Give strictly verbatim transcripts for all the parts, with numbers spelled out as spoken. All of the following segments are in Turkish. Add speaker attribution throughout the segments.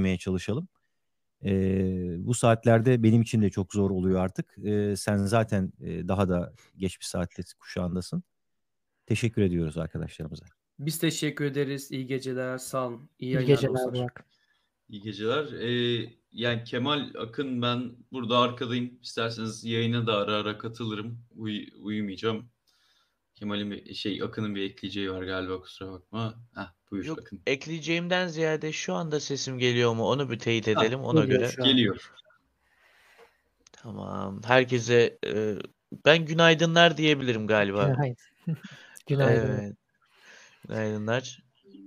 Speaker 1: dinlemeye çalışalım. Ee, bu saatlerde benim için de çok zor oluyor artık. Ee, sen zaten e, daha da geç bir saatte kuşağındasın. Teşekkür ediyoruz arkadaşlarımıza.
Speaker 2: Biz teşekkür ederiz. İyi geceler. Sağ olun. İyi
Speaker 3: İyi
Speaker 2: yayınlar
Speaker 3: geceler
Speaker 2: dostlar.
Speaker 3: Burak.
Speaker 4: İyi geceler. Ee, yani Kemal Akın, ben burada arkadayım. İsterseniz yayına da ara ara katılırım. Uy- uyumayacağım. Kemal'in bir şey Akın'ın bir ekleyeceği var galiba, kusura bakma. Heh, buyur
Speaker 5: Yok,
Speaker 4: Akın.
Speaker 5: ekleyeceğimden ziyade şu anda sesim geliyor mu onu bir teyit
Speaker 4: Ha,
Speaker 5: edelim ona
Speaker 3: geliyor
Speaker 5: göre.
Speaker 3: şu an.
Speaker 4: Geliyor.
Speaker 5: Tamam. Herkese e, ben günaydınlar diyebilirim galiba.
Speaker 3: Günaydın. Günaydın.
Speaker 5: Evet. Günaydınlar.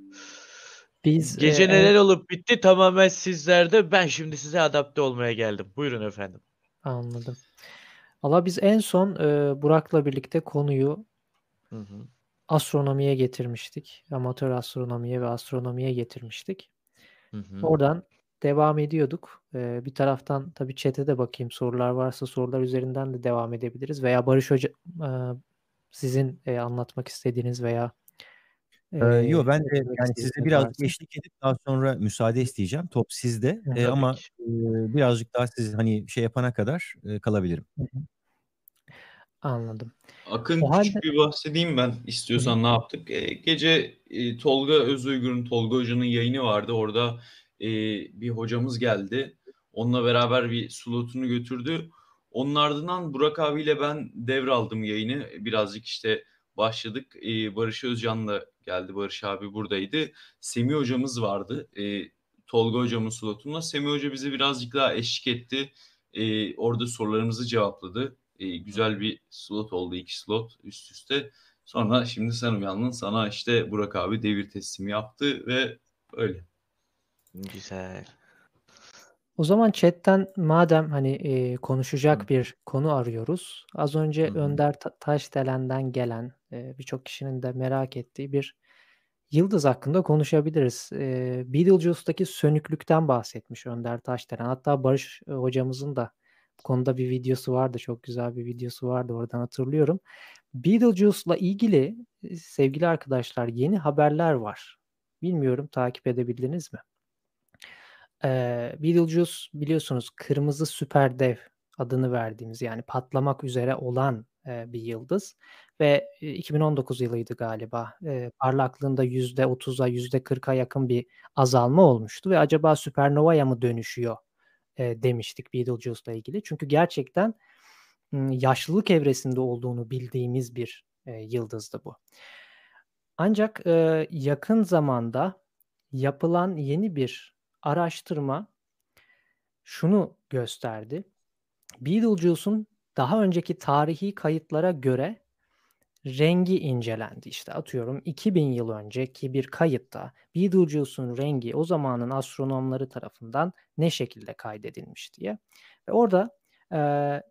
Speaker 3: Biz
Speaker 5: Gece
Speaker 3: e,
Speaker 5: neler olup bitti tamamen sizlerde. Ben şimdi size adapte olmaya geldim. Buyurun efendim.
Speaker 3: anladım. Valla biz en son e, Burak'la birlikte konuyu
Speaker 5: Hı hı.
Speaker 3: astronomiye getirmiştik. Amatör astronomiye ve astronomiye getirmiştik.
Speaker 5: Hı hı.
Speaker 3: Oradan devam ediyorduk. E, bir taraftan tabii chat'e de bakayım. Sorular varsa sorular üzerinden de devam edebiliriz. Veya Barış Hoca e, sizin e, anlatmak istediğiniz veya
Speaker 1: Ee,
Speaker 3: e,
Speaker 1: yo ben de
Speaker 3: eklemek
Speaker 1: yani size
Speaker 3: istediğiniz
Speaker 1: birazcık
Speaker 3: varsa.
Speaker 1: eşlik edip daha sonra müsaade isteyeceğim. Top sizde.
Speaker 3: Hı
Speaker 1: Ee,
Speaker 3: hı.
Speaker 1: ama
Speaker 5: Tabii ki.
Speaker 1: e, birazcık daha siz hani şey yapana kadar e, kalabilirim.
Speaker 3: Hı hı. Anladım.
Speaker 4: Akın,
Speaker 3: O halde
Speaker 4: küçük bir bahsedeyim ben
Speaker 3: Hı hı.
Speaker 4: istiyorsan ne yaptık. E, gece e, Tolga Özuygur'un, Tolga Hoca'nın yayını vardı. Orada e, bir hocamız geldi. Onunla beraber bir slotunu götürdü. Onun ardından Burak abiyle ben devraldım yayını. Birazcık işte başladık. E, Barış Özcan da geldi. Barış abi buradaydı. Semih hocamız vardı. E, Tolga hocamın slotunda. Semih hoca bizi birazcık daha eşlik etti. E, orada sorularımızı cevapladı. E, güzel bir slot oldu, iki slot üst üste. Sonra şimdi sen uyandın, sana işte Burak abi devir teslimi yaptı ve öyle.
Speaker 5: Güzel.
Speaker 3: O zaman chatten madem hani e,
Speaker 4: Hı.
Speaker 3: konuşacak bir konu arıyoruz. Az önce
Speaker 5: Hı hı.
Speaker 3: Önder Ta- Taşdelen'den gelen e, birçok kişinin de merak ettiği bir yıldız hakkında konuşabiliriz. E, Betelgeuse'daki sönüklükten bahsetmiş Önder Taşdelen. Hatta Barış e, hocamızın da bu konuda bir videosu vardı. Çok güzel bir videosu vardı. Oradan hatırlıyorum. Betelgeuse'la ilgili e, sevgili arkadaşlar yeni haberler var. Bilmiyorum takip edebildiniz mi? Ee, Betelgeuse biliyorsunuz kırmızı süperdev adını verdiğimiz yani patlamak üzere olan e, bir yıldız ve e, iki bin on dokuz yılıydı galiba. E, parlaklığında yüzde otuza yüzde kırka yakın bir azalma olmuştu ve acaba süpernovaya mı dönüşüyor e, demiştik Betelgeuse'la ilgili. Çünkü gerçekten m, yaşlılık evresinde olduğunu bildiğimiz bir e, yıldızdı bu. Ancak e, yakın zamanda yapılan yeni bir araştırma şunu gösterdi. Betelgeuse'un daha önceki tarihi kayıtlara göre rengi incelendi. İşte atıyorum iki bin yıl önceki bir kayıtta Betelgeuse'un rengi o zamanın astronomları tarafından ne şekilde kaydedilmiş diye. Ve orada e,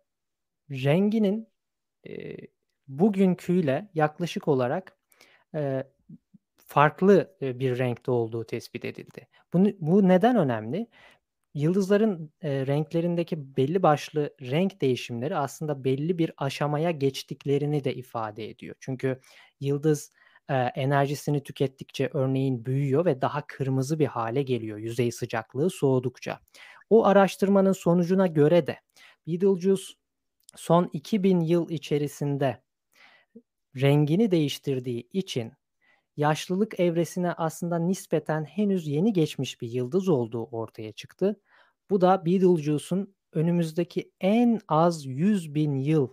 Speaker 3: renginin e, bugünküyle yaklaşık olarak e, farklı e, bir renkte olduğu tespit edildi. Bu, bu neden önemli? Yıldızların e, renklerindeki belli başlı renk değişimleri aslında belli bir aşamaya geçtiklerini de ifade ediyor. Çünkü yıldız e, enerjisini tükettikçe örneğin büyüyor ve daha kırmızı bir hale geliyor yüzey sıcaklığı soğudukça. O araştırmanın sonucuna göre de Betelgeuse son iki bin yıl içerisinde rengini değiştirdiği için yaşlılık evresine aslında nispeten henüz yeni geçmiş bir yıldız olduğu ortaya çıktı. Bu da Betelgeuse'un önümüzdeki en az yüz bin yıl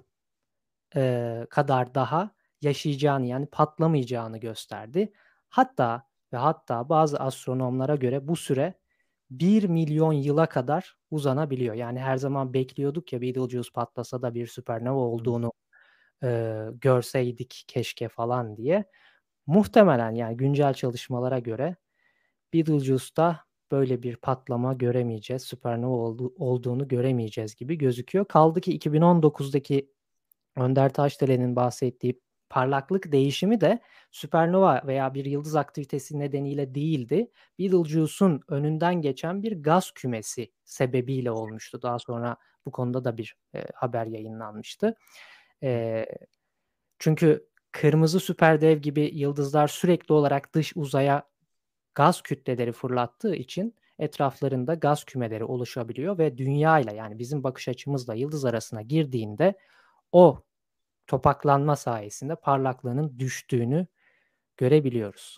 Speaker 3: e, kadar daha yaşayacağını yani patlamayacağını gösterdi. Hatta ve hatta bazı astronomlara göre bu süre bir milyon yıla kadar uzanabiliyor. Yani her zaman bekliyorduk ya Betelgeuse patlasa da bir süpernova olduğunu e, görseydik keşke falan diye. Muhtemelen yani güncel çalışmalara göre Betelgeuse'da böyle bir patlama göremeyeceğiz. Süpernova oldu, olduğunu göremeyeceğiz gibi gözüküyor. Kaldı ki iki bin on dokuzdaki Önder Taşdelen'in bahsettiği parlaklık değişimi de süpernova veya bir yıldız aktivitesi nedeniyle değildi. Betelgeuse'un önünden geçen bir gaz kümesi sebebiyle olmuştu. Daha sonra bu konuda da bir e, haber yayınlanmıştı. E, çünkü kırmızı süperdev gibi yıldızlar sürekli olarak dış uzaya gaz kütleleri fırlattığı için etraflarında gaz kümeleri oluşabiliyor ve dünya ile yani bizim bakış açımızla yıldız arasına girdiğinde o topaklanma sayesinde parlaklığının düştüğünü görebiliyoruz.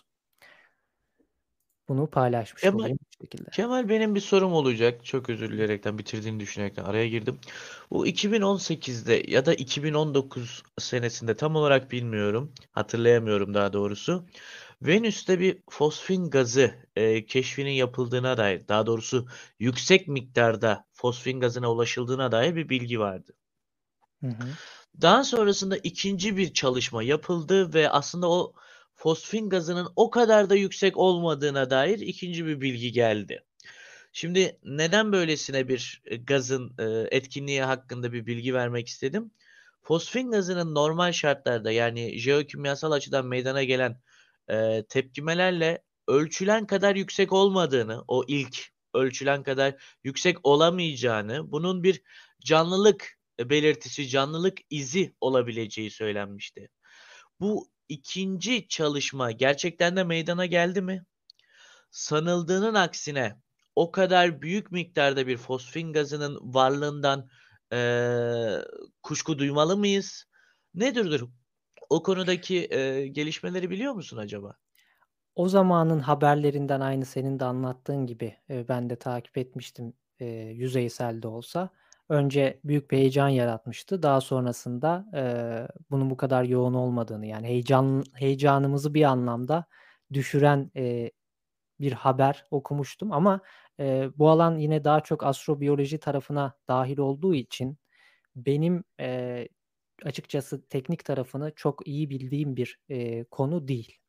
Speaker 3: Bunu paylaşmış
Speaker 5: Kemal,
Speaker 3: olayım bu şekilde.
Speaker 5: Kemal benim bir sorum olacak. Çok özür dileyerekten bitirdiğini düşünerekten araya girdim. Bu iki bin on sekizde ya da iki bin on dokuz senesinde tam olarak bilmiyorum. Hatırlayamıyorum daha doğrusu. Venüs'te bir fosfin gazı e, keşfinin yapıldığına dair, daha doğrusu yüksek miktarda fosfin gazına ulaşıldığına dair bir bilgi vardı.
Speaker 3: Hı hı.
Speaker 5: Daha sonrasında ikinci bir çalışma yapıldı ve aslında o fosfin gazının o kadar da yüksek olmadığına dair ikinci bir bilgi geldi. Şimdi neden böylesine bir e, gazın e, etkinliği hakkında bir bilgi vermek istedim? Fosfin gazının normal şartlarda yani jeokimyasal açıdan meydana gelen e, tepkimelerle ölçülen kadar yüksek olmadığını, o ilk ölçülen kadar yüksek olamayacağını, bunun bir canlılık belirtisi, canlılık izi olabileceği söylenmişti. Bu ikinci çalışma gerçekten de meydana geldi mi? Sanıldığının aksine o kadar büyük miktarda bir fosfin gazının varlığından eee, kuşku duymalı mıyız? Nedir durum? O konudaki eee, gelişmeleri biliyor musun acaba?
Speaker 3: O zamanın haberlerinden aynı senin de anlattığın gibi e, ben de takip etmiştim e, yüzeysel de olsa. Önce büyük bir heyecan yaratmıştı. Daha sonrasında e, bunun bu kadar yoğun olmadığını yani heyecan heyecanımızı bir anlamda düşüren e, bir haber okumuştum. Ama e, bu alan yine daha çok astrobiyoloji tarafına dahil olduğu için benim e, açıkçası teknik tarafını çok iyi bildiğim bir e, konu değil.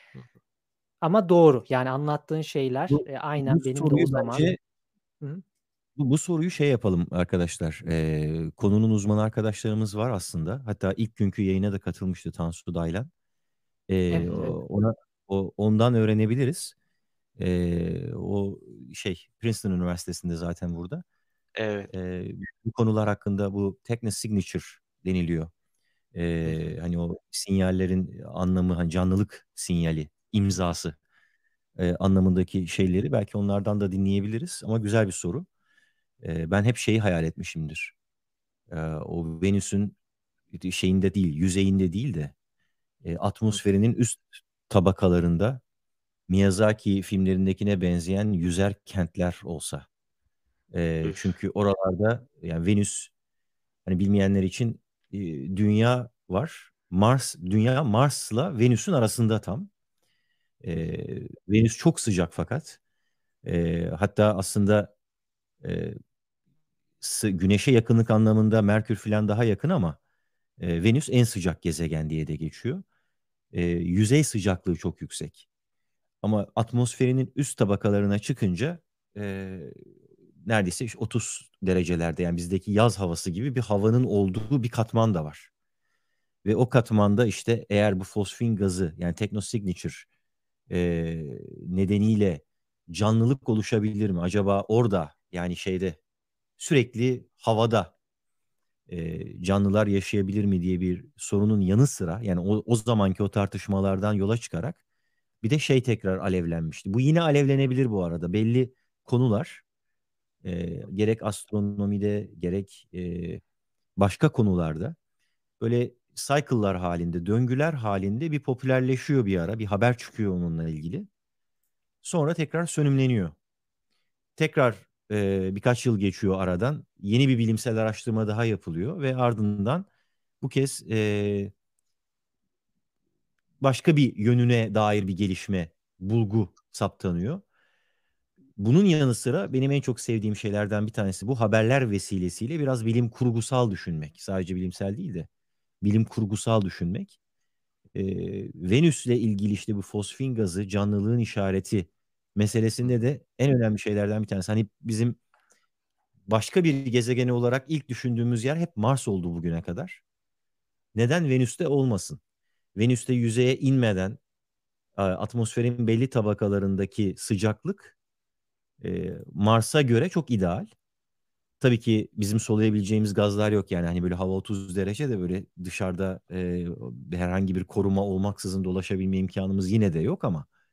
Speaker 3: Ama doğru. Yani anlattığın şeyler
Speaker 1: Bu,
Speaker 3: e,
Speaker 1: bu
Speaker 3: aynen benim de o
Speaker 1: soruyu
Speaker 3: zaman.
Speaker 1: bence
Speaker 3: Hı.
Speaker 1: bu, bu soruyu şey yapalım arkadaşlar. Ee, konunun uzmanı arkadaşlarımız var aslında. Hatta ilk günkü yayına da katılmıştı Tansu Daylan. Ee,
Speaker 3: Evet, evet.
Speaker 1: o- ona o, ondan öğrenebiliriz. Ee, o şey Princeton Üniversitesi'nde zaten burada.
Speaker 5: Evet.
Speaker 1: Ee, bu konular hakkında bu technosignature deniliyor.
Speaker 5: Hı
Speaker 1: Ee,
Speaker 5: hı.
Speaker 1: hani o sinyallerin anlamı, hani canlılık sinyali, imzası e, anlamındaki şeyleri belki onlardan da dinleyebiliriz. Ama güzel bir soru. Ee, ben hep şeyi hayal etmişimdir. Ee, o Venüs'ün şeyinde değil, yüzeyinde değil de e,
Speaker 5: Hı.
Speaker 1: atmosferinin üst tabakalarında Miyazaki filmlerindekine benzeyen yüzer kentler olsa. E,
Speaker 5: Üf.
Speaker 1: çünkü oralarda yani Venüs, hani bilmeyenler için, e, Dünya var. Mars, Dünya Mars'la Venüs'ün arasında tam.
Speaker 5: Hı
Speaker 1: E,
Speaker 5: hı.
Speaker 1: Venüs çok sıcak fakat. E, hatta aslında e, sı- Güneş'e yakınlık anlamında Merkür falan daha yakın ama e, Venüs en sıcak gezegen diye de geçiyor. E, yüzey sıcaklığı çok yüksek. Ama atmosferinin üst tabakalarına çıkınca e, neredeyse işte otuz derecelerde, yani bizdeki yaz havası gibi bir havanın olduğu bir katman da var. Ve o katmanda işte eğer bu fosfin gazı yani technosignature e, nedeniyle canlılık oluşabilir mi? Acaba orada, yani şeyde, sürekli havada e, canlılar yaşayabilir mi diye bir sorunun yanı sıra, yani o, o zamanki o tartışmalardan yola çıkarak bir de şey tekrar alevlenmişti. Bu yine alevlenebilir bu arada. Belli konular, e, gerek astronomide gerek e, başka konularda böyle cycle'lar halinde, döngüler halinde bir popülerleşiyor bir ara. Bir haber çıkıyor onunla ilgili. Sonra tekrar sönümleniyor. Tekrar e, birkaç yıl geçiyor aradan. Yeni bir bilimsel araştırma daha yapılıyor ve ardından bu kez e, başka bir yönüne dair bir gelişme, bulgu saptanıyor. Bunun yanı sıra benim en çok sevdiğim şeylerden bir tanesi bu haberler vesilesiyle biraz bilim kurgusal düşünmek. Sadece bilimsel değil de bilim kurgusal düşünmek. Ee, Venüs'le ilgili işte bu fosfin gazı, canlılığın işareti
Speaker 5: Hı
Speaker 1: meselesinde
Speaker 5: hı.
Speaker 1: de en önemli şeylerden bir tanesi. Hani bizim başka bir gezegeni olarak ilk düşündüğümüz yer hep Mars oldu bugüne kadar. Neden Venüs'te olmasın? Venüs'te yüzeye inmeden a, atmosferin belli tabakalarındaki sıcaklık e, Mars'a göre çok ideal. Tabii ki bizim soluyabileceğimiz gazlar yok, yani hani böyle hava otuz derece de böyle dışarıda e, herhangi bir koruma olmaksızın dolaşabilme imkanımız yine de yok ama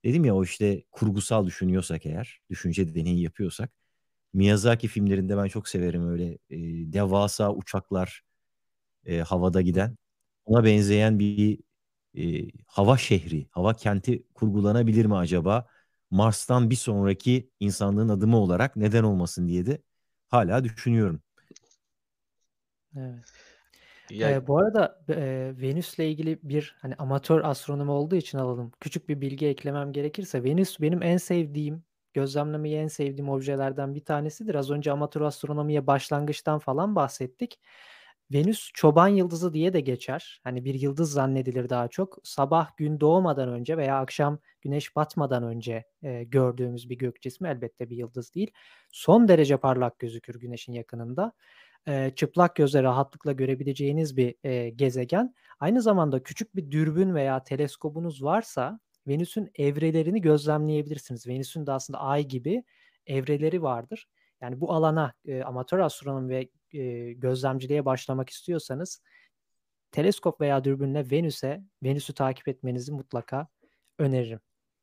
Speaker 1: Dedim ya o işte kurgusal düşünüyorsak eğer, düşünce deneyi yapıyorsak, Miyazaki filmlerinde ben çok severim öyle e, devasa uçaklar e, havada
Speaker 5: Hı
Speaker 1: giden.
Speaker 5: hı.
Speaker 1: Ona benzeyen bir e, hava şehri, hava kenti kurgulanabilir mi acaba? Mars'tan bir sonraki insanlığın adımı olarak neden olmasın diye de hala düşünüyorum.
Speaker 3: Evet.
Speaker 5: Ya
Speaker 3: Ee, bu arada e, Venüs'le ilgili bir hani amatör astronom olduğu için alalım. Küçük bir bilgi eklemem gerekirse Venüs benim en sevdiğim, gözlemlemeyi en sevdiğim objelerden bir tanesidir. Az önce amatör astronomiye başlangıçtan falan bahsettik. Venüs çoban yıldızı diye de geçer. Hani bir yıldız zannedilir daha çok. Sabah gün doğmadan önce veya akşam güneş batmadan önce e, gördüğümüz bir gök cismi, elbette bir yıldız değil. Son derece parlak gözükür güneşin yakınında. E, çıplak gözle rahatlıkla görebileceğiniz bir e, gezegen. Aynı zamanda küçük bir dürbün veya teleskobunuz varsa Venüs'ün evrelerini gözlemleyebilirsiniz. Venüs'ün de aslında Ay gibi evreleri vardır. Yani bu alana e, amatör astronom ve e, gözlemciliğe başlamak istiyorsanız teleskop veya dürbünle Venüs'e Venüs'ü takip etmenizi mutlaka öneririm.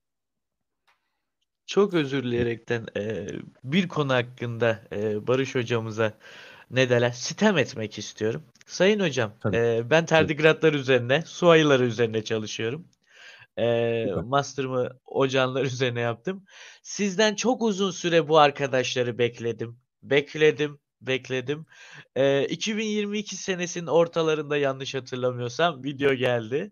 Speaker 5: çok özür dileyerekten e, bir konu hakkında e, Barış hocamıza ne derler sitem etmek istiyorum. Sayın hocam,
Speaker 1: Tabii.
Speaker 5: e, ben
Speaker 1: Tabii.
Speaker 5: tardigratlar üzerine, su ayıları üzerine çalışıyorum. E,
Speaker 1: Süper.
Speaker 5: master'ımı ocanlar üzerine yaptım. Sizden çok uzun süre bu arkadaşları bekledim. Bekledim, bekledim. E, iki bin yirmi iki senesinin ortalarında yanlış hatırlamıyorsam video geldi.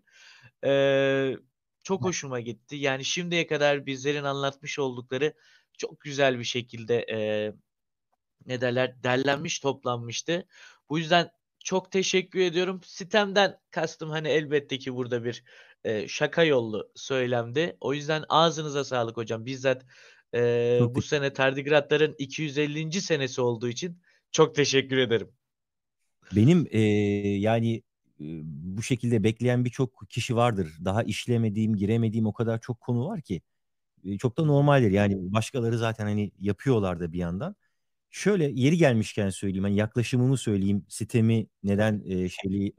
Speaker 5: E, çok hoşuma gitti. Yani şimdiye kadar bizlerin anlatmış oldukları çok güzel bir şekilde e, ne derler derlenmiş toplanmıştı. Bu yüzden çok teşekkür ediyorum. Sitemden kastım hani elbette ki burada bir e, şaka yollu söylemdi. O yüzden ağzınıza sağlık hocam. Bizzat e,
Speaker 1: Çok
Speaker 5: bu
Speaker 1: teşekkür
Speaker 5: sene tardigratların iki yüz ellinci senesi olduğu için çok teşekkür ederim.
Speaker 1: Benim e, yani e, bu şekilde bekleyen birçok kişi vardır. Daha işlemediğim, giremediğim o kadar çok konu var ki. E, çok da normaldir. Yani başkaları zaten hani yapıyorlar da bir yandan. Şöyle yeri gelmişken söyleyeyim. Hani yaklaşımımı söyleyeyim. Sitemi neden e, şeyli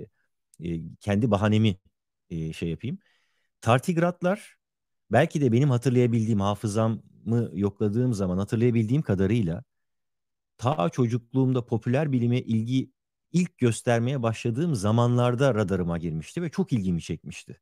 Speaker 1: e, e, kendi bahanemi e, şey yapayım. Tartigratlar belki de benim hatırlayabildiğim hafızamı yokladığım zaman hatırlayabildiğim kadarıyla ta çocukluğumda popüler bilime ilgi ilk göstermeye başladığım zamanlarda radarıma girmişti ve çok ilgimi çekmişti.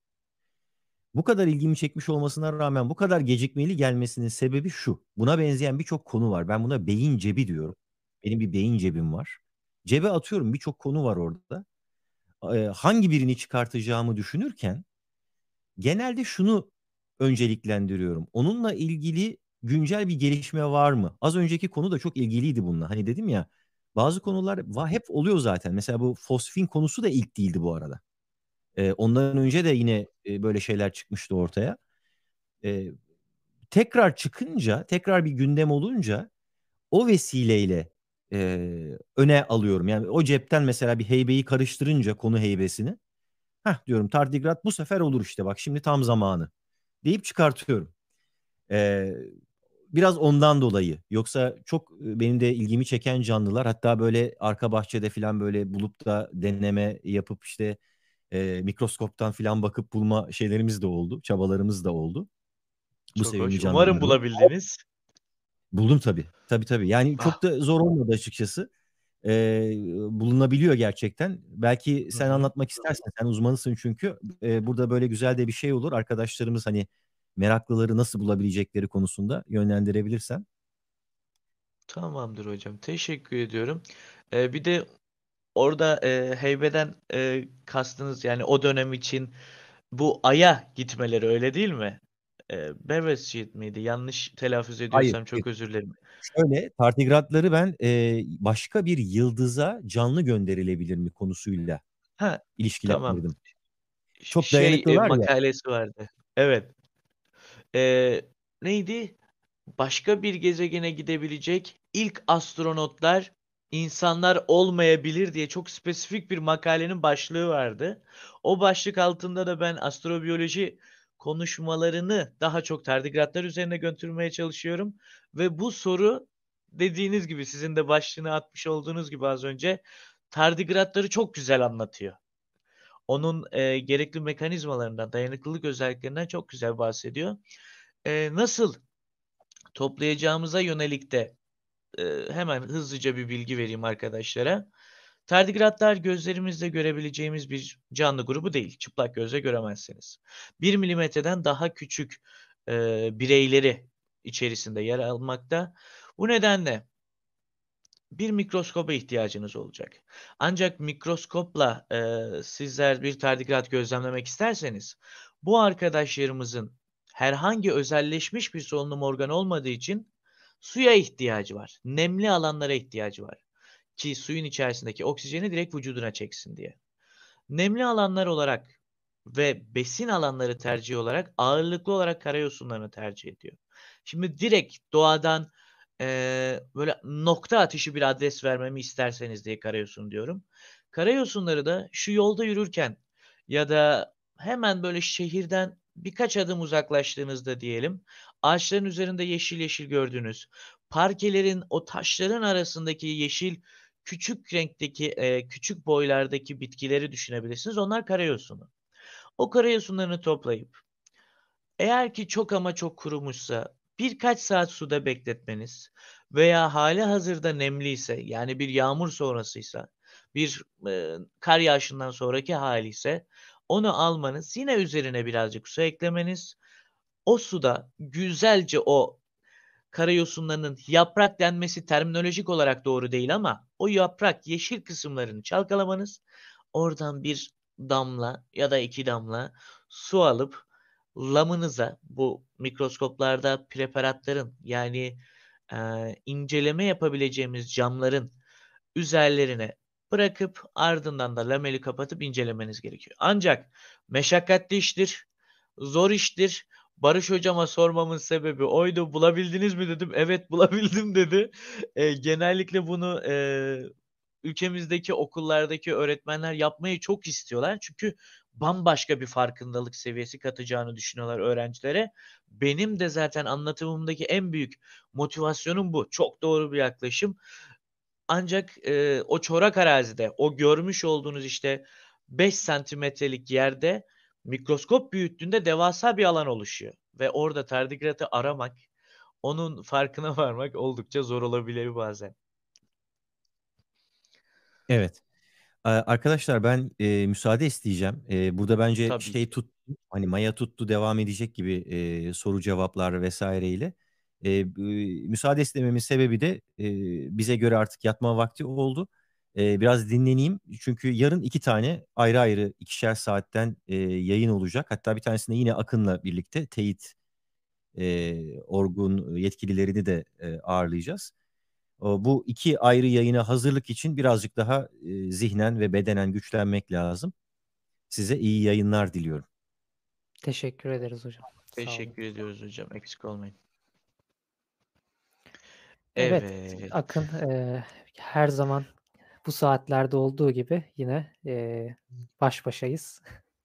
Speaker 1: Bu kadar ilgimi çekmiş olmasına rağmen bu kadar gecikmeli gelmesinin sebebi şu. Buna benzeyen birçok konu var. Ben buna beyin cebi diyorum. Benim bir beyin cebim var. Cebe atıyorum birçok konu var orada. Ee, hangi birini çıkartacağımı düşünürken genelde şunu önceliklendiriyorum. Onunla ilgili güncel bir gelişme var mı? Az önceki konu da çok ilgiliydi bununla. Hani dedim ya bazı konular va- hep oluyor zaten. Mesela bu fosfin konusu da ilk değildi bu arada. Ee, ondan önce de yine e, böyle şeyler çıkmıştı ortaya. Ee, Tekrar çıkınca, tekrar bir gündem olunca o vesileyle e, öne alıyorum. Yani o cepten mesela bir heybeyi karıştırınca konu heybesini. Heh diyorum tardigrat bu sefer olur işte bak şimdi tam zamanı deyip çıkartıyorum. Ee, Biraz ondan dolayı. Yoksa çok e, benim de ilgimi çeken canlılar hatta böyle arka bahçede falan böyle bulup da deneme yapıp işte e, mikroskoptan falan bakıp bulma şeylerimiz de oldu. Çabalarımız da oldu. Bu
Speaker 5: Çok hoş.
Speaker 1: sevimli
Speaker 5: Umarım
Speaker 1: canlılarla.
Speaker 5: bulabildiniz.
Speaker 1: Buldum tabii. Tabii tabii. Yani
Speaker 5: Ah.
Speaker 1: çok da zor olmadı açıkçası. Ee, Bulunabiliyor gerçekten. Belki
Speaker 5: Hı
Speaker 1: sen
Speaker 5: hı.
Speaker 1: anlatmak istersen, sen uzmanısın çünkü. Ee, burada böyle güzel de bir şey olur. Arkadaşlarımız hani meraklıları nasıl bulabilecekleri konusunda yönlendirebilirsen.
Speaker 5: Tamamdır hocam. Teşekkür ediyorum. Ee, bir de orada e, heybeden e, kastınız yani o dönem için bu Ay'a gitmeleri öyle değil mi? E, Beresheet miydi? Yanlış telaffuz
Speaker 1: Hayır.
Speaker 5: ediyorsam
Speaker 1: hayır.
Speaker 5: çok özür dilerim.
Speaker 1: Şöyle tardigratları ben e, başka bir yıldıza canlı gönderilebilir mi konusuyla
Speaker 5: Ha, tamam.
Speaker 1: ilişkilendirdim.
Speaker 5: Ş-
Speaker 1: Çok
Speaker 5: Şey e,
Speaker 1: dayanıklılar ya.
Speaker 5: makalesi vardı. Evet. E, neydi? Başka bir gezegene gidebilecek ilk astronotlar insanlar olmayabilir diye çok spesifik bir makalenin başlığı vardı. O başlık altında da ben astrobiyoloji konuşmalarını daha çok tardigratlar üzerine götürmeye çalışıyorum. Ve bu soru dediğiniz gibi sizin de başlığını atmış olduğunuz gibi az önce tardigratları çok güzel anlatıyor. onun e, gerekli mekanizmalarından, dayanıklılık özelliklerinden çok güzel bahsediyor. E, nasıl toplayacağımıza yönelik de e, hemen hızlıca bir bilgi vereyim arkadaşlara. Tardigratlar gözlerimizle görebileceğimiz bir canlı grubu değil. Çıplak gözle göremezsiniz. bir milimetreden daha küçük e, bireyleri içerisinde yer almakta. Bu nedenle bir mikroskoba ihtiyacınız olacak. Ancak mikroskopla e, sizler bir tardigrat gözlemlemek isterseniz bu arkadaşlarımızın herhangi özelleşmiş bir solunum organı olmadığı için suya ihtiyacı var. Nemli alanlara ihtiyacı var. Ki suyun içerisindeki oksijeni direkt vücuduna çeksin diye. Nemli alanlar olarak ve besin alanları tercih olarak ağırlıklı olarak karayosunlarını tercih ediyor. Şimdi direkt doğadan e, böyle nokta atışı bir adres vermemi isterseniz diye karayosun diyorum. Karayosunları da şu yolda yürürken ya da hemen böyle şehirden birkaç adım uzaklaştığınızda diyelim, ağaçların üzerinde yeşil yeşil gördüğünüz, parkelerin o taşların arasındaki yeşil küçük renkteki, e, küçük boylardaki bitkileri düşünebilirsiniz. Onlar karayosunu. O karayosunlarını toplayıp eğer ki çok ama çok kurumuşsa birkaç saat suda bekletmeniz veya hali hazırda nemliyse, yani bir yağmur sonrasıysa, bir e, kar yağışından sonraki hali ise onu almanız, yine üzerine birazcık su eklemeniz, o suda güzelce o karayosunlarının, yaprak denmesi terminolojik olarak doğru değil ama o yaprak yeşil kısımlarını çalkalamanız, oradan bir damla ya da iki damla su alıp lamınıza, bu mikroskoplarda preparatların, yani e, inceleme yapabileceğimiz camların üzerlerine bırakıp ardından da lameli kapatıp incelemeniz gerekiyor. Ancak meşakkatli iştir, zor iştir. Barış hocama sormamın sebebi oydu. Bulabildiniz mi dedim. Evet, bulabildim dedi. E, genellikle bunu e, ülkemizdeki okullardaki öğretmenler yapmayı çok istiyorlar. Çünkü bambaşka bir farkındalık seviyesi katacağını düşünüyorlar öğrencilere. Benim de zaten anlatımımdaki en büyük motivasyonum bu. Çok doğru bir yaklaşım. Ancak e, o çorak arazide, o görmüş olduğunuz işte beş santimetrelik yerde mikroskop büyüklüğünde devasa bir alan oluşuyor. Ve orada tardigratı aramak, onun farkına varmak oldukça zor olabiliyor bazen.
Speaker 1: Evet. Ee, Arkadaşlar ben e, müsaade isteyeceğim. E, burada bence
Speaker 5: Tabii
Speaker 1: şey
Speaker 5: ki.
Speaker 1: tuttu, hani maya tuttu devam edecek gibi e, soru cevaplar vesaireyle. E, b- müsaade istememin sebebi de e, bize göre artık yatma vakti oldu. E, biraz dinleneyim çünkü yarın iki tane ayrı ayrı ikişer saatten e, yayın olacak. Hatta bir tanesinde yine Akın'la birlikte teyit e, orgun yetkililerini de e, ağırlayacağız. O, bu iki ayrı yayına hazırlık için birazcık daha e, zihnen ve bedenen güçlenmek lazım. Size iyi yayınlar diliyorum.
Speaker 3: Teşekkür ederiz hocam. Sağ olun.
Speaker 5: Teşekkür ediyoruz hocam. Eksik olmayın.
Speaker 3: Evet,
Speaker 5: Evet.
Speaker 3: Akın e, her zaman bu saatlerde olduğu gibi yine e, baş başayız.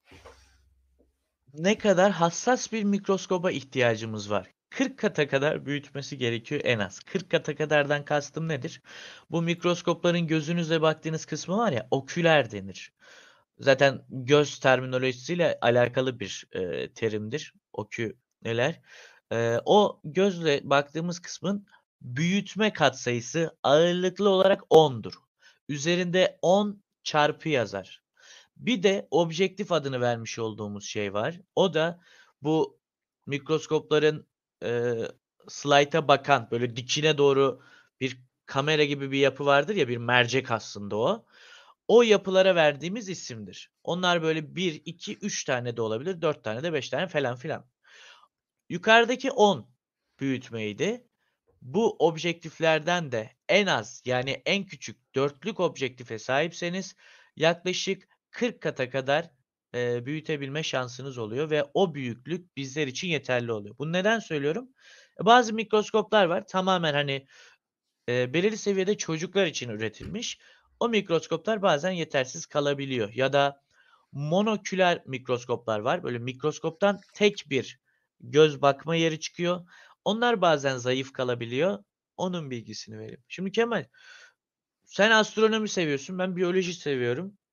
Speaker 5: Ne kadar hassas bir mikroskoba ihtiyacımız var? kırk kata kadar büyütmesi gerekiyor en az. kırk kata kadardan kastım nedir? Bu mikroskopların gözünüzle baktığınız kısmı var ya, oküler denir. Zaten göz terminolojisiyle alakalı bir e, terimdir. Oküler. E, o gözle baktığımız kısmın büyütme katsayısı ağırlıklı olarak ondur. Üzerinde on çarpı yazar. Bir de objektif adını vermiş olduğumuz şey var. O da bu mikroskopların e, slayta bakan, böyle dikine doğru bir kamera gibi bir yapı vardır ya, bir mercek aslında o. O yapılara verdiğimiz isimdir. Onlar böyle bir, iki, üç tane de olabilir, dört tane de, beş tane falan filan. Yukarıdaki on büyütmeydi. Bu objektiflerden de en az, yani en küçük dörtlük objektife sahipseniz yaklaşık kırk kata kadar e, büyütebilme şansınız oluyor ve o büyüklük bizler için yeterli oluyor. Bunu neden söylüyorum? E, Bazı mikroskoplar var, tamamen hani e, belirli seviyede çocuklar için üretilmiş. O mikroskoplar bazen yetersiz kalabiliyor. Ya da monoküler mikroskoplar var. Böyle mikroskoptan tek bir göz bakma yeri çıkıyor. Onlar bazen zayıf kalabiliyor. Onun bilgisini vereyim. Şimdi Kemal, sen astronomi seviyorsun, ben biyoloji seviyorum.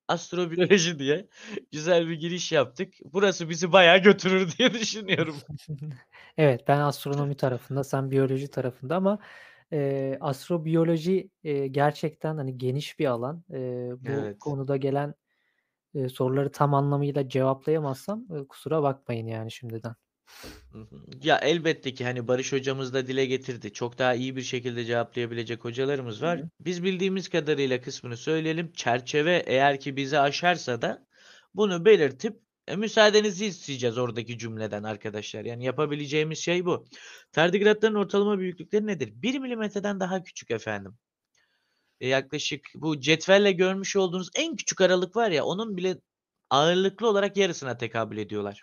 Speaker 5: astrobiyoloji diye güzel bir giriş yaptık. Burası bizi bayağı götürür diye düşünüyorum.
Speaker 3: Evet, ben astronomi tarafında, sen biyoloji tarafında ama eee, astrobiyoloji eee, gerçekten hani geniş bir alan. Eee, bu
Speaker 5: Evet.
Speaker 3: konuda gelen eee, soruları tam anlamıyla cevaplayamazsam eee, kusura bakmayın yani şimdiden.
Speaker 5: Hı hı. Ya elbette ki hani Barış hocamız da dile getirdi. Çok daha iyi bir şekilde cevaplayabilecek hocalarımız
Speaker 3: Hı
Speaker 5: var.
Speaker 3: hı.
Speaker 5: Biz bildiğimiz kadarıyla kısmını söyleyelim. Çerçeve eğer ki bizi aşarsa da bunu belirtip e, müsaadenizi isteyeceğiz oradaki cümleden arkadaşlar. Yani yapabileceğimiz şey bu. Tardigratların ortalama büyüklükleri nedir? bir milimetreden daha küçük efendim. E, yaklaşık bu cetvelle görmüş olduğunuz en küçük aralık var ya onun bile ağırlıklı olarak yarısına tekabül ediyorlar.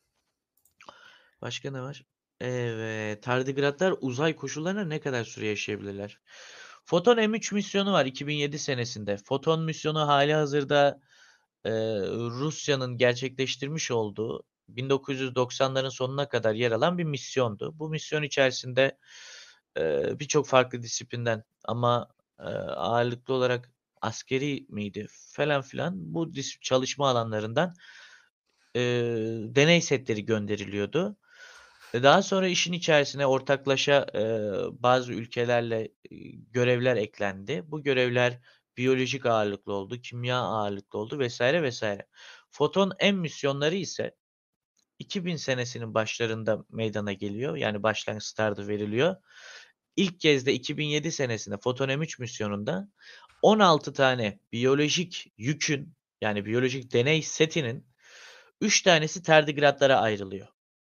Speaker 5: Başka ne var? Evet. Tardigratlar uzay koşullarında ne kadar süre yaşayabilirler? Foton M üç misyonu var iki bin yedi senesinde. Foton misyonu halihazırda e, Rusya'nın gerçekleştirmiş olduğu bin dokuz yüz doksanların sonuna kadar yer alan bir misyondu. Bu misyon içerisinde e, birçok farklı disiplinden ama e, ağırlıklı olarak askeri miydi falan filan bu dis- çalışma alanlarından e, deney setleri gönderiliyordu. E, Daha sonra işin içerisine ortaklaşa e, bazı ülkelerle e, görevler eklendi. Bu görevler biyolojik ağırlıklı oldu, kimya ağırlıklı oldu vesaire vesaire. Foton M misyonları ise iki bin senesinin başlarında meydana geliyor. Yani başlangıç startı veriliyor. İlk kez de iki bin yedi senesinde Foton M üç misyonunda on altı tane biyolojik yükün yani biyolojik deney setinin üç tanesi tardigratlara ayrılıyor.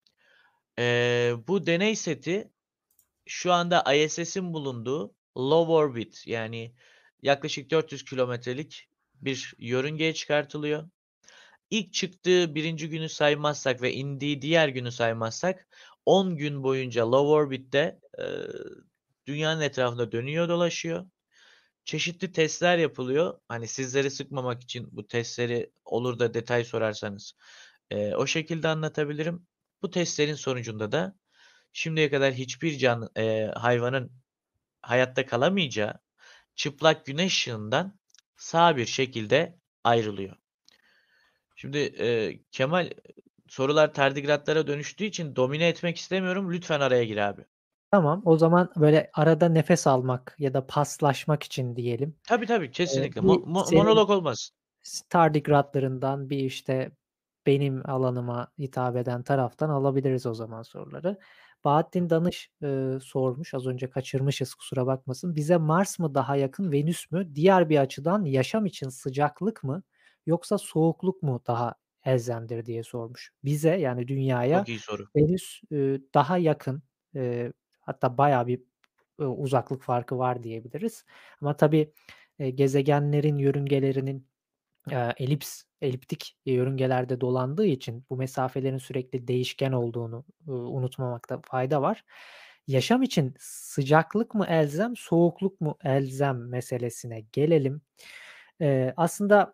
Speaker 5: Eee, bu deney seti şu anda I S S'in bulunduğu low orbit yani yaklaşık dört yüz kilometrelik bir yörüngeye çıkartılıyor. İlk çıktığı birinci günü saymazsak ve indiği diğer günü saymazsak on gün boyunca low orbit'te eee, dünyanın etrafında dönüyor dolaşıyor. Çeşitli testler yapılıyor. Hani sizleri sıkmamak için bu testleri olur da detay sorarsanız eee, o şekilde anlatabilirim. Bu testlerin sonucunda da şimdiye kadar hiçbir can eee, hayvanın hayatta kalamayacağı çıplak güneş ışığından sağ bir şekilde ayrılıyor. Şimdi eee, Kemal sorular tardigratlara dönüştüğü için domine etmek istemiyorum. Lütfen araya gir abi.
Speaker 3: Tamam, o zaman böyle arada nefes almak ya da paslaşmak için diyelim.
Speaker 5: Tabii tabii
Speaker 3: Eee,
Speaker 5: kesinlikle.
Speaker 3: bir
Speaker 5: Mo- mo-
Speaker 3: senin
Speaker 5: monolog olmaz.
Speaker 3: s tardigratlarından bir, işte, benim alanıma hitap eden taraftan alabiliriz o zaman soruları. Bahattin Danış, ııı, sormuş, az önce kaçırmışız, kusura bakmasın. Bize Mars mı daha yakın, Venüs mü? Diğer bir açıdan yaşam için sıcaklık mı yoksa soğukluk mu daha elzemdir diye sormuş. Bize, yani dünyaya
Speaker 5: Çok iyi soru.
Speaker 3: Venüs, ııı, daha yakın, eee, hatta bayağı bir, ııı, uzaklık farkı var diyebiliriz. Ama tabii, eee, gezegenlerin yörüngelerinin Eee, elips, eliptik yörüngelerde dolandığı için bu mesafelerin sürekli değişken olduğunu, ııı, unutmamakta fayda var. Yaşam için sıcaklık mı elzem, soğukluk mu elzem meselesine gelelim. Eee, aslında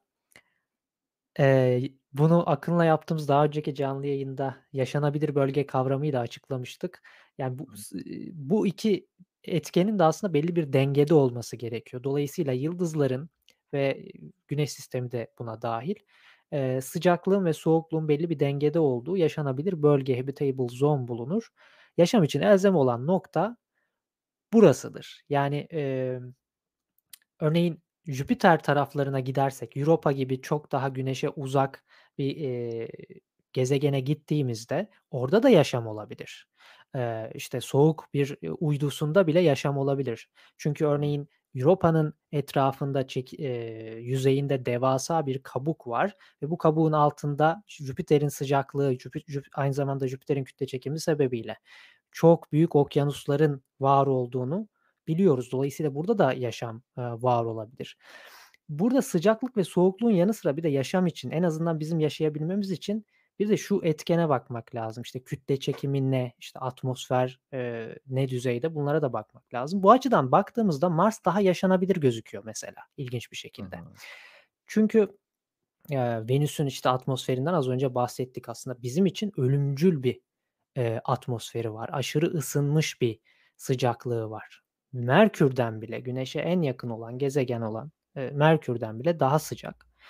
Speaker 3: Eee, bunu Akın'la yaptığımız daha önceki canlı yayında yaşanabilir bölge kavramıyla açıklamıştık. Yani bu s bu iki etkenin de aslında belli bir dengede olması gerekiyor. Dolayısıyla yıldızların ve Güneş sistemi de buna dâhil, eee, sıcaklığın ve soğukluğun belli bir dengede olduğu yaşanabilir bölge, habitable zone bulunur. Yaşam için elzem olan nokta burasıdır. Yani, emm örneğin Jüpiter taraflarına gidersek, Europa gibi çok daha Güneş'e uzak bir, eee, gezegene gittiğimizde orada da yaşam olabilir. Eee, işte, soğuk bir, eee, uydusunda bile yaşam olabilir. Çünkü örneğin Europa'nın etrafında çek eee, yüzeyinde devasa bir kabuk var ve bu kabuğun altında Jüpiter'in sıcaklığı, Jüpi Jüp aynı zamanda Jüpiter'in kütle çekimi sebebiyle çok büyük okyanusların var olduğunu biliyoruz. Dolayısıyla burada da yaşam, eee, var olabilir. Burada sıcaklık ve soğukluğun yanı sıra bir de yaşam için, en azından bizim yaşayabilmemiz için bir de şu etkene bakmak lazım. İşte kütle çekimi ne, işte atmosfer, eee, ne düzeyde, bunlara da bakmak lazım. Bu açıdan baktığımızda Mars daha yaşanabilir gözüküyor mesela ilginç bir
Speaker 1: Hı
Speaker 3: şekilde.
Speaker 1: hı.
Speaker 3: Çünkü Eee, Venüs'ün, işte, atmosferinden az önce bahsettik aslında. Bizim için ölümcül bir, eee, atmosferi var. Aşırı ısınmış bir sıcaklığı var. Merkür'den bile, Güneş'e en yakın olan gezegen olan, eee, Merkür'den bile daha sıcak.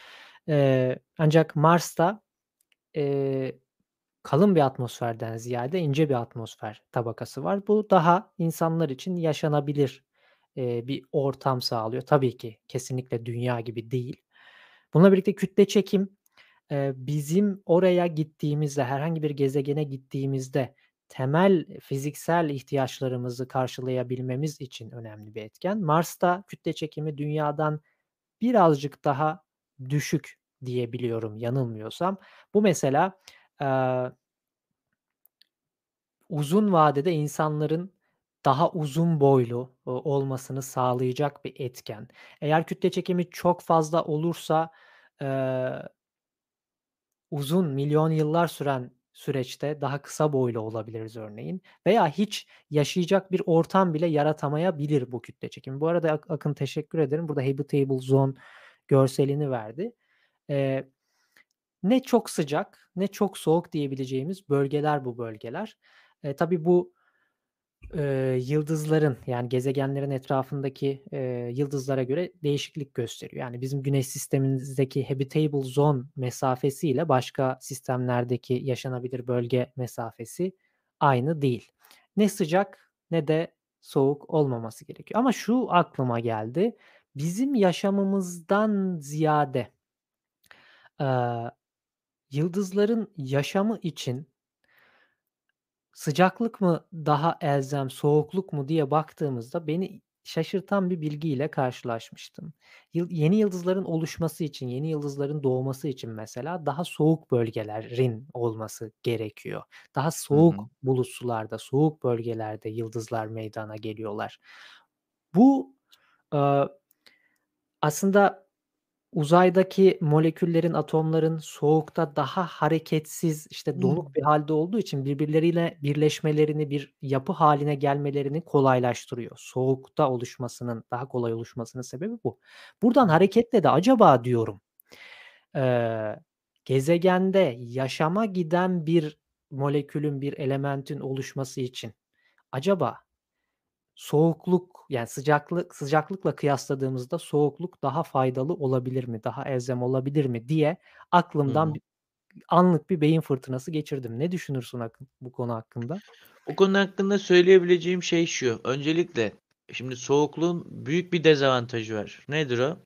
Speaker 3: Eee, ancak Mars'ta eee, kalın bir atmosferden ziyade ince bir atmosfer tabakası var. Bu daha insanlar için yaşanabilir eee, bir ortam sağlıyor. Tabii ki kesinlikle dünya gibi değil. Bununla birlikte kütle çekim eee, bizim oraya gittiğimizde, herhangi bir gezegene gittiğimizde temel fiziksel ihtiyaçlarımızı karşılayabilmemiz için önemli bir etken. Mars'ta kütle çekimi dünyadan birazcık daha düşük diye biliyorum yanılmıyorsam. Bu mesela, eee uzun vadede insanların daha uzun boylu o olmasını sağlayacak bir etken. Eğer kütle çekimi çok fazla olursa, eee uzun, milyon yıllar süren süreçte daha kısa boylu olabiliriz örneğin veya hiç yaşayacak bir ortam bile yaratamayabilir bu kütle çekimi. Bu arada Ak Akın teşekkür ederim. Burada habitable zone görselini verdi. Eee, ne çok sıcak ne çok soğuk diyebileceğimiz bölgeler bu bölgeler. Eee, tabii bu, eee, yıldızların yani gezegenlerin etrafındaki, eee, yıldızlara göre değişiklik gösteriyor. Yani bizim Güneş sistemimizdeki habitable zone mesafesiyle başka sistemlerdeki yaşanabilir bölge mesafesi aynı değil. Ne sıcak ne de soğuk olmaması gerekiyor. Ama şu aklıma geldi. Bizim yaşamımızdan ziyade, eee, yıldızların yaşamı için sıcaklık mı daha elzem, soğukluk mu diye baktığımızda beni şaşırtan bir bilgiyle karşılaşmıştım. Yıl yeni yıldızların oluşması için, yeni yıldızların doğması için mesela daha soğuk bölgelerin olması gerekiyor. Daha
Speaker 4: Hı hı.
Speaker 3: soğuk bulut sularda, soğuk bölgelerde yıldızlar meydana geliyorlar. Bu, aaa aslında uzaydaki moleküllerin, atomların soğukta daha hareketsiz, işte, donuk bir hâlde olduğu için birbirleriyle birleşmelerini, bir yapı hâline gelmelerini kolaylaştırıyor. Soğukta oluşmasının, daha kolay oluşmasının sebebi bu. Buradan hareketle de acaba diyorum, eee, gezegende yaşama giden bir molekülün, bir elementin oluşması için acaba soğukluk, yani sıcaklık sıcaklıkla kıyasladığımızda soğukluk daha faydalı olabilir mi, daha elzem olabilir mi diye
Speaker 4: Hı
Speaker 3: aklımdan
Speaker 4: hı.
Speaker 3: bir anlık bir beyin fırtınası geçirdim. Ne düşünürsün Akın bu konu hakkında?
Speaker 5: Bu konu hakkında söyleyebileceğim şey şu. Öncelikle şimdi soğukluğun büyük bir dezavantajı var. Nedir o?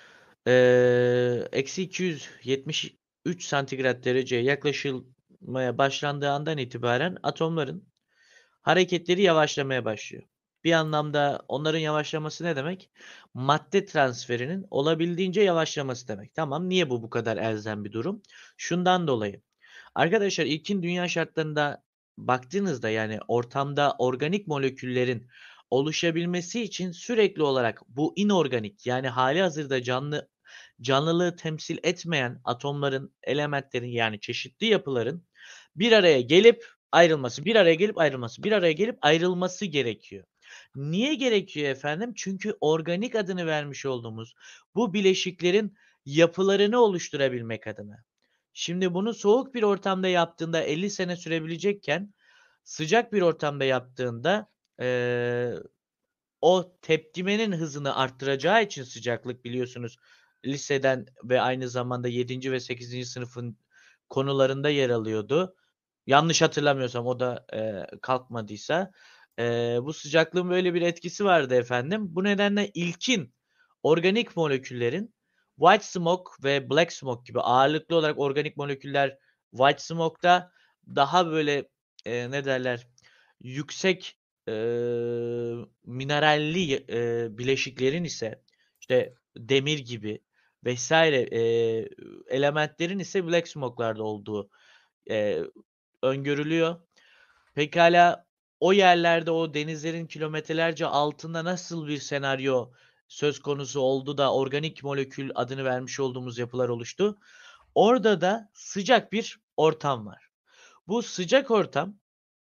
Speaker 5: Eee, eksi iki yüz yetmiş üç santigrat dereceye yaklaşılmaya başlandığı andan itibaren atomların hareketleri yavaşlamaya başlıyor. Bir anlamda onların yavaşlaması ne demek? Madde transferinin olabildiğince yavaşlaması demek. Tamam, niye bu bu kadar elzem bir durum? Şundan dolayı. Arkadaşlar ilkin dünya şartlarında baktığınızda yani ortamda organik moleküllerin oluşabilmesi için sürekli olarak bu inorganik yani hali hazırda canlı canlılığı temsil etmeyen atomların, elementlerin yani çeşitli yapıların bir araya gelip ayrılması, bir araya gelip ayrılması, bir araya gelip ayrılması gerekiyor. Niye gerekiyor efendim? Çünkü organik adını vermiş olduğumuz bu bileşiklerin yapılarını oluşturabilmek adına. Şimdi bunu soğuk bir ortamda yaptığında elli sene sürebilecekken sıcak bir ortamda yaptığında eee, o tepkimenin hızını arttıracağı için sıcaklık biliyorsunuz liseden ve aynı zamanda yedinci ve sekizinci sınıfın konularında yer alıyordu. Yanlış hatırlamıyorsam o da eee, kalkmadıysa. Eee, bu sıcaklığın böyle bir etkisi vardı efendim. Bu nedenle ilkin organik moleküllerin white smoke ve black smoke gibi ağırlıklı olarak organik moleküller white smoke'ta daha böyle eee, ne derler yüksek eee, mineralli eee, bileşiklerin ise işte demir gibi vesaire eee, elementlerin ise black smoke'larda olduğu eee, öngörülüyor. Pekala o yerlerde o denizlerin kilometrelerce altında nasıl bir senaryo söz konusu oldu da organik molekül adını vermiş olduğumuz yapılar oluştu? Orada da sıcak bir ortam var. Bu sıcak ortam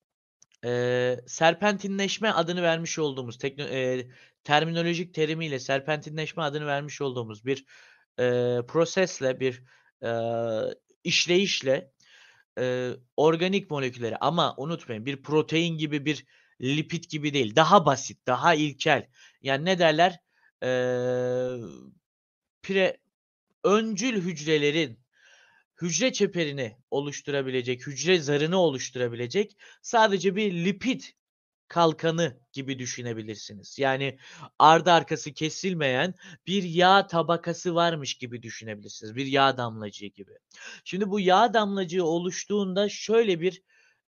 Speaker 5: eee, serpentinleşme adını vermiş olduğumuz tekno eee, terminolojik terimiyle serpentinleşme adını vermiş olduğumuz bir eee, prosesle bir eee, işleyişle eee, organik molekülleri ama unutmayın bir protein gibi bir lipid gibi değil. Daha basit, daha ilkel. Yani ne derler? Eee, pire öncül hücrelerin hücre çeperini oluşturabilecek, hücre zarını oluşturabilecek sadece bir lipid kalkanı gibi düşünebilirsiniz. Yani ardı arkası kesilmeyen bir yağ tabakası varmış gibi düşünebilirsiniz. Bir yağ damlacığı gibi. Şimdi bu yağ damlacığı oluştuğunda şöyle bir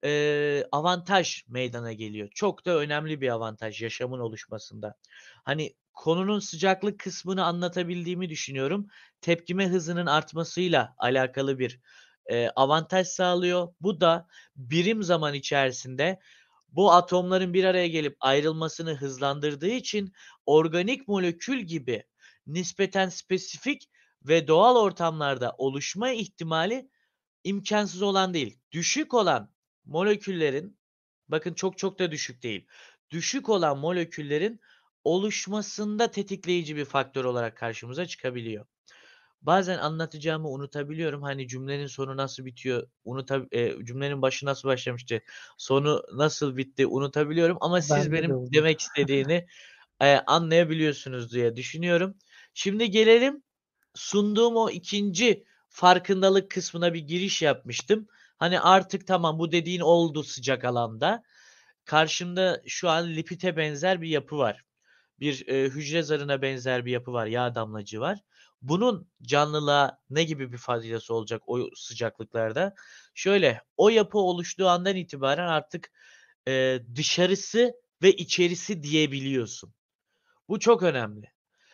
Speaker 5: e, avantaj meydana geliyor. Çok da önemli bir avantaj yaşamın oluşmasında. Hani konunun sıcaklık kısmını anlatabildiğimi düşünüyorum. Tepkime hızının artmasıyla alakalı bir e, avantaj sağlıyor. Bu da birim zaman içerisinde bu atomların bir araya gelip ayrılmasını hızlandırdığı için organik molekül gibi nispeten spesifik ve doğal ortamlarda oluşma ihtimali imkansız olan değil. Düşük olan moleküllerin, bakın çok çok da düşük değil. Düşük olan moleküllerin oluşmasında tetikleyici bir faktör olarak karşımıza çıkabiliyor. Bazen anlatacağımı unutabiliyorum. Hani cümlenin sonu nasıl bitiyor, unuta, e, cümlenin başı nasıl başlamıştı, sonu nasıl bitti unutabiliyorum. Ama siz
Speaker 3: Bende de
Speaker 5: benim
Speaker 3: oluyor.
Speaker 5: demek istediğini e, anlayabiliyorsunuz diye düşünüyorum. Şimdi gelelim sunduğum o ikinci farkındalık kısmına bir giriş yapmıştım. Hani artık tamam bu dediğin oldu sıcak alanda. Karşımda şu an lipite benzer bir yapı var. Bir e, hücre zarına benzer bir yapı var. Yağ damlacığı var. Bunun canlılığa ne gibi bir faydası olacak o sıcaklıklarda? Şöyle, o yapı oluştuğu andan itibaren artık e, dışarısı ve içerisi diyebiliyorsun. Bu çok önemli.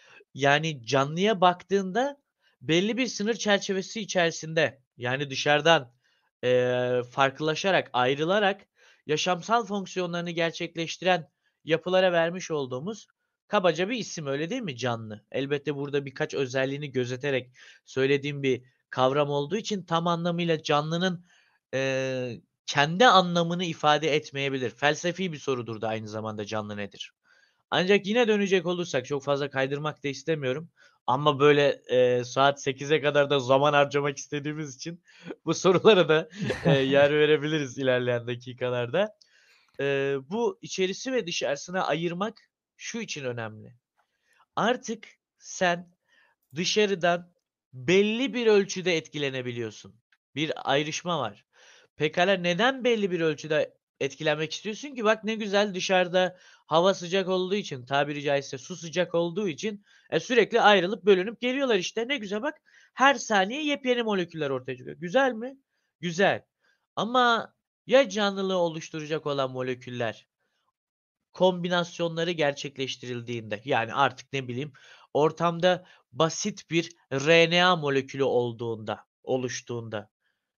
Speaker 5: Yani canlıya baktığında belli bir sınır çerçevesi içerisinde, yani dışarıdan eee, farklılaşarak, ayrılarak yaşamsal fonksiyonlarını gerçekleştiren yapılara vermiş olduğumuz kabaca bir isim, öyle değil mi? Canlı. Elbette burada birkaç özelliğini gözeterek söylediğim bir kavram olduğu için tam anlamıyla canlının eee, kendi anlamını ifade etmeyebilir. Felsefi bir sorudur da aynı zamanda canlı nedir? Ancak yine dönecek olursak, çok fazla kaydırmak da istemiyorum. Ama böyle e, saat sekize kadar da zaman harcamak istediğimiz için bu sorulara da e, yer verebiliriz ilerleyen dakikalarda. E, bu içerisi ve dışarısına ayırmak şu için önemli. Artık sen dışarıdan belli bir ölçüde etkilenebiliyorsun. Bir ayrışma var. Pekala neden belli bir ölçüde etkilenmek istiyorsun ki? Bak ne güzel, dışarıda hava sıcak olduğu için, tabiri caizse su sıcak olduğu için e, sürekli ayrılıp bölünüp geliyorlar işte. Ne güzel bak. Her saniye yepyeni moleküller ortaya çıkıyor. Güzel mi? Güzel. Ama ya canlılığı oluşturacak olan moleküller kombinasyonları gerçekleştirildiğinde, yani artık ne bileyim ortamda basit bir R N A molekülü olduğunda, oluştuğunda,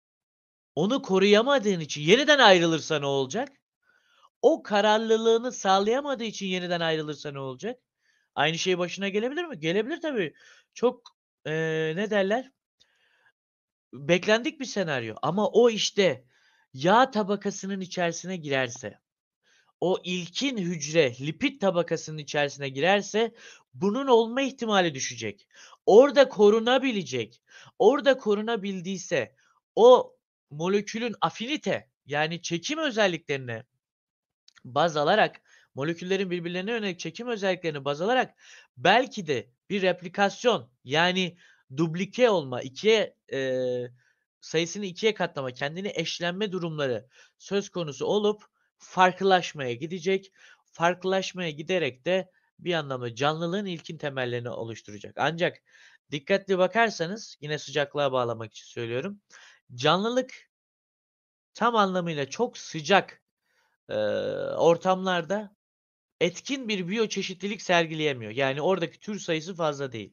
Speaker 5: onu koruyamadığın için yeniden ayrılırsa ne olacak? O kararlılığını sağlayamadığı için yeniden ayrılırsa ne olacak? Aynı şey başına gelebilir mi? Gelebilir tabii. Çok eee, ne derler? Beklendik bir senaryo. Ama o işte yağ tabakasının içerisine girerse, o ilkin hücre lipid tabakasının içerisine girerse bunun olma ihtimali düşecek. Orada korunabilecek. Orada korunabildiyse o molekülün afinite, yani çekim özelliklerine baz alarak, moleküllerin birbirlerine yönelik çekim özelliklerini baz alarak belki de bir replikasyon, yani duplike olma, ikiye e, sayısını ikiye katlama, kendini eşlenme durumları söz konusu olup farklılaşmaya gidecek. Farklılaşmaya giderek de bir anlamda canlılığın ilkin temellerini oluşturacak. Ancak dikkatli bakarsanız, yine sıcaklığa bağlamak için söylüyorum. Canlılık tam anlamıyla çok sıcak e, ortamlarda etkin bir biyoçeşitlilik sergileyemiyor. Yani oradaki tür sayısı fazla değil.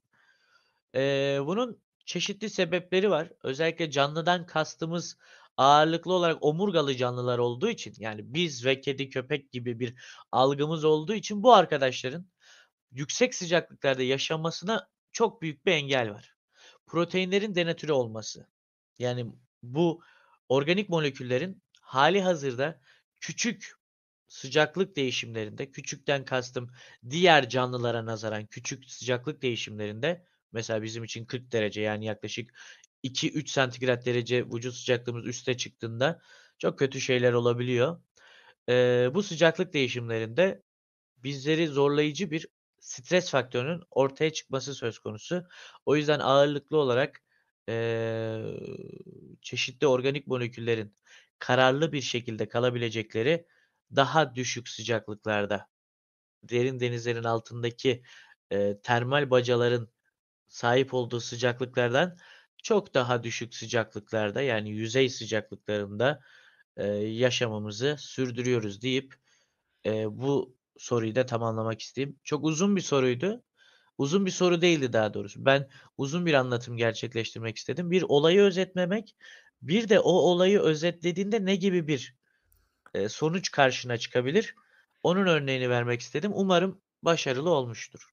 Speaker 5: Eee, bunun çeşitli sebepleri var. Özellikle canlıdan kastımız ağırlıklı olarak omurgalı canlılar olduğu için, yani biz ve kedi, köpek gibi bir algımız olduğu için bu arkadaşların yüksek sıcaklıklarda yaşamasına çok büyük bir engel var. Proteinlerin denatüre olması. Yani bu organik moleküllerin hali hazırda küçük sıcaklık değişimlerinde, küçükten kastım diğer canlılara nazaran küçük sıcaklık değişimlerinde, mesela bizim için kırk derece, yani yaklaşık iki üç santigrat derece vücut sıcaklığımız üste çıktığında çok kötü şeyler olabiliyor. Eee, bu sıcaklık değişimlerinde bizleri zorlayıcı bir stres faktörünün ortaya çıkması söz konusu. O yüzden ağırlıklı olarak eee, çeşitli organik moleküllerin kararlı bir şekilde kalabilecekleri daha düşük sıcaklıklarda, derin denizlerin altındaki eee, termal bacaların sahip olduğu sıcaklıklardan çok daha düşük sıcaklıklarda, yani yüzey sıcaklıklarında eee, yaşamamızı sürdürüyoruz deyip eee, bu soruyu da tamamlamak isteyeyim. Çok uzun bir soruydu. Uzun bir soru değildi daha doğrusu. Ben uzun bir anlatım gerçekleştirmek istedim. Bir olayı özetlemek, bir de o olayı özetlediğinde ne gibi bir eee, sonuç karşına çıkabilir? Onun örneğini vermek istedim. Umarım başarılı olmuştur.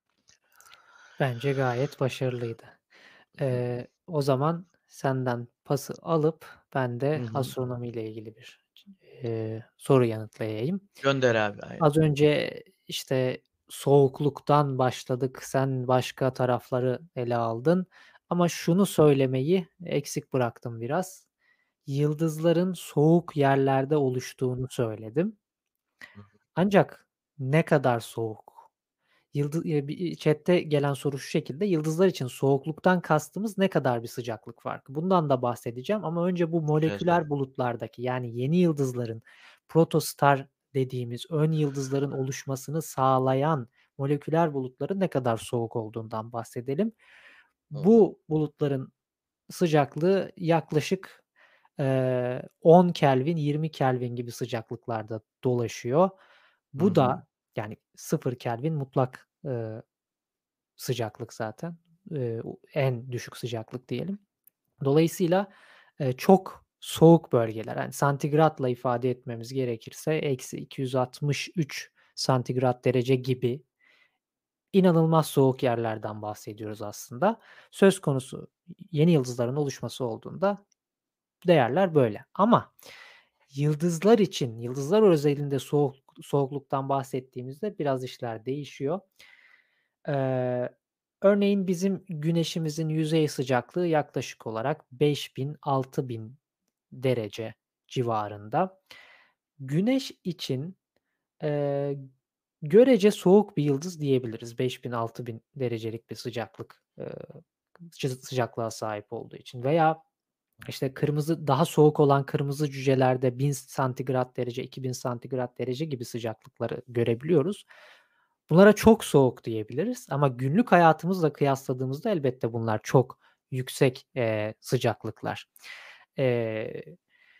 Speaker 3: Bence gayet başarılıydı.
Speaker 5: Hı hı.
Speaker 3: Eee, o zaman senden pası alıp ben
Speaker 5: Hı
Speaker 3: de
Speaker 5: hı.
Speaker 3: astronomiyle ilgili bir eee, soru yanıtlayayım.
Speaker 5: Gönder abi. Aynen.
Speaker 3: Az önce işte soğukluktan başladık. Sen başka tarafları ele aldın. Ama şunu söylemeyi eksik bıraktım biraz. Yıldızların soğuk yerlerde oluştuğunu söyledim.
Speaker 5: Hı hı.
Speaker 3: Ancak ne kadar soğuk? Yıldız eee, bir chatte gelen soru şu şekilde: yıldızlar için soğukluktan kastımız ne kadar bir sıcaklık farkı? Bundan da bahsedeceğim ama önce bu
Speaker 5: Güzel soru.
Speaker 3: moleküler bulutlardaki, yani yeni yıldızların, protostar dediğimiz ön yıldızların oluşmasını sağlayan moleküler bulutların ne kadar soğuk olduğundan bahsedelim.
Speaker 5: Hı hı.
Speaker 3: Bu bulutların sıcaklığı yaklaşık eee, on Kelvin, yirmi Kelvin gibi sıcaklıklarda dolaşıyor.
Speaker 5: Hı
Speaker 3: Bu
Speaker 5: hı.
Speaker 3: da, yani sıfır Kelvin mutlak eee, sıcaklık zaten. Eee, o en düşük sıcaklık diyelim. Dolayısıyla eee, çok soğuk bölgeler, hani santigratla ifade etmemiz gerekirse eksi iki yüz altmış üç santigrat derece gibi inanılmaz soğuk yerlerden bahsediyoruz aslında. Söz konusu yeni yıldızların oluşması olduğunda değerler böyle. Ama yıldızlar için, yıldızlar özelinde soğuk soğukluktan bahsettiğimizde biraz işler değişiyor. Eee, örneğin bizim Güneşimizin yüzey sıcaklığı yaklaşık olarak beş bin altı bin derece civarında. Güneş için, eee, görece soğuk bir yıldız diyebiliriz. beş bin altı bin derecelik bir sıcaklık, eee, sı sıcaklığa sahip olduğu için veya işte kırmızı daha soğuk olan kırmızı cücelerde bin santigrat derece, iki bin santigrat derece gibi sıcaklıkları görebiliyoruz. Bunlara çok soğuk diyebiliriz ama günlük hayatımızla kıyasladığımızda elbette bunlar çok yüksek, eee, sıcaklıklar. Eee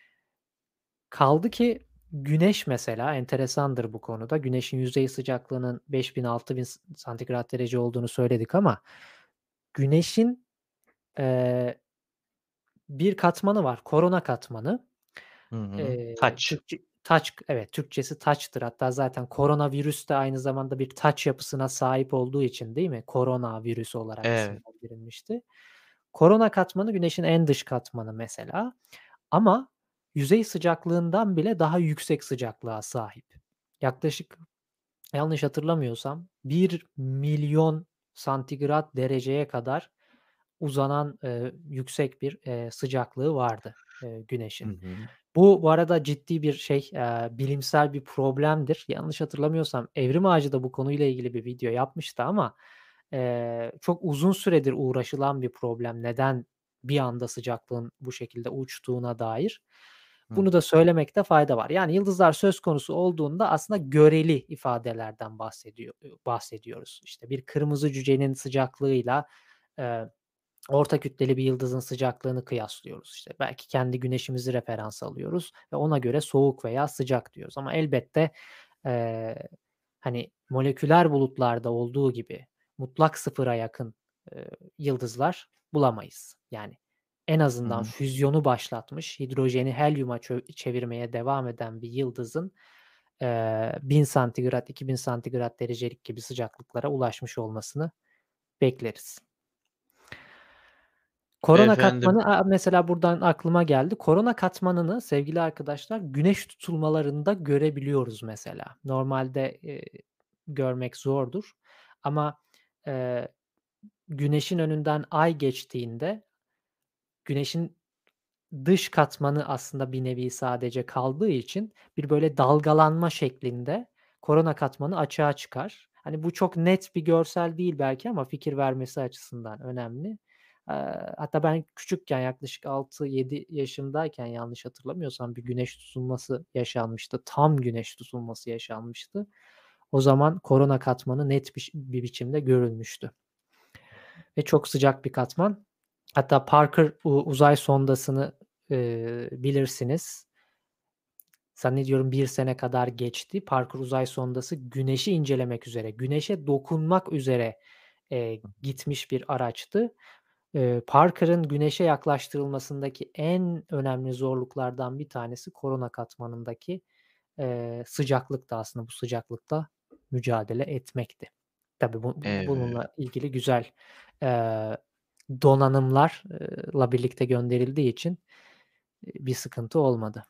Speaker 3: kaldı ki Güneş mesela enteresandır bu konuda. Güneşin yüzey sıcaklığının beş bin altı bin s santigrat derece olduğunu söyledik ama Güneşin, eee bir katmanı var, korona katmanı.
Speaker 5: Hı hı.
Speaker 3: Eee,
Speaker 5: Taç.
Speaker 3: Türkçe taç, evet, Türkçesi taçtır. Hatta zaten koronavirüs de aynı zamanda bir taç yapısına sahip olduğu için, değil mi? Koronavirüs olarak
Speaker 5: Evet.
Speaker 3: isimlendirilmişti. Korona katmanı Güneş'in en dış katmanı mesela ama yüzey sıcaklığından bile daha yüksek sıcaklığa sahip. Yaklaşık, yanlış hatırlamıyorsam bir milyon santigrat dereceye kadar uzanan, eee, yüksek bir, eee, sıcaklığı vardı, eee,
Speaker 1: Hı
Speaker 3: Güneş'in.
Speaker 1: hı.
Speaker 3: Bu, bu arada ciddi bir şey, eee, bilimsel bir problemdir. Yanlış hatırlamıyorsam Evrim Ağacı da bu konuyla ilgili bir video yapmıştı ama, eee, çok uzun süredir uğraşılan bir problem. Neden bir anda sıcaklığın bu şekilde uçtuğuna dair.
Speaker 5: Hı
Speaker 3: Bunu
Speaker 5: hı.
Speaker 3: da söylemekte fayda var. Yani yıldızlar söz konusu olduğunda aslında göreli ifadelerden bahsediyor bahsediyoruz. İşte bir kırmızı cücenin sıcaklığıyla, eee, orta kütleli bir yıldızın sıcaklığını kıyaslıyoruz. İşte belki kendi Güneşimizi referans alıyoruz ve ona göre soğuk veya sıcak diyoruz. Ama elbette, eee, hani moleküler bulutlarda olduğu gibi mutlak sıfıra yakın, eee, yıldızlar bulamayız. Yani en
Speaker 5: Hı
Speaker 3: azından
Speaker 5: hı.
Speaker 3: füzyonu başlatmış, hidrojeni helyuma çö çevirmeye devam eden bir yıldızın, eee, bin santigrat, iki bin santigrat derecelik gibi sıcaklıklara ulaşmış olmasını bekleriz. Korona
Speaker 5: Efendim.
Speaker 3: katmanı, a mesela buradan aklıma geldi. Korona katmanını sevgili arkadaşlar güneş tutulmalarında görebiliyoruz mesela. Normalde, eee, görmek zordur ama, eee, güneşin önünden ay geçtiğinde güneşin dış katmanı aslında bir nevi sadece kaldığı için bir böyle dalgalanma şeklinde korona katmanı açığa çıkar. Hani bu çok net bir görsel değil belki ama fikir vermesi açısından önemli. Eee, hatta ben küçükken yaklaşık altı yedi yaşımdayken yanlış hatırlamıyorsam bir güneş tutulması yaşanmıştı. Tam güneş tutulması yaşanmıştı. O zaman korona katmanı net bir, bir biçimde görülmüştü. Ve çok sıcak bir katman. Hatta Parker u- uzay sondasını eee, bilirsiniz. Zannediyorum bir sene kadar geçti. Parker uzay sondası Güneş'i incelemek üzere, Güneş'e dokunmak üzere eee, gitmiş bir araçtı. Eee, Parker'ın Güneş'e yaklaştırılmasındaki en önemli zorluklardan bir tanesi korona katmanındaki eee sıcaklıktı aslında. Bu sıcaklıkta mücadele etmekti. Tabii bu, bu-
Speaker 5: Evet.
Speaker 3: bununla ilgili güzel eee donanımlarla birlikte gönderildiği için e, bir sıkıntı olmadı.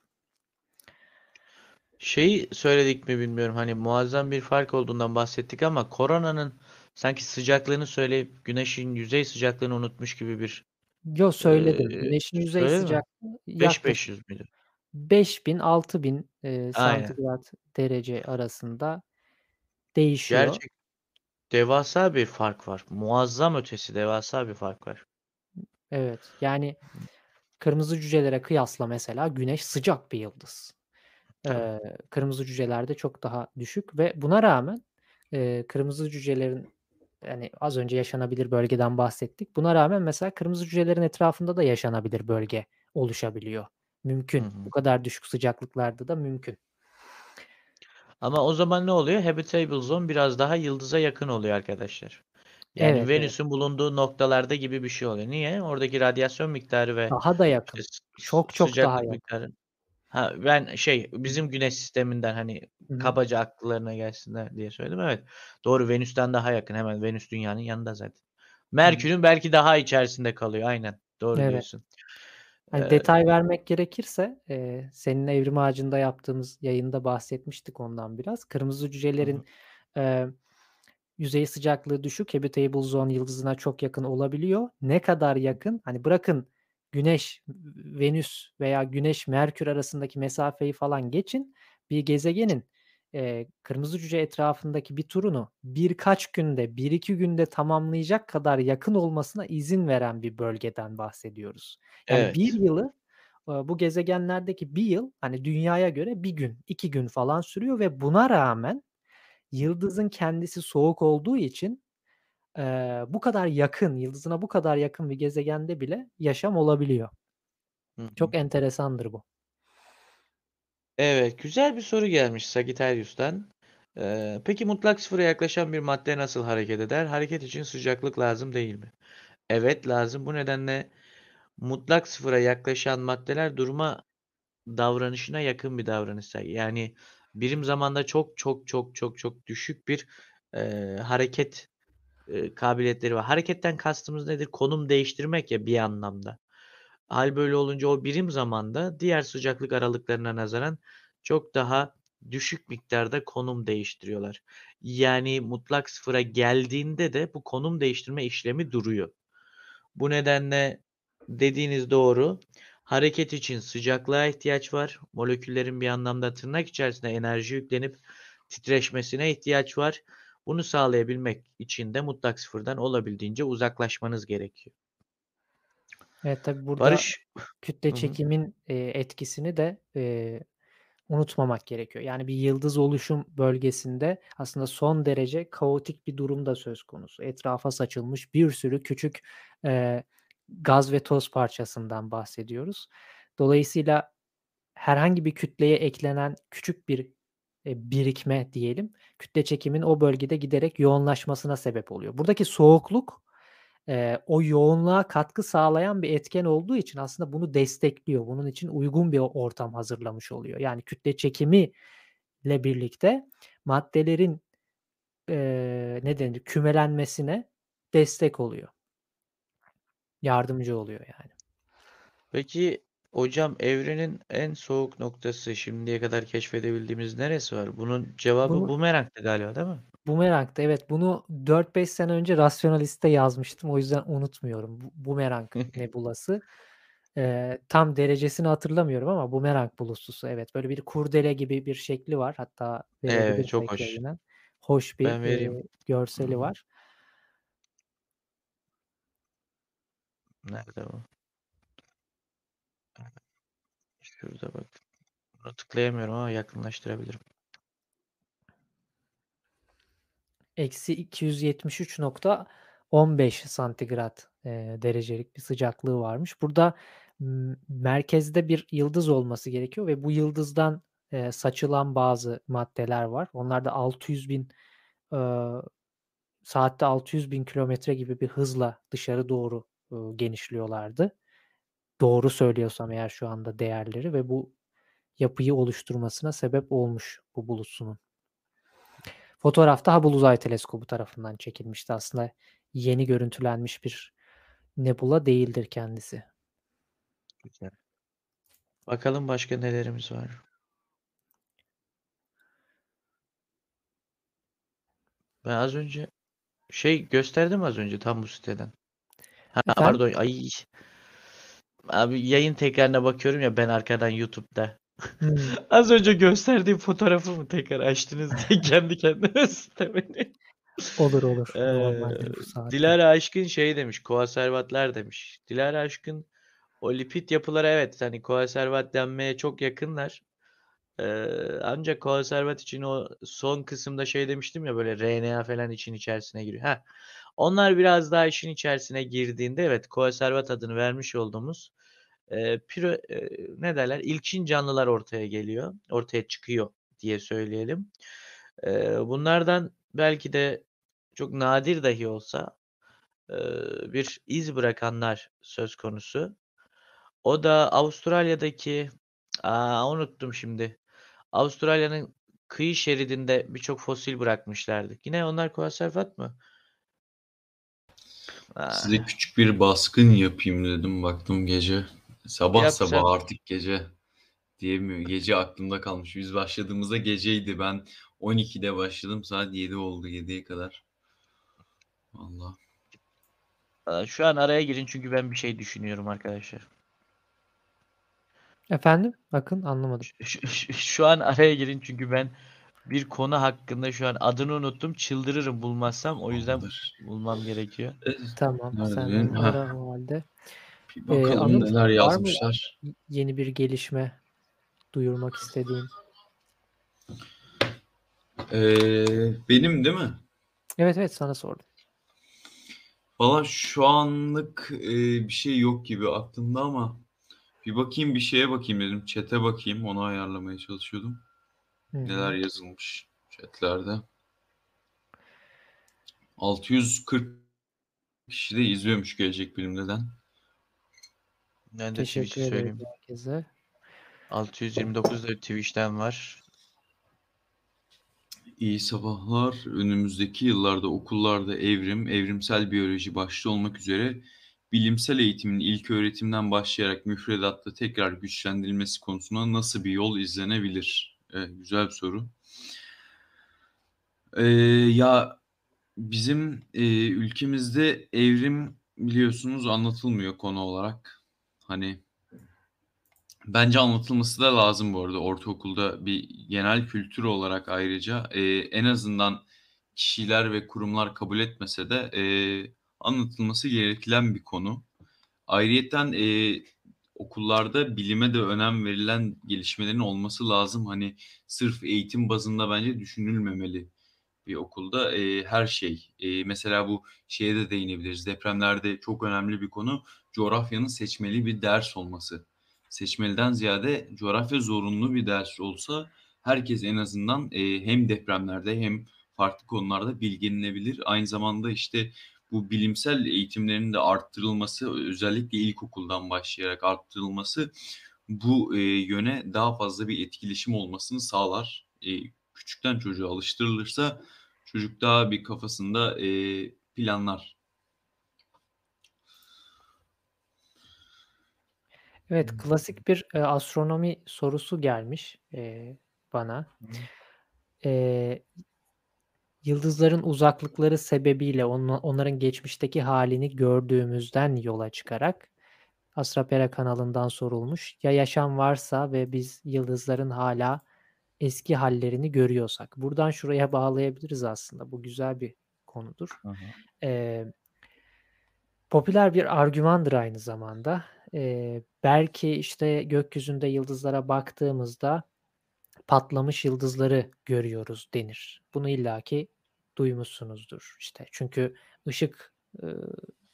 Speaker 5: Şeyi söyledik mi bilmiyorum. Hani muazzam bir fark olduğundan bahsettik ama koronanın sanki sıcaklığını söyleyip güneşin yüzey sıcaklığını unutmuş gibi bir
Speaker 3: Yo söyledim.
Speaker 5: eee
Speaker 3: Güneşin yüzey
Speaker 5: söyledi mi?
Speaker 3: sıcaklığı yaklaşık
Speaker 5: beş bin beş yüz müydü?
Speaker 3: beş bin altı bin eee,
Speaker 5: Aynen.
Speaker 3: santigrat derece arasında değişiyor.
Speaker 5: Gerçek devasa bir fark var. Muazzam ötesi devasa bir fark var.
Speaker 3: Evet. Yani kırmızı cücelere kıyasla mesela Güneş sıcak bir yıldız.
Speaker 5: Tabii.
Speaker 3: Eee, kırmızı cücelerde çok daha düşük ve buna rağmen eee, kırmızı cücelerin yani az önce yaşanabilir bölgeden bahsettik. Buna rağmen mesela kırmızı cücelerin etrafında da yaşanabilir bölge oluşabiliyor.
Speaker 5: Hı
Speaker 3: Mümkün. Bu
Speaker 5: hı.
Speaker 3: kadar düşük sıcaklıklarda da mümkün.
Speaker 5: Ama o zaman ne oluyor? Habitable zone biraz daha yıldıza yakın oluyor arkadaşlar. Yani
Speaker 3: Evet, evet.
Speaker 5: Venüs'ün bulunduğu noktalarda gibi bir şey oluyor. Niye? Oradaki radyasyon miktarı ve
Speaker 3: Daha da
Speaker 5: işte
Speaker 3: yakın.
Speaker 5: s- s-
Speaker 3: Çok çok daha
Speaker 5: sıcaklık
Speaker 3: yakın.
Speaker 5: miktarı. Ha, ben şey
Speaker 3: Hı
Speaker 5: bizim güneş sisteminden hani
Speaker 3: hı. Hı.
Speaker 5: kabaca akıllarına gelsinler diye söyledim. Evet. Doğru, Venüs'ten daha yakın. Hemen Venüs dünyanın yanında zaten.
Speaker 3: Hı hı.
Speaker 5: Merkür'ün belki daha içerisinde kalıyor. Aynen. Doğru
Speaker 3: Evet.
Speaker 5: diyorsun.
Speaker 3: Hani
Speaker 5: Ee,
Speaker 3: detay vermek gerekirse eee seninle Evrim Ağacı'nda yaptığımız yayında bahsetmiştik ondan biraz. Kırmızı
Speaker 5: hı
Speaker 3: cücelerin
Speaker 5: hı.
Speaker 3: eee yüzey sıcaklığı düşük, habitable zone yıldızına çok yakın olabiliyor. Ne kadar yakın? Hani bırakın Güneş, Venüs veya Güneş, Merkür arasındaki mesafeyi falan geçin. Bir gezegenin eee, kırmızı cüce etrafındaki bir turunu birkaç günde, bir iki günde tamamlayacak kadar yakın olmasına izin veren bir bölgeden bahsediyoruz. Yani bir
Speaker 5: Evet.
Speaker 3: yılı eee, bu gezegenlerdeki bir yıl hani Dünyaya göre bir gün, iki gün falan sürüyor ve buna rağmen yıldızın kendisi soğuk olduğu için Eee, bu kadar yakın, yıldızına bu kadar yakın bir gezegende bile yaşam olabiliyor.
Speaker 5: Hı hı.
Speaker 3: Çok enteresandır bu.
Speaker 5: Evet, güzel bir soru gelmiş Sagittarius'tan. Ee, peki mutlak sıfıra yaklaşan bir madde nasıl hareket eder? Hareket için sıcaklık lazım değil mi? Evet lazım. Bu nedenle mutlak sıfıra yaklaşan maddeler duruma davranışına yakın bir davranış sergiliyor. Yani birim zamanda çok çok çok çok çok düşük bir e, hareket e, kabiliyetleri var. Hareketten kastımız nedir? Konum değiştirmek ya bir anlamda. Hal böyle olunca o birim zamanda diğer sıcaklık aralıklarına nazaran çok daha düşük miktarda konum değiştiriyorlar. Yani mutlak sıfıra geldiğinde de bu konum değiştirme işlemi duruyor. Bu nedenle dediğiniz doğru. Hareket için sıcaklığa ihtiyaç var. Moleküllerin bir anlamda tırnak içerisinde enerji yüklenip titreşmesine ihtiyaç var. Bunu sağlayabilmek için de mutlak sıfırdan olabildiğince uzaklaşmanız gerekiyor.
Speaker 3: Evet, tabii burada
Speaker 5: Barış.
Speaker 3: kütle
Speaker 5: Hı hı.
Speaker 3: çekimin, eee, etkisini de, eee, unutmamak gerekiyor. Yani bir yıldız oluşum bölgesinde aslında son derece kaotik bir durum da söz konusu. Etrafa saçılmış bir sürü küçük, eee, gaz ve toz parçasından bahsediyoruz. Dolayısıyla herhangi bir kütleye eklenen küçük bir, eee, birikme diyelim, kütle çekimin o bölgede giderek yoğunlaşmasına sebep oluyor. Buradaki soğukluk, eee, o yoğunluğa katkı sağlayan bir etken olduğu için aslında bunu destekliyor. Bunun için uygun bir ortam hazırlamış oluyor. Yani kütle çekimiyle birlikte maddelerin, eee, ne denir, kümelenmesine destek oluyor. Yardımcı oluyor yani.
Speaker 5: Peki hocam, evrenin en soğuk noktası şimdiye kadar keşfedebildiğimiz neresi var? Bunun cevabı
Speaker 3: Bunu
Speaker 5: Bumerang'tı galiba, değil mi?
Speaker 3: Bumerang'dı, evet. Bunu dört beş sene önce Rasyonalist'te yazmıştım. O yüzden unutmuyorum. Bu Bumerang nebulası. Eee, tam derecesini hatırlamıyorum ama Bumerang bulutusu. Evet, böyle bir kurdele gibi bir şekli var. Hatta
Speaker 5: Evet,
Speaker 3: verebilirim
Speaker 5: çok
Speaker 3: belki
Speaker 5: hoş.
Speaker 3: yayına. hoş bir
Speaker 5: Ben
Speaker 3: e,
Speaker 5: vereyim.
Speaker 3: görseli
Speaker 5: Hmm,
Speaker 3: var.
Speaker 5: Nerede bu? Şurada bak. Buna tıklayamıyorum ama yakınlaştırabilirim.
Speaker 3: Eksi iki yüz yetmiş üç nokta on beş santigrat e, derecelik bir sıcaklığı varmış. Burada m, merkezde bir yıldız olması gerekiyor ve bu yıldızdan e, saçılan bazı maddeler var. Onlar da altı yüz bin e, saatte altı yüz bin kilometre gibi bir hızla dışarı doğru e, genişliyorlardı. Doğru söylüyorsam eğer şu anda değerleri ve bu yapıyı oluşturmasına sebep olmuş bu bulutsunun. Fotoğrafta Hubble Uzay Teleskobu tarafından çekilmişti. Aslında yeni görüntülenmiş bir nebula değildir kendisi.
Speaker 5: Güzel. Bakalım başka nelerimiz var. Ben az önce şey gösterdim az önce tam bu siteden. Ha
Speaker 3: Efendim?
Speaker 5: pardon ay. Abi yayın tekrarına bakıyorum ya ben arkadan YouTube'da.
Speaker 3: Hmm,
Speaker 5: Az önce gösterdiğim fotoğrafı mı tekrar açtınız diye kendi kendime sitemini.
Speaker 3: olur olur.
Speaker 5: Ee,
Speaker 3: Normaldir bu saatte.
Speaker 5: Dilara Aşkın şey demiş. Koaservatlar demiş. Dilara Aşkın o lipid yapıları evet hani koaservat denmeye çok yakınlar. Ee, ancak koaservat için o son kısımda şey demiştim ya böyle R N A falan için içerisine giriyor. Ha, onlar biraz daha işin içerisine girdiğinde evet koaservat adını vermiş olduğumuz e, piro, e, ne derler ilkin canlılar ortaya geliyor. Ortaya çıkıyor diye söyleyelim. E, bunlardan belki de çok nadir dahi olsa e, bir iz bırakanlar söz konusu. O da Avustralya'daki aa, unuttum şimdi. Avustralya'nın kıyı şeridinde birçok fosil bırakmışlardı. Yine onlar konservat mı?
Speaker 4: Size
Speaker 5: Ah,
Speaker 4: küçük bir baskın yapayım dedim. Baktım gece. Sabah
Speaker 5: yap
Speaker 4: sabah
Speaker 5: sen.
Speaker 4: artık gece diyemiyor. Gece aklımda kalmış. Biz başladığımızda geceydi. Ben on ikide başladım. Saat yedi oldu. yediye kadar. Allah.
Speaker 5: Aa, Şu an araya girin çünkü ben bir şey düşünüyorum arkadaşlar.
Speaker 3: Efendim? Bakın anlamadım.
Speaker 5: Şu, şu- şu an araya girin çünkü ben bir konu hakkında şu an adını unuttum. Çıldırırım bulmazsam. O yüzden
Speaker 4: Tamamdır.
Speaker 5: bulmam gerekiyor.
Speaker 4: E,
Speaker 3: Tamam.
Speaker 4: nerede
Speaker 3: Sen
Speaker 4: benim?
Speaker 3: ara
Speaker 4: Ha,
Speaker 3: o halde.
Speaker 4: bir
Speaker 3: Ee,
Speaker 4: bakalım
Speaker 3: Anıl
Speaker 4: neler
Speaker 3: var mı
Speaker 4: yazmışlar.
Speaker 3: y- yeni bir gelişme duyurmak istediğin?
Speaker 4: Ee, benim değil mi?
Speaker 3: Evet evet sana sordum.
Speaker 4: Valla şu anlık e, bir şey yok gibi aklımda ama bir bakayım bir şeye bakayım dedim. Chat'e bakayım. Onu ayarlamaya çalışıyordum.
Speaker 3: Hı
Speaker 4: Neler
Speaker 3: hı.
Speaker 4: yazılmış chatlerde. altı yüz kırk kişi de izliyormuş Gelecek Bilim'den.
Speaker 5: Ben de
Speaker 3: Teşekkür
Speaker 5: Twitch'i
Speaker 3: ederiz
Speaker 5: söyleyeyim.
Speaker 3: herkese.
Speaker 5: altı yüz yirmi dokuz da Twitch'ten var.
Speaker 4: İyi sabahlar. Önümüzdeki yıllarda okullarda evrim, evrimsel biyoloji başta olmak üzere bilimsel eğitimin ilk öğretimden başlayarak müfredatta tekrar güçlendirilmesi konusunda nasıl bir yol izlenebilir? Evet, güzel bir soru. Ee, ya bizim e, ülkemizde evrim biliyorsunuz anlatılmıyor konu olarak. Hani bence anlatılması da lazım bu arada ortaokulda bir genel kültür olarak ayrıca e, en azından kişiler ve kurumlar kabul etmese de e, anlatılması gereken bir konu. Ayrıyeten e, okullarda bilime de önem verilen gelişmelerin olması lazım. Hani sırf eğitim bazında bence düşünülmemeli bir okulda e, her şey. E, mesela bu şeye de değinebiliriz. Depremlerde çok önemli bir konu coğrafyanın seçmeli bir ders olması. Seçmeliden ziyade coğrafya zorunlu bir ders olsa herkes en azından e, hem depremlerde hem farklı konularda bilgilenilebilir. Aynı zamanda işte bu bilimsel eğitimlerin de arttırılması özellikle ilkokuldan başlayarak arttırılması bu e, yöne daha fazla bir etkileşim olmasını sağlar. E, küçükten çocuğa alıştırılırsa çocuk daha bir kafasında e, planlar.
Speaker 3: Evet, klasik bir e, astronomi sorusu gelmiş e, bana. E, Yıldızların uzaklıkları sebebiyle onla- onların geçmişteki halini gördüğümüzden yola çıkarak Astrapera kanalından sorulmuş. Ya yaşam varsa ve biz yıldızların hala eski hallerini görüyorsak. Buradan şuraya bağlayabiliriz aslında. Bu güzel bir konudur.
Speaker 1: Hı hı.
Speaker 3: Eee, popüler bir argümandır aynı zamanda. Eee, belki işte gökyüzünde yıldızlara baktığımızda patlamış yıldızları görüyoruz denir. Bunu illaki duymuşsunuzdur. İşte çünkü ışık ııı,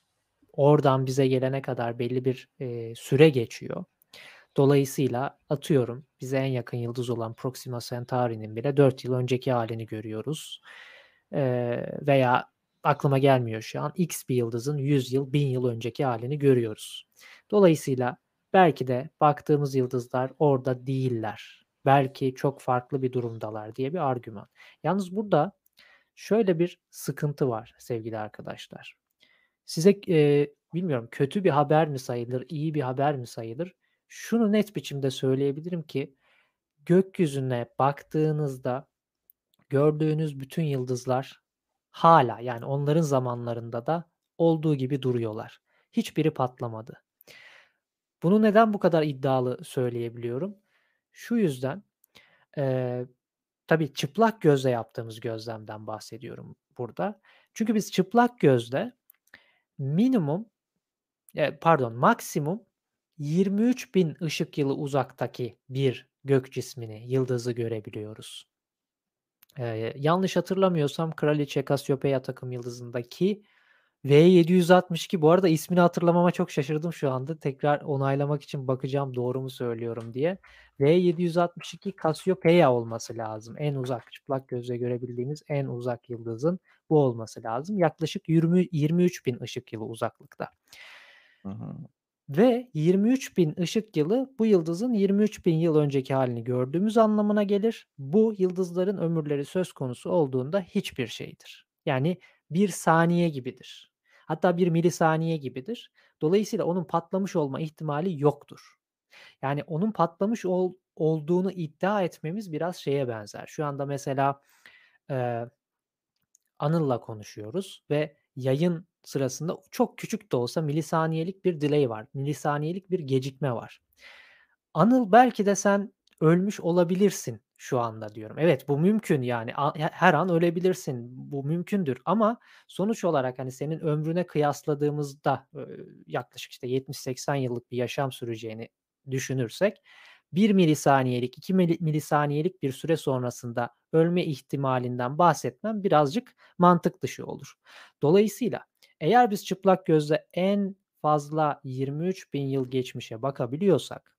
Speaker 3: oradan bize gelene kadar belli bir eee, süre geçiyor. Dolayısıyla atıyorum bize en yakın yıldız olan Proxima Centauri'nin bile dört yıl önceki halini görüyoruz. Eee, veya aklıma gelmiyor şu an X bir yıldızın yüz yıl, bin yıl önceki halini görüyoruz. Dolayısıyla belki de baktığımız yıldızlar orada değiller. Belki çok farklı bir durumdalar diye bir argüman. Yalnız burada şöyle bir sıkıntı var sevgili arkadaşlar. Size eee, bilmiyorum kötü bir haber mi sayılır, iyi bir haber mi sayılır? Şunu net biçimde söyleyebilirim ki gökyüzüne baktığınızda gördüğünüz bütün yıldızlar hala yani onların zamanlarında da olduğu gibi duruyorlar. Hiçbiri patlamadı. Bunu neden bu kadar iddialı söyleyebiliyorum? Şu yüzden eee, tabii çıplak gözle yaptığımız gözlemden bahsediyorum burada. Çünkü biz çıplak gözle minimum Eee, pardon, maksimum yirmi üç bin ışık yılı uzaktaki bir gök cismini, yıldızı görebiliyoruz. Eee, yanlış hatırlamıyorsam Kraliçe Kassiopeia takımyıldızındaki V yedi yüz altmış iki bu arada ismini hatırlamama çok şaşırdım şu anda. Tekrar onaylamak için bakacağım doğru mu söylüyorum diye. V yedi yüz altmış iki Kassiopeia olması lazım. En uzak, çıplak gözle görebildiğimiz en uzak yıldızın bu olması lazım. Yaklaşık yirmi yirmi üç bin ışık yılı uzaklıkta.
Speaker 1: Hı hı.
Speaker 3: Ve yirmi üç bin ışık yılı bu yıldızın yirmi üç bin yıl önceki halini gördüğümüz anlamına gelir. Bu yıldızların ömürleri söz konusu olduğunda hiçbir şeydir. Yani bir saniye gibidir. Hatta bir milisaniye gibidir. Dolayısıyla onun patlamış olma ihtimali yoktur. Yani onun patlamış ol olduğunu iddia etmemiz biraz şeye benzer. Şu anda mesela, eee Anıl'la konuşuyoruz ve yayın sırasında çok küçük de olsa milisaniyelik bir delay var. Milisaniyelik bir gecikme var. Anıl belki de sen ölmüş olabilirsin şu anda diyorum. Evet, bu mümkün yani a he her an ölebilirsin. Bu mümkündür ama sonuç olarak, hani, senin ömrüne kıyasladığımızda, eee, yaklaşık işte yetmiş seksen yıllık bir yaşam süreceğini düşünürsek bir milisaniyelik, iki mili milisaniyelik bir süre sonrasında ölme ihtimalinden bahsetmem birazcık mantık dışı olur. Dolayısıyla eğer biz çıplak gözle en fazla yirmi üç bin yıl geçmişe bakabiliyorsak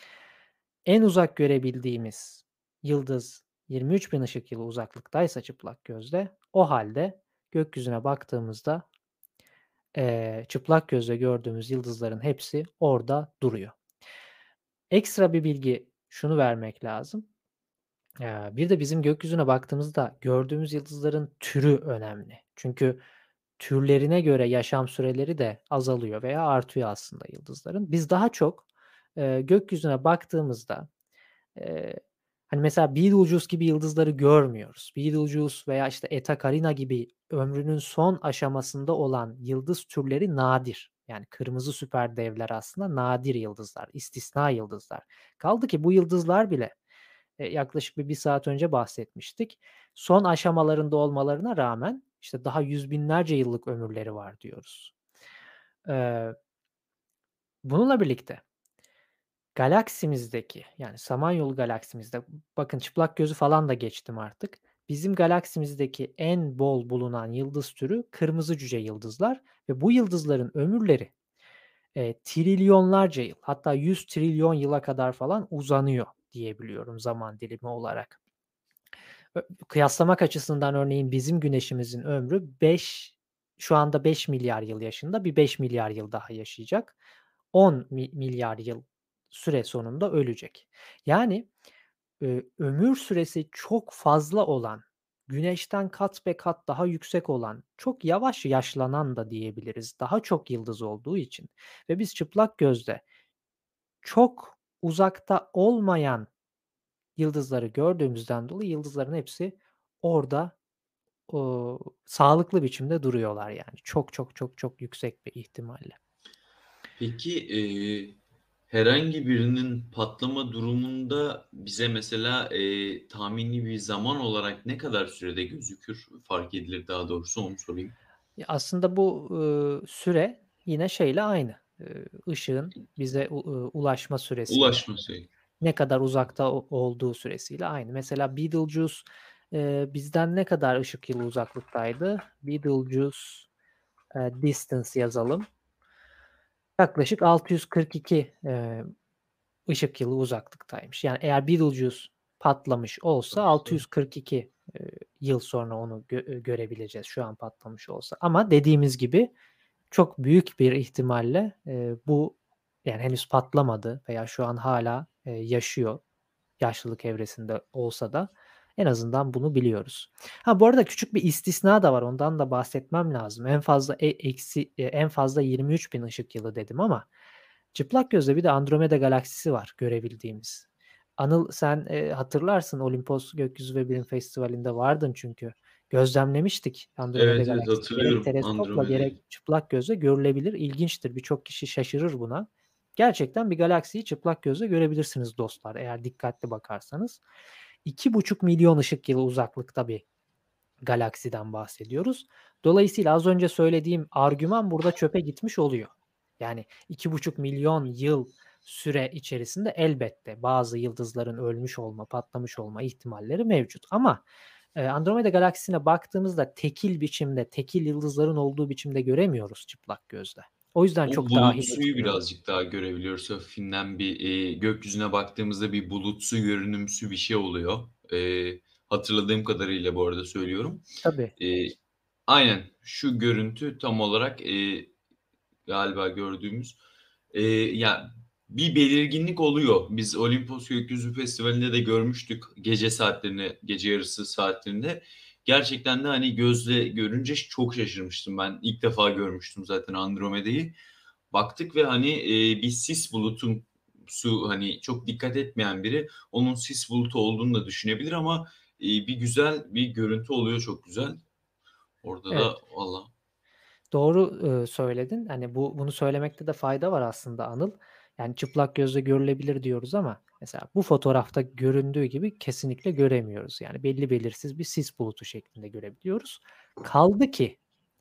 Speaker 3: en uzak görebildiğimiz yıldız yirmi üç bin ışık yılı uzaklıktaysa çıplak gözle, o halde gökyüzüne baktığımızda, eee, çıplak gözle gördüğümüz yıldızların hepsi orada duruyor. Ekstra bir bilgi şunu vermek lazım. Eee, bir de bizim gökyüzüne baktığımızda gördüğümüz yıldızların türü önemli. Çünkü türlerine göre yaşam süreleri de azalıyor veya artıyor aslında yıldızların. Biz daha çok, eee, gökyüzüne baktığımızda Eee, hani, mesela Betelgeuse gibi yıldızları görmüyoruz. Betelgeuse veya, işte, Eta Carina gibi ömrünün son aşamasında olan yıldız türleri nadir. Yani kırmızı süperdevler aslında nadir yıldızlar, istisna yıldızlar. Kaldı ki bu yıldızlar bile, eee, yaklaşık bir 1 saat önce bahsetmiştik. Son aşamalarında olmalarına rağmen, işte, daha yüz binlerce yıllık ömürleri var diyoruz. Eee, bununla birlikte galaksimizdeki, yani Samanyolu galaksimizde, bakın çıplak gözü falan da geçtim artık. Bizim galaksimizdeki en bol bulunan yıldız türü kırmızı cüce yıldızlar ve bu yıldızların ömürleri, eee, trilyonlarca yıl, hatta yüz trilyon yıla kadar falan uzanıyor diyebiliyorum zaman dilimi olarak. Ö kıyaslamak açısından örneğin bizim Güneşimizin ömrü beş şu anda beş milyar yıl yaşında, bir beş milyar yıl daha yaşayacak. on mi milyar yıl süre sonunda ölecek. Yani, eee, ömür süresi çok fazla olan, Güneş'ten kat be kat daha yüksek olan, çok yavaş yaşlanan da diyebiliriz, daha çok yıldız olduğu için ve biz çıplak gözle çok uzakta olmayan yıldızları gördüğümüzden dolayı yıldızların hepsi orada, ooo, sağlıklı biçimde duruyorlar yani. Çok, çok, çok, çok yüksek bir ihtimalle.
Speaker 4: Peki, eee, herhangi birinin patlama durumunda bize mesela e, tahmini bir zaman olarak ne kadar sürede gözükür, fark edilir daha doğrusu onu sorayım.
Speaker 3: Ya, aslında bu, ııı, süre yine şeyle aynı. Iıı, ışığın bize u ııı, ulaşma süresiyle,
Speaker 4: Ulaşma süresi.
Speaker 3: ne kadar uzakta o olduğu süresiyle aynı. Mesela Betelgeuse, eee, bizden ne kadar ışık yılı uzaklıktaydı? Betelgeuse, eee, distance yazalım. Yaklaşık altı yüz kırk iki, eee, ışık yılı uzaklıktaymış. Yani eğer Betelgeuse patlamış olsa altı yüz kırk iki, eee, yıl sonra onu gö eee, görebileceğiz şu an patlamış olsa. Ama dediğimiz gibi çok büyük bir ihtimalle, eee, bu yani henüz patlamadı veya şu an hâlâ, eee, yaşıyor. Yaşlılık evresinde olsa da en azından bunu biliyoruz. Ha, bu arada küçük bir istisna da var. Ondan da bahsetmem lazım. En fazla e eksi eee, en fazla yirmi üç bin ışık yılı dedim ama çıplak gözle bir de Andromeda galaksisi var görebildiğimiz. Anıl sen, eee, hatırlarsın Olimpos Gökyüzü ve Bilim Festivali'nde vardın çünkü. Gözlemlemiştik Andromeda
Speaker 4: Evet, evet
Speaker 3: galaksisini. Gerek
Speaker 4: hatırlıyorum
Speaker 3: teleskopla
Speaker 4: Andromeda'yı.
Speaker 3: gerek çıplak gözle görülebilir. İlginçtir. Birçok kişi şaşırır buna. Gerçekten bir galaksiyi çıplak gözle görebilirsiniz dostlar eğer dikkatli bakarsanız. iki buçuk milyon ışık yılı uzaklıkta bir galaksiden bahsediyoruz. Dolayısıyla az önce söylediğim argüman burada çöpe gitmiş oluyor. Yani iki buçuk milyon yıl süre içerisinde elbette bazı yıldızların ölmüş olma, patlamış olma ihtimalleri mevcut. Ama eee, Andromeda galaksisine baktığımızda tekil biçimde, tekil yıldızların olduğu biçimde göremiyoruz çıplak gözle. O yüzden
Speaker 4: O
Speaker 3: çok dahil
Speaker 4: bulutsuyu
Speaker 3: etmiyor.
Speaker 4: birazcık daha görebiliyoruz. Hafifinden bir e, gökyüzüne baktığımızda bir bulutsu görünümsü bir şey oluyor. E, hatırladığım kadarıyla bu arada söylüyorum.
Speaker 3: Tabii.
Speaker 4: E, aynen şu görüntü tam olarak e, galiba gördüğümüz. E, ya bir belirginlik oluyor. Biz Olimpos Gökyüzü Festivali'nde de görmüştük gece saatlerinde, gece yarısı saatlerinde. Gerçekten de hani gözle görünce çok şaşırmıştım ben. İlk defa görmüştüm zaten Andromeda'yı. Baktık ve hani e, bir sis bulutun su hani çok dikkat etmeyen biri onun sis bulutu olduğunu da düşünebilir ama e, bir güzel bir görüntü oluyor çok güzel. Orada
Speaker 3: Evet.
Speaker 4: da valla.
Speaker 3: Doğru, ııı, söyledin. Hani, bu bunu söylemekte de fayda var aslında Anıl. Yani, çıplak gözle görülebilir diyoruz ama mesela bu fotoğrafta göründüğü gibi kesinlikle göremiyoruz. Yani, belli belirsiz bir sis bulutu şeklinde görebiliyoruz. Kaldı ki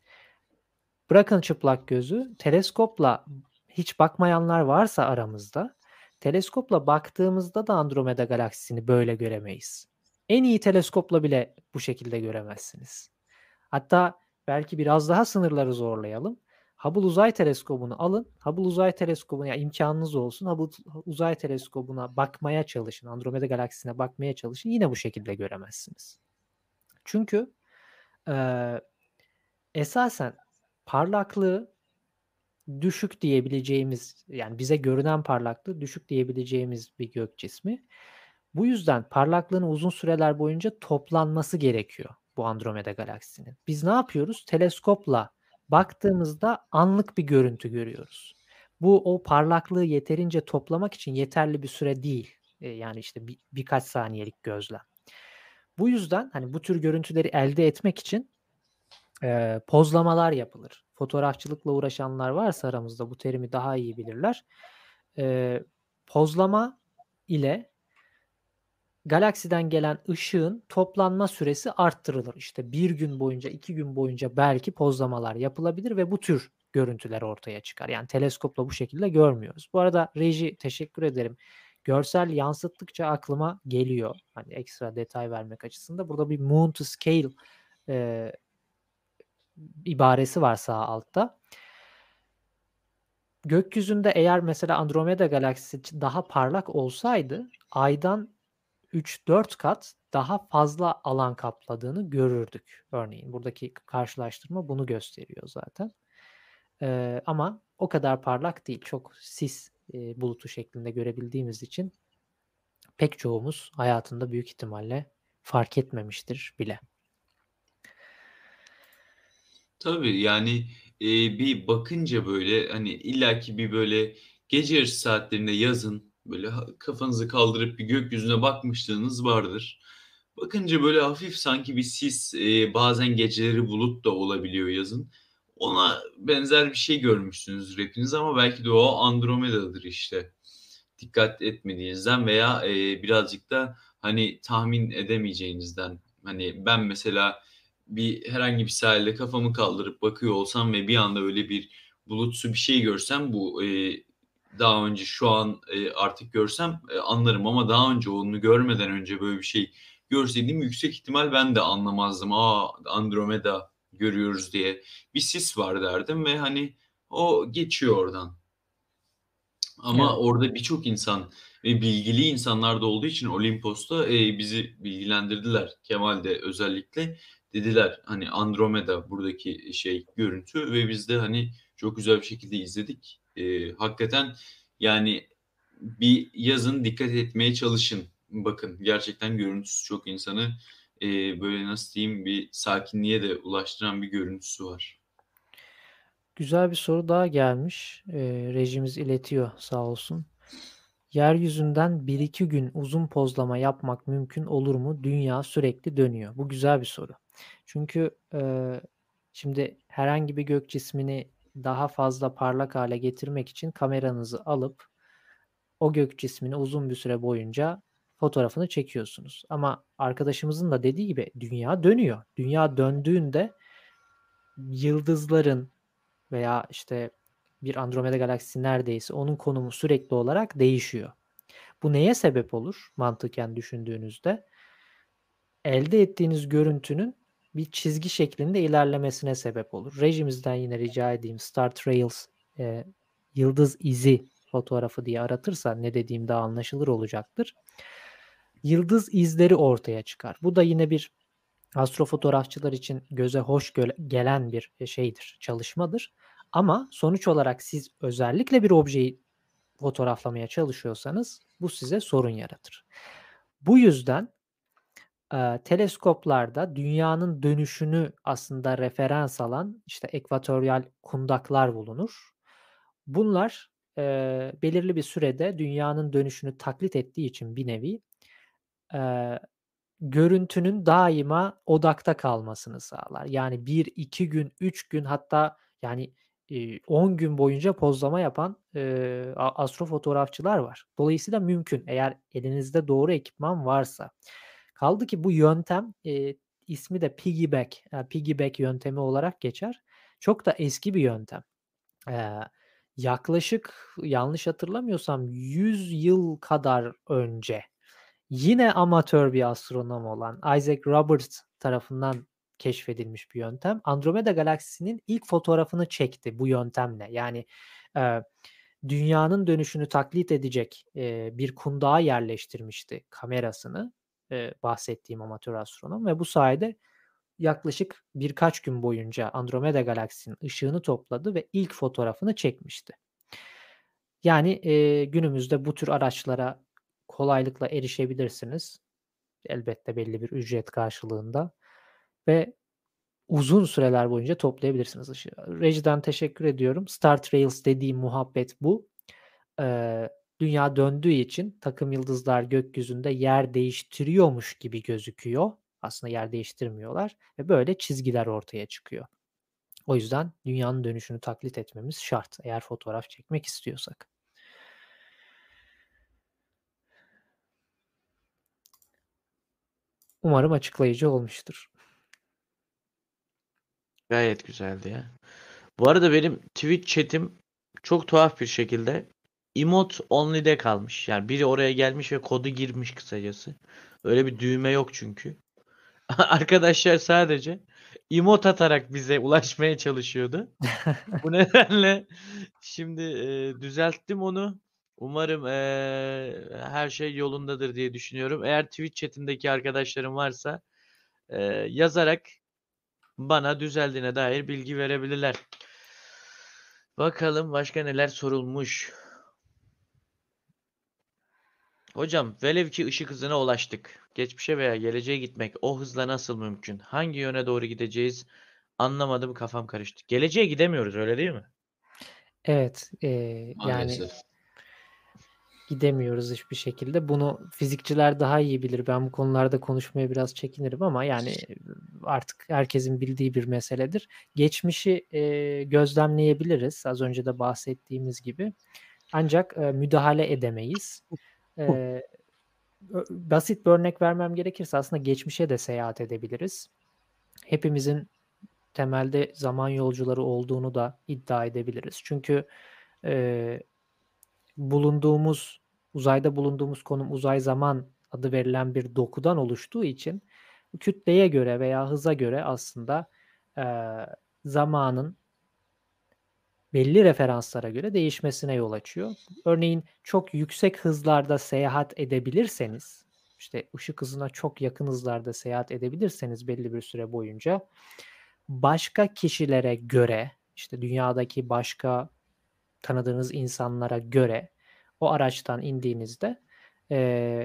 Speaker 3: bırakın çıplak gözü, teleskopla hiç bakmayanlar varsa aramızda, teleskopla baktığımızda da Andromeda galaksisini böyle göremeyiz. En iyi teleskopla bile bu şekilde göremezsiniz. Hatta belki biraz daha sınırları zorlayalım. Hubble Uzay Teleskobu'nu alın. Hubble Uzay Teleskobu'na ya imkânınız olsun. Hubble Uzay Teleskobu'na bakmaya çalışın. Andromeda galaksisine bakmaya çalışın. Yine bu şekilde göremezsiniz. Çünkü eee, esasen parlaklığı düşük diyebileceğimiz, yani bize görünen parlaklığı düşük diyebileceğimiz bir gök cismi. Bu yüzden parlaklığının uzun süreler boyunca toplanması gerekiyor bu Andromeda galaksisinin. Biz ne yapıyoruz? Teleskopla baktığımızda anlık bir görüntü görüyoruz. Bu o parlaklığı yeterince toplamak için yeterli bir süre değil. Eee, yani işte bir, birkaç saniyelik gözlem. Bu yüzden hani bu tür görüntüleri elde etmek için Eee, pozlamalar yapılır. Fotoğrafçılıkla uğraşanlar varsa aramızda bu terimi daha iyi bilirler. Eee, pozlama ile galaksiden gelen ışığın toplanma süresi arttırılır. İşte bir gün boyunca, iki gün boyunca belki pozlamalar yapılabilir ve bu tür görüntüler ortaya çıkar. Yani teleskopla bu şekilde görmüyoruz. Bu arada reji teşekkür ederim. Görsel yansıttıkça aklıma geliyor. Hani ekstra detay vermek açısından. Burada bir moon to scale eee ibaresi var sağ altta. Gökyüzünde eğer mesela Andromeda galaksisi daha parlak olsaydı Ay'dan üç dört kat daha fazla alan kapladığını görürdük örneğin. Buradaki karşılaştırma bunu gösteriyor zaten. Eee, ama o kadar parlak değil. Çok sis, eee, bulutu şeklinde görebildiğimiz için pek çoğumuz hayatında büyük ihtimalle fark etmemiştir bile.
Speaker 4: Tabii yani e, bir bakınca böyle hani illaki bir böyle gece yarısı saatlerinde yazın böyle ha- kafanızı kaldırıp bir gökyüzüne bakmışlığınız vardır. Bakınca böyle hafif sanki bir sis e, bazen geceleri bulut da olabiliyor yazın. Ona benzer bir şey görmüşsünüzdür hepiniz ama belki de o Andromeda'dır işte. dikkat etmediğinizden veya e, birazcık da hani tahmin edemeyeceğinizden. Hani ben mesela bir herhangi bir sahilde kafamı kaldırıp bakıyor olsam ve bir anda öyle bir bulutsu bir şey görsem, bu e, daha önce şu an e, artık görsem e, anlarım, ama daha önce onu görmeden önce böyle bir şey görseydim yüksek ihtimal ben de anlamazdım. Aa, Andromeda görüyoruz diye, bir sis var derdim ve hani o geçiyor oradan. Ama
Speaker 3: Evet.
Speaker 4: orada birçok insan ve bilgili insanlar da olduğu için Olimpos'ta e, bizi bilgilendirdiler. Kemal de özellikle dediler hani Andromeda buradaki şey görüntü, ve biz de hani çok güzel bir şekilde izledik. E, hakikaten yani bir yazın, dikkat etmeye çalışın. Bakın, gerçekten görüntüsü çok insanı e, böyle nasıl diyeyim, bir sakinliğe de ulaştıran bir görüntüsü var.
Speaker 3: Güzel bir soru daha gelmiş. Ee, rejimiz iletiyor sağ olsun. Yeryüzünden bir iki gün uzun pozlama yapmak mümkün olur mu? Dünya sürekli dönüyor. Bu güzel bir soru. Çünkü e, şimdi herhangi bir gök cismini daha fazla parlak hale getirmek için kameranızı alıp o gök cismini uzun bir süre boyunca fotoğrafını çekiyorsunuz. Ama arkadaşımızın da dediği gibi dünya dönüyor. Dünya döndüğünde yıldızların veya işte bir Andromeda galaksisi neredeyse onun konumu sürekli olarak değişiyor. Bu neye sebep olur mantıken düşündüğünüzde? Elde ettiğiniz görüntünün bir çizgi şeklinde ilerlemesine sebep olur. Rejimizden yine rica edeyim, Star Trails e, yıldız izi fotoğrafı diye aratırsa ne dediğim daha anlaşılır olacaktır. Yıldız izleri ortaya çıkar. Bu da yine bir astrofotoğrafçılar için göze hoş gelen bir şeydir, çalışmadır. Ama sonuç olarak siz özellikle bir objeyi fotoğraflamaya çalışıyorsanız bu size sorun yaratır. Bu yüzden e, teleskoplarda dünyanın dönüşünü aslında referans alan işte ekvatoryal kundaklar bulunur. Bunlar e, belirli bir sürede dünyanın dönüşünü taklit ettiği için bir nevi e, görüntünün daima odakta kalmasını sağlar. Yani bir iki gün, üç gün, hatta yani e, on gün boyunca pozlama yapan e, astrofotoğrafçılar var. Dolayısıyla mümkün eğer elinizde doğru ekipman varsa. Kaldı ki bu yöntem e, ismi de piggyback, yani piggyback yöntemi olarak geçer. Çok da eski bir yöntem. E, yaklaşık yanlış hatırlamıyorsam yüz yıl kadar önce yine amatör bir astronom olan Isaac Roberts tarafından keşfedilmiş bir yöntem. Andromeda galaksisinin ilk fotoğrafını çekti bu yöntemle. Yani e, dünyanın dönüşünü taklit edecek e, bir kundağa yerleştirmişti kamerasını e, bahsettiğim amatör astronom ve bu sayede yaklaşık birkaç gün boyunca Andromeda galaksisinin ışığını topladı ve ilk fotoğrafını çekmişti. Yani e, günümüzde bu tür araçlara kolaylıkla erişebilirsiniz. Elbette belli bir ücret karşılığında ve uzun süreler boyunca toplayabilirsiniz ışığı. Rejiden teşekkür ediyorum. Star Trails dediğim muhabbet bu. Ee, dünya döndüğü için takım yıldızlar gökyüzünde yer değiştiriyormuş gibi gözüküyor. Aslında yer değiştirmiyorlar ve böyle çizgiler ortaya çıkıyor. O yüzden dünyanın dönüşünü taklit etmemiz şart eğer fotoğraf çekmek istiyorsak. Umarım açıklayıcı olmuştur.
Speaker 5: Gayet güzeldi ya. Bu arada benim Twitch chat'im çok tuhaf bir şekilde emote only'de kalmış. Yani biri oraya gelmiş ve kodu girmiş kısacası. Öyle bir düğme yok çünkü. Arkadaşlar sadece emote atarak bize ulaşmaya çalışıyordu. Bu nedenle şimdi e, düzelttim onu. Umarım e, her şey yolundadır diye düşünüyorum. Eğer Twitch chat'indeki arkadaşlarım varsa e, yazarak bana düzeldiğine dair bilgi verebilirler. Bakalım başka neler sorulmuş. Hocam, velev ki ışık hızına ulaştık. Geçmişe veya geleceğe gitmek o hızla nasıl mümkün? Hangi yöne doğru gideceğiz? Anlamadım, kafam karıştı. Geleceğe gidemiyoruz, öyle değil mi?
Speaker 3: Evet, e, yani
Speaker 4: Maalesef.
Speaker 3: gidemiyoruz hiçbir şekilde. Bunu fizikçiler daha iyi bilir. Ben bu konularda konuşmaya biraz çekinirim ama yani artık herkesin bildiği bir meseledir. Geçmişi e, gözlemleyebiliriz. Az önce de bahsettiğimiz gibi. Ancak e, müdahale edemeyiz. E, basit bir örnek vermem gerekirse aslında geçmişe de seyahat edebiliriz. Hepimizin temelde zaman yolcuları olduğunu da iddia edebiliriz. Çünkü e, bulunduğumuz, uzayda bulunduğumuz konum uzay zaman adı verilen bir dokudan oluştuğu için kütleye göre veya hıza göre aslında e, zamanın belli referanslara göre değişmesine yol açıyor. Örneğin çok yüksek hızlarda seyahat edebilirseniz, işte ışık hızına çok yakın hızlarda seyahat edebilirseniz belli bir süre boyunca başka kişilere göre, işte dünyadaki başka tanıdığınız insanlara göre o araçtan indiğinizde e,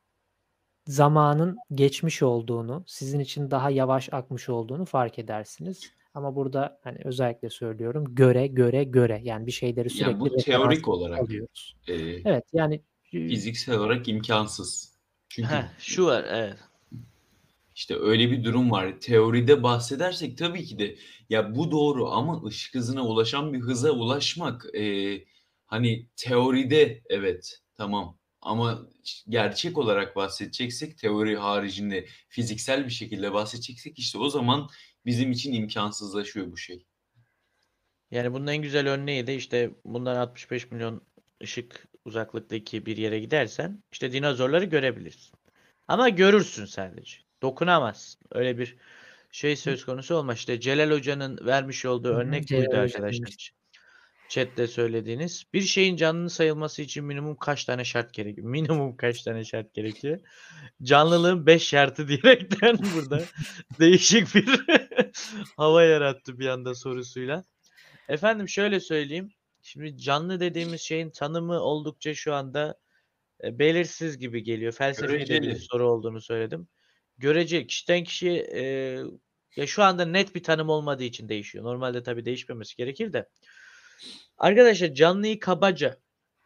Speaker 3: zamanın geçmiş olduğunu, sizin için daha yavaş akmış olduğunu fark edersiniz. Ama burada hani özellikle söylüyorum göre göre göre yani bir şeyleri
Speaker 4: Yani
Speaker 3: sürekli
Speaker 4: bu
Speaker 3: referans
Speaker 4: teorik olarak
Speaker 3: alıyoruz.
Speaker 4: e,
Speaker 3: Evet yani e,
Speaker 4: fiziksel olarak imkansız. Çünkü
Speaker 5: Heh, şu var, evet.
Speaker 4: işte öyle bir durum var. Teoride bahsedersek tabii ki de ya bu doğru ama ışık hızına ulaşan bir hıza ulaşmak e, hani teoride evet tamam ama gerçek olarak bahsedeceksek teori haricinde fiziksel bir şekilde bahsedeceksek işte o zaman bizim için imkansızlaşıyor bu şey.
Speaker 5: Yani bunun en güzel örneği de işte bundan altmış beş milyon ışık uzaklıktaki bir yere gidersen işte dinozorları görebilirsin. Ama görürsün sadece. Dokunamazsın. Öyle bir şey söz konusu olmaz. İşte Celal Hoca'nın vermiş olduğu
Speaker 3: Hı hı,
Speaker 5: örnek
Speaker 3: Celal
Speaker 5: buydu
Speaker 3: Hoca
Speaker 5: arkadaşlar.
Speaker 3: demişti.
Speaker 5: Chat'te söylediğiniz. Bir şeyin canlı sayılması için minimum kaç tane şart gerekiyor? Minimum kaç tane şart gerekiyor? Canlılığın beş şartı diyerekten burada değişik bir hava yarattı bir anda sorusuyla. Efendim şöyle söyleyeyim. Şimdi canlı dediğimiz şeyin tanımı oldukça şu anda e, belirsiz gibi geliyor. Felsefi de bir
Speaker 4: Göreceli.
Speaker 5: soru olduğunu söyledim. Göreceli. Kişiden kişiye e, ya şu anda net bir tanım olmadığı için değişiyor. Normalde tabii değişmemesi gerekir de. Arkadaşlar canlıyı kabaca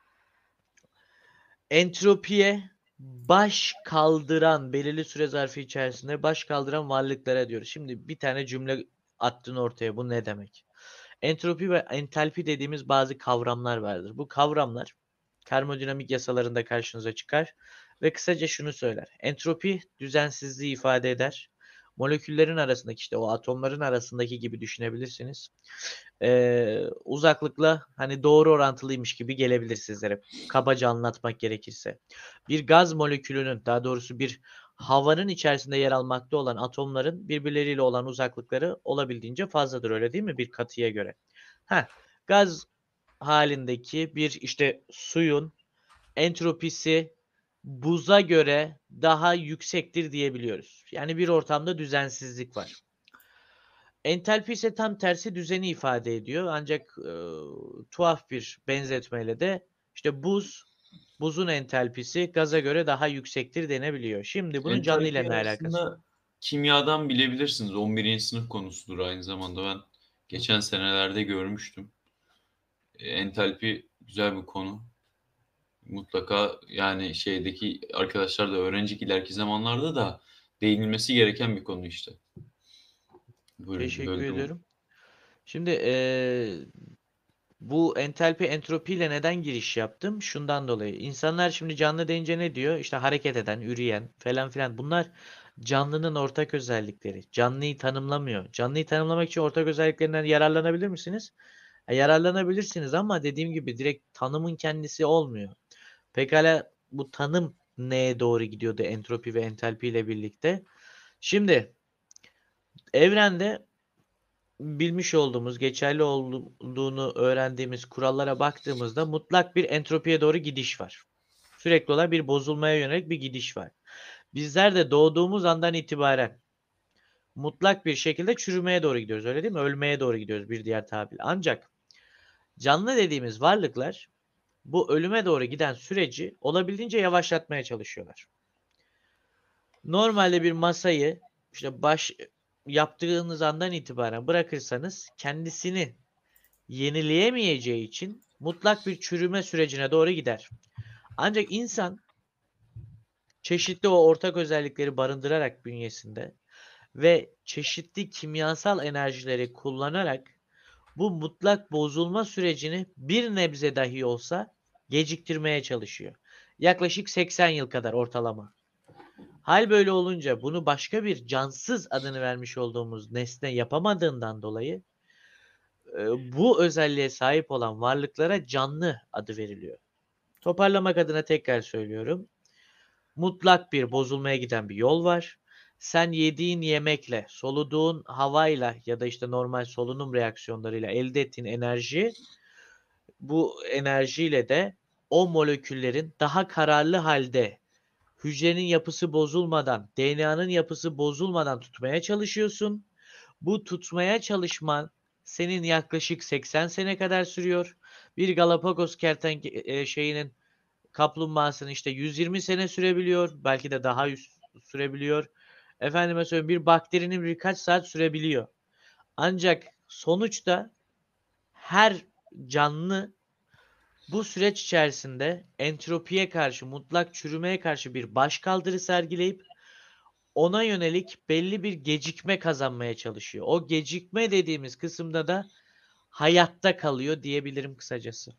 Speaker 5: entropiye baş kaldıran belirli süre zarfı içerisinde baş kaldıran varlıklara diyoruz. Şimdi bir tane cümle attın ortaya. Bu ne demek? Entropi ve entalpi dediğimiz bazı kavramlar vardır. Bu kavramlar termodinamik yasalarında karşınıza çıkar ve kısaca şunu söyler. Entropi düzensizliği ifade eder. Moleküllerin arasındaki işte o atomların arasındaki gibi düşünebilirsiniz. Ee, uzaklıkla hani doğru orantılıymış gibi gelebilir sizlere. Kabaca anlatmak gerekirse. Bir gaz molekülünün daha doğrusu bir havanın içerisinde yer almakta olan atomların birbirleriyle olan uzaklıkları olabildiğince fazladır öyle değil mi bir katıya göre? Heh, gaz halindeki bir işte suyun entropisi buza göre daha yüksektir diyebiliyoruz. Yani bir ortamda düzensizlik var. Entalpi ise tam tersi düzeni ifade ediyor. Ancak e, tuhaf bir benzetmeyle de işte buz, buzun entalpisi gaza göre daha yüksektir denebiliyor. Şimdi bunun canlı ile
Speaker 4: Entalpi
Speaker 5: ne alakası?
Speaker 4: aslında kimyadan bilebilirsiniz. on birinci sınıf konusudur aynı zamanda. Ben geçen senelerde görmüştüm. E, Entalpi güzel bir konu. Mutlaka yani şeydeki arkadaşlar da öğrenecek ileriki zamanlarda da değinilmesi gereken bir konu işte. Buyurun,
Speaker 5: Teşekkür
Speaker 4: böldüm.
Speaker 5: ediyorum. Şimdi eee, bu entalpi entropi ile neden giriş yaptım? Şundan dolayı. İnsanlar şimdi canlı deyince ne diyor? İşte hareket eden, üreyen falan filan. Bunlar canlının ortak özellikleri. Canlıyı tanımlamıyor. Canlıyı tanımlamak için ortak özelliklerinden yararlanabilir misiniz? E, yararlanabilirsiniz ama dediğim gibi direkt tanımın kendisi olmuyor. Pekala bu tanım neye doğru gidiyordu entropi ve entalpi ile birlikte? Şimdi evrende bilmiş olduğumuz, geçerli olduğunu öğrendiğimiz kurallara baktığımızda mutlak bir entropiye doğru gidiş var. Sürekli olarak bir bozulmaya yönelik bir gidiş var. Bizler de doğduğumuz andan itibaren mutlak bir şekilde çürümeye doğru gidiyoruz. Öyle değil mi? Ölmeye doğru gidiyoruz bir diğer tabirle. Ancak canlı dediğimiz varlıklar bu ölüme doğru giden süreci olabildiğince yavaşlatmaya çalışıyorlar. Normalde bir masayı işte baş yaptığınız andan itibaren bırakırsanız kendisini yenileyemeyeceği için mutlak bir çürüme sürecine doğru gider. Ancak insan çeşitli o ortak özellikleri barındırarak bünyesinde ve çeşitli kimyasal enerjileri kullanarak bu mutlak bozulma sürecini bir nebze dahi olsa geciktirmeye çalışıyor. Yaklaşık seksen yıl kadar ortalama. Hal böyle olunca bunu başka bir cansız adını vermiş olduğumuz nesne yapamadığından dolayı e, bu özelliğe sahip olan varlıklara canlı adı veriliyor. Toparlamak adına tekrar söylüyorum. Mutlak bir bozulmaya giden bir yol var. Sen yediğin yemekle, soluduğun havayla ya da işte normal solunum reaksiyonlarıyla elde ettiğin enerji, bu enerjiyle de o moleküllerin daha kararlı halde hücrenin yapısı bozulmadan, D N A'nın yapısı bozulmadan tutmaya çalışıyorsun. Bu tutmaya çalışman senin yaklaşık seksen sene kadar sürüyor. Bir Galapagos kertenkele şeyinin kaplumbağasının işte yüz yirmi sene sürebiliyor. Belki de daha yüz sürebiliyor. Efendime söyleyeyim bir bakterinin birkaç saat sürebiliyor. Ancak sonuçta her canlı bu süreç içerisinde entropiye karşı, mutlak çürümeye karşı bir başkaldırı sergileyip ona yönelik belli bir gecikme kazanmaya çalışıyor. O gecikme dediğimiz kısımda da hayatta kalıyor diyebilirim kısacası.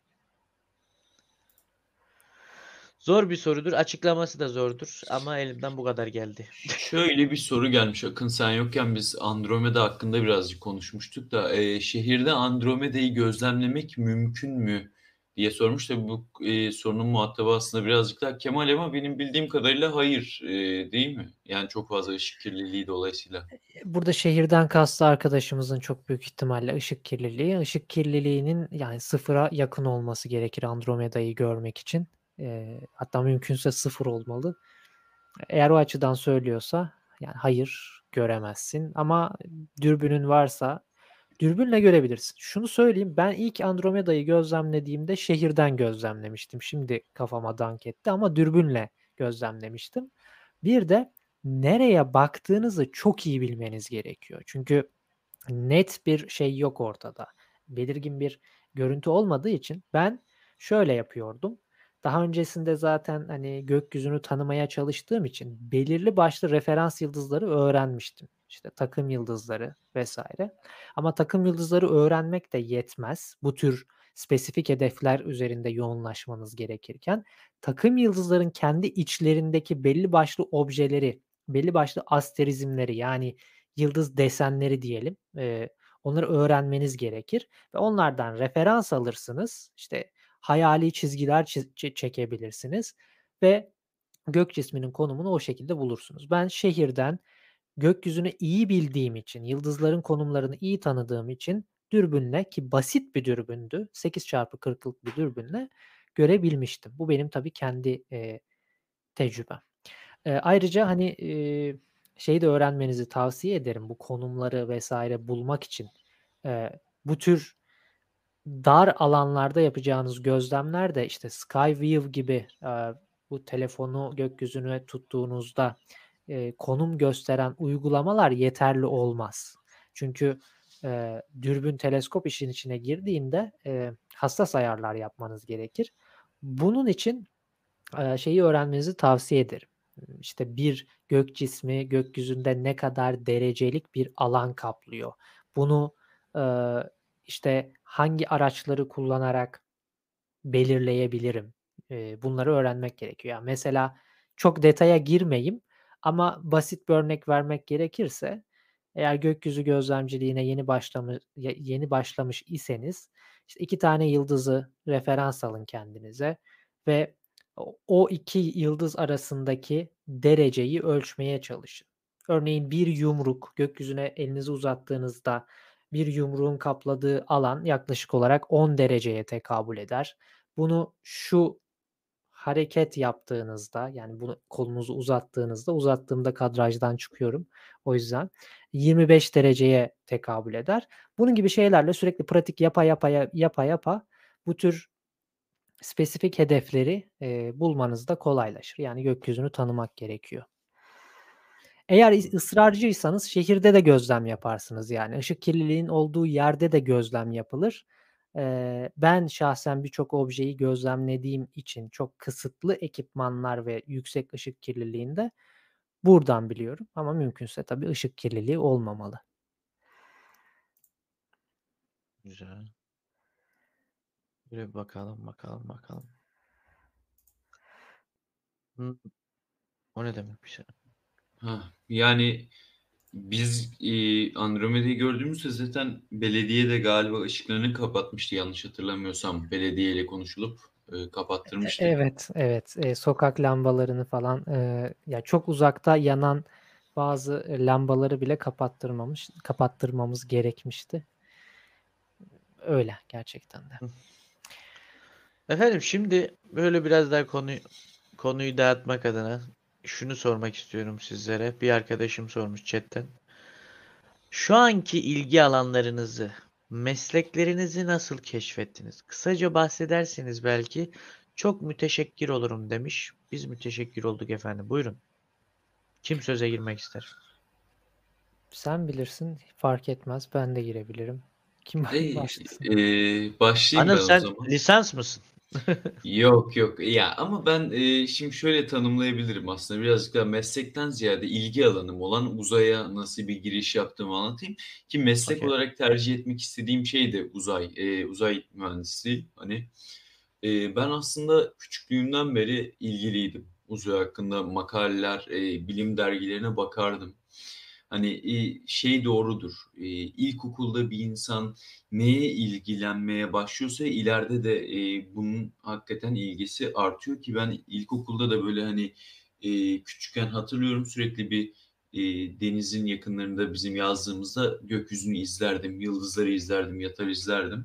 Speaker 5: Zor bir sorudur. Açıklaması da zordur ama elimden bu kadar geldi.
Speaker 4: Şöyle bir soru gelmiş Akın, sen yokken biz Andromeda hakkında birazcık konuşmuştuk da e, şehirde Andromeda'yı gözlemlemek mümkün mü diye sormuş. Tabii bu e, sorunun muhatabı aslında birazcık daha Kemal ama benim bildiğim kadarıyla hayır, e, değil mi? Yani çok fazla ışık kirliliği dolayısıyla.
Speaker 3: Burada şehirden kastı arkadaşımızın çok büyük ihtimalle ışık kirliliği. Işık kirliliğinin yani sıfıra yakın olması gerekir Andromeda'yı görmek için. Ee, hatta mümkünse sıfır olmalı. Eğer o açıdan söylüyorsa yani hayır göremezsin ama dürbünün varsa dürbünle görebilirsin. Şunu söyleyeyim, ben ilk Andromeda'yı gözlemlediğimde şehirden gözlemlemiştim. Şimdi kafama dank etti ama dürbünle gözlemlemiştim. Bir de nereye baktığınızı çok iyi bilmeniz gerekiyor. Çünkü net bir şey yok ortada. Belirgin bir görüntü olmadığı için ben şöyle yapıyordum. Daha öncesinde zaten hani gökyüzünü tanımaya çalıştığım için belirli başlı referans yıldızları öğrenmiştim. İşte takım yıldızları vesaire. Ama takım yıldızları öğrenmek de yetmez. Bu tür spesifik hedefler üzerinde yoğunlaşmanız gerekirken takım yıldızların kendi içlerindeki belli başlı objeleri, belli başlı asterizmleri yani yıldız desenleri diyelim. Eee, onları öğrenmeniz gerekir ve onlardan referans alırsınız. İşte hayali çizgiler çiz- çe- çekebilirsiniz ve gök cisminin konumunu o şekilde bulursunuz. Ben şehirden gökyüzünü iyi bildiğim için, yıldızların konumlarını iyi tanıdığım için dürbünle ki basit bir dürbündü, sekiz çarpı kırklık bir dürbünle görebilmiştim. Bu benim tabii kendi eee, tecrübem. Eee, ayrıca, hani, eee, şeyi de öğrenmenizi tavsiye ederim bu konumları vesaire bulmak için. Eee, bu tür dar alanlarda yapacağınız gözlemler de, işte, Skyview gibi, eee, bu telefonu gökyüzüne tuttuğunuzda, eee, konum gösteren uygulamalar yeterli olmaz. Çünkü, eee, dürbün, teleskop işin içine girdiğinde, eee, hassas ayarlar yapmanız gerekir. Bunun için Eee, şeyi öğrenmenizi tavsiye ederim. Imm, işte, bir gök cismi gökyüzünde ne kadar derecelik bir alan kaplıyor? Bunu, eee, işte, hangi araçları kullanarak belirleyebilirim? Eee, bunları öğrenmek gerekiyor. Yani, mesela çok detaya girmeyeyim ama basit bir örnek vermek gerekirse eğer gökyüzü gözlemciliğine yeni başlamı ye yeni başlamış iseniz, işte, iki tane yıldızı referans alın kendinize ve o o iki yıldız arasındaki dereceyi ölçmeye çalışın. Örneğin bir yumruk, gökyüzüne elinizi uzattığınızda bir yumruğun kapladığı alan yaklaşık olarak on dereceye tekabül eder. Bunu şu hareket yaptığınızda, yani bunu kolunuzu uzattığınızda, uzattığımda kadrajdan çıkıyorum. O yüzden yirmi beş dereceye tekabül eder. Bunun gibi şeylerle sürekli pratik yapa yapa ya yapa yapa bu tür spesifik hedefleri, eee, bulmanız da kolaylaşır. Yani gökyüzünü tanımak gerekiyor. Eğer is ısrarcıysanız şehirde de gözlem yaparsınız yani. Işık kirliliğinin olduğu yerde de gözlem yapılır. Eee, ben şahsen birçok objeyi gözlemlediğim için çok kısıtlı ekipmanlar ve yüksek ışık kirliliğinde buradan biliyorum ama mümkünse tabii ışık kirliliği olmamalı.
Speaker 5: Güzel. Böyle bir bakalım, bakalım, bakalım. Hı. O ne demek bir şey?
Speaker 4: Ha, yani biz e, Andromeda'yı gördüğümüzde zaten belediye de galiba ışıklarını kapatmıştı yanlış hatırlamıyorsam. Belediyeyle konuşulup e,
Speaker 3: E-
Speaker 4: kapattırmıştık.
Speaker 3: Evet, evet. E, sokak lambalarını falan e, ya çok uzakta yanan bazı e, lambaları bile kapattırmamış, kapattırmamız gerekmişti. Öyle gerçekten de.
Speaker 5: Efendim şimdi böyle biraz daha konuyu konuyu dağıtmak adına şunu sormak istiyorum sizlere. Bir arkadaşım sormuş chatten. Şu anki ilgi alanlarınızı, mesleklerinizi nasıl keşfettiniz? Kısaca bahsederseniz belki çok müteşekkir olurum demiş. Biz müteşekkir olduk efendim. Buyurun. Kim söze girmek ister?
Speaker 3: Sen bilirsin, fark etmez. Ben de girebilirim. Kim
Speaker 4: E,
Speaker 3: başlasın?
Speaker 4: e, başlayayım
Speaker 5: Anıl
Speaker 4: ben o
Speaker 5: sen
Speaker 4: zaman.
Speaker 5: lisans mısın?
Speaker 4: Yok yok ya ama ben e, şimdi şöyle tanımlayabilirim aslında birazcık daha meslekten ziyade ilgi alanım olan uzaya nasıl bir giriş yaptığımı anlatayım ki meslek
Speaker 5: Okey.
Speaker 4: olarak tercih etmek istediğim şey de uzay e, uzay mühendisliği hani e, ben aslında küçüklüğümden beri ilgiliydim uzay hakkında makaleler e, bilim dergilerine bakardım. Hani e, şey doğrudur. E, ilkokulda bir insan neye ilgilenmeye başlıyorsa ileride de e, bunun hakikaten ilgisi artıyor ki ben ilkokulda da böyle hani e, küçükken hatırlıyorum sürekli bir e, denizin yakınlarında bizim yazdığımızda gökyüzünü izlerdim, yıldızları izlerdim, yatar izlerdim.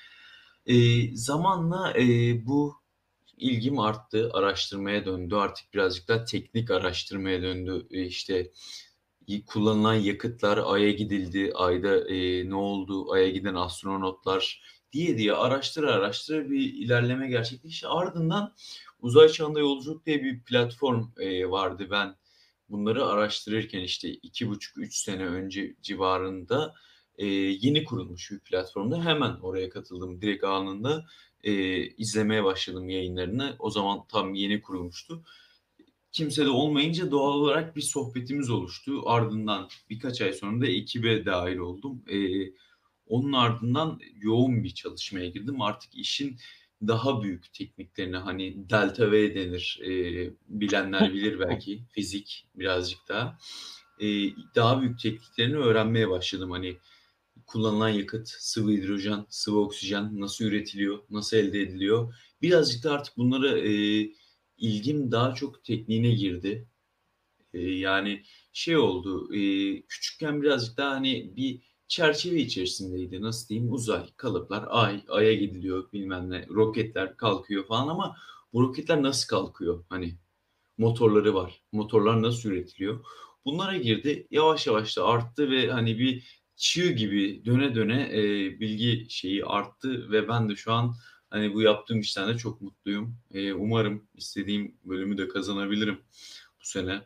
Speaker 4: E, zamanla e, bu ilgim arttı, araştırmaya döndü. Artık birazcık daha teknik araştırmaya döndü. E, işte kullanılan yakıtlar, Ay'a gidildi, Ay'da e, ne oldu, Ay'a giden astronotlar diye diye araştıra araştıra bir ilerleme gerçekleşti. Ardından Uzay Çağında Yolculuk diye bir platform e, vardı. Ben bunları araştırırken işte iki buçuk üç sene önce civarında e, yeni kurulmuş bir platformda hemen oraya katıldım. Direkt anında e, izlemeye başladım yayınlarını. O zaman tam yeni kurulmuştu. Kimse de olmayınca doğal olarak bir sohbetimiz oluştu. Ardından birkaç ay sonra da ekibe dahil oldum. Ee, onun ardından yoğun bir çalışmaya girdim. Artık işin daha büyük tekniklerine hani delta V denir. Ee, bilenler bilir belki fizik birazcık daha. Ee, daha büyük tekniklerini öğrenmeye başladım. Hani kullanılan yakıt, sıvı hidrojen, sıvı oksijen nasıl üretiliyor, nasıl elde ediliyor? Birazcık da artık bunlara e, ilgim daha çok tekniğine girdi. E, yani şey oldu, e, küçükken birazcık daha hani bir çerçeve içerisindeydi. Nasıl diyeyim? Uzay, kalıplar, ay, aya gidiliyor bilmem ne, roketler kalkıyor falan ama bu roketler nasıl kalkıyor? Hani motorları var. Motorlar nasıl üretiliyor? Bunlara girdi. Yavaş yavaş da arttı ve hani bir çığ gibi döne döne e, bilgi şeyi arttı ve ben de şu an hani bu yaptığım işten de çok mutluyum. E, umarım istediğim bölümü de kazanabilirim bu sene.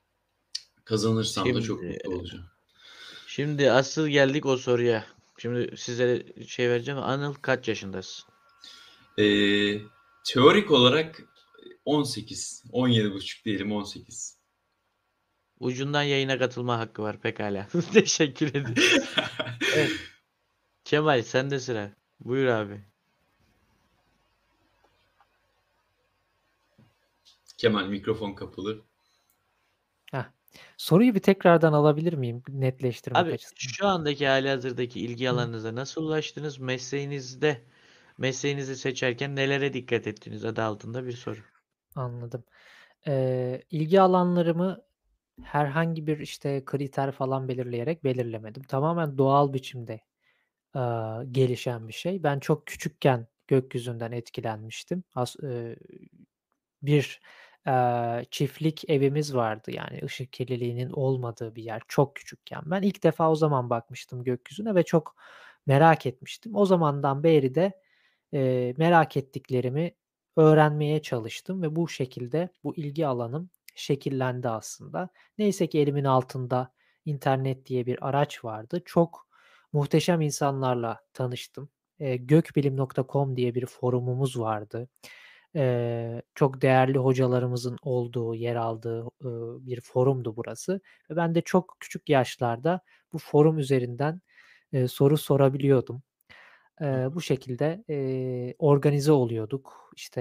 Speaker 4: Kazanırsam da çok
Speaker 5: Şimdi
Speaker 4: mutlu olacağım.
Speaker 5: şimdi asıl geldik o soruya. Şimdi size şey vereceğim. Anıl kaç yaşındasın?
Speaker 4: E, teorik olarak on sekiz, on yedi buçuk diyelim on sekiz.
Speaker 5: Ucundan yayına katılma hakkı var pekala. Teşekkür ederim. Evet. Kemal sende sıra. Buyur abi.
Speaker 4: Kemal mikrofon kapalı.
Speaker 3: Heh. Soruyu bir tekrardan alabilir miyim netleştirmek
Speaker 5: Abi
Speaker 3: açısından?
Speaker 5: şu andaki halihazırdaki ilgi
Speaker 3: Hı.
Speaker 5: alanınıza nasıl ulaştınız? Mesleğinizde mesleğinizi seçerken nelere dikkat ettiniz? Adı altında bir soru.
Speaker 3: Anladım. Eee, ilgi alanlarımı herhangi bir işte kriter falan belirleyerek belirlemedim. Tamamen doğal biçimde aaa, gelişen bir şey. Ben çok küçükken gökyüzünden etkilenmiştim. As eee, bir, eee, çiftlik evimiz vardı, yani ışık kirliliğinin olmadığı bir yer çok küçükken. Ben ilk defa o zaman bakmıştım gökyüzüne ve çok merak etmiştim. O zamandan beri de, eee, merak ettiklerimi öğrenmeye çalıştım ve bu şekilde bu ilgi alanım şekillendi aslında. Neyse ki elimin altında internet diye bir araç vardı. Çok muhteşem insanlarla tanıştım. Eee, gökbilim nokta com diye bir forumumuz vardı. Eee, çok değerli hocalarımızın olduğu, yer aldığı, ııı, bir forumdu burası ve ben de çok küçük yaşlarda bu forum üzerinden, eee, soru sorabiliyordum.
Speaker 4: Hı
Speaker 3: Eee,
Speaker 4: hı.
Speaker 3: bu şekilde, eee, organize oluyorduk. İşte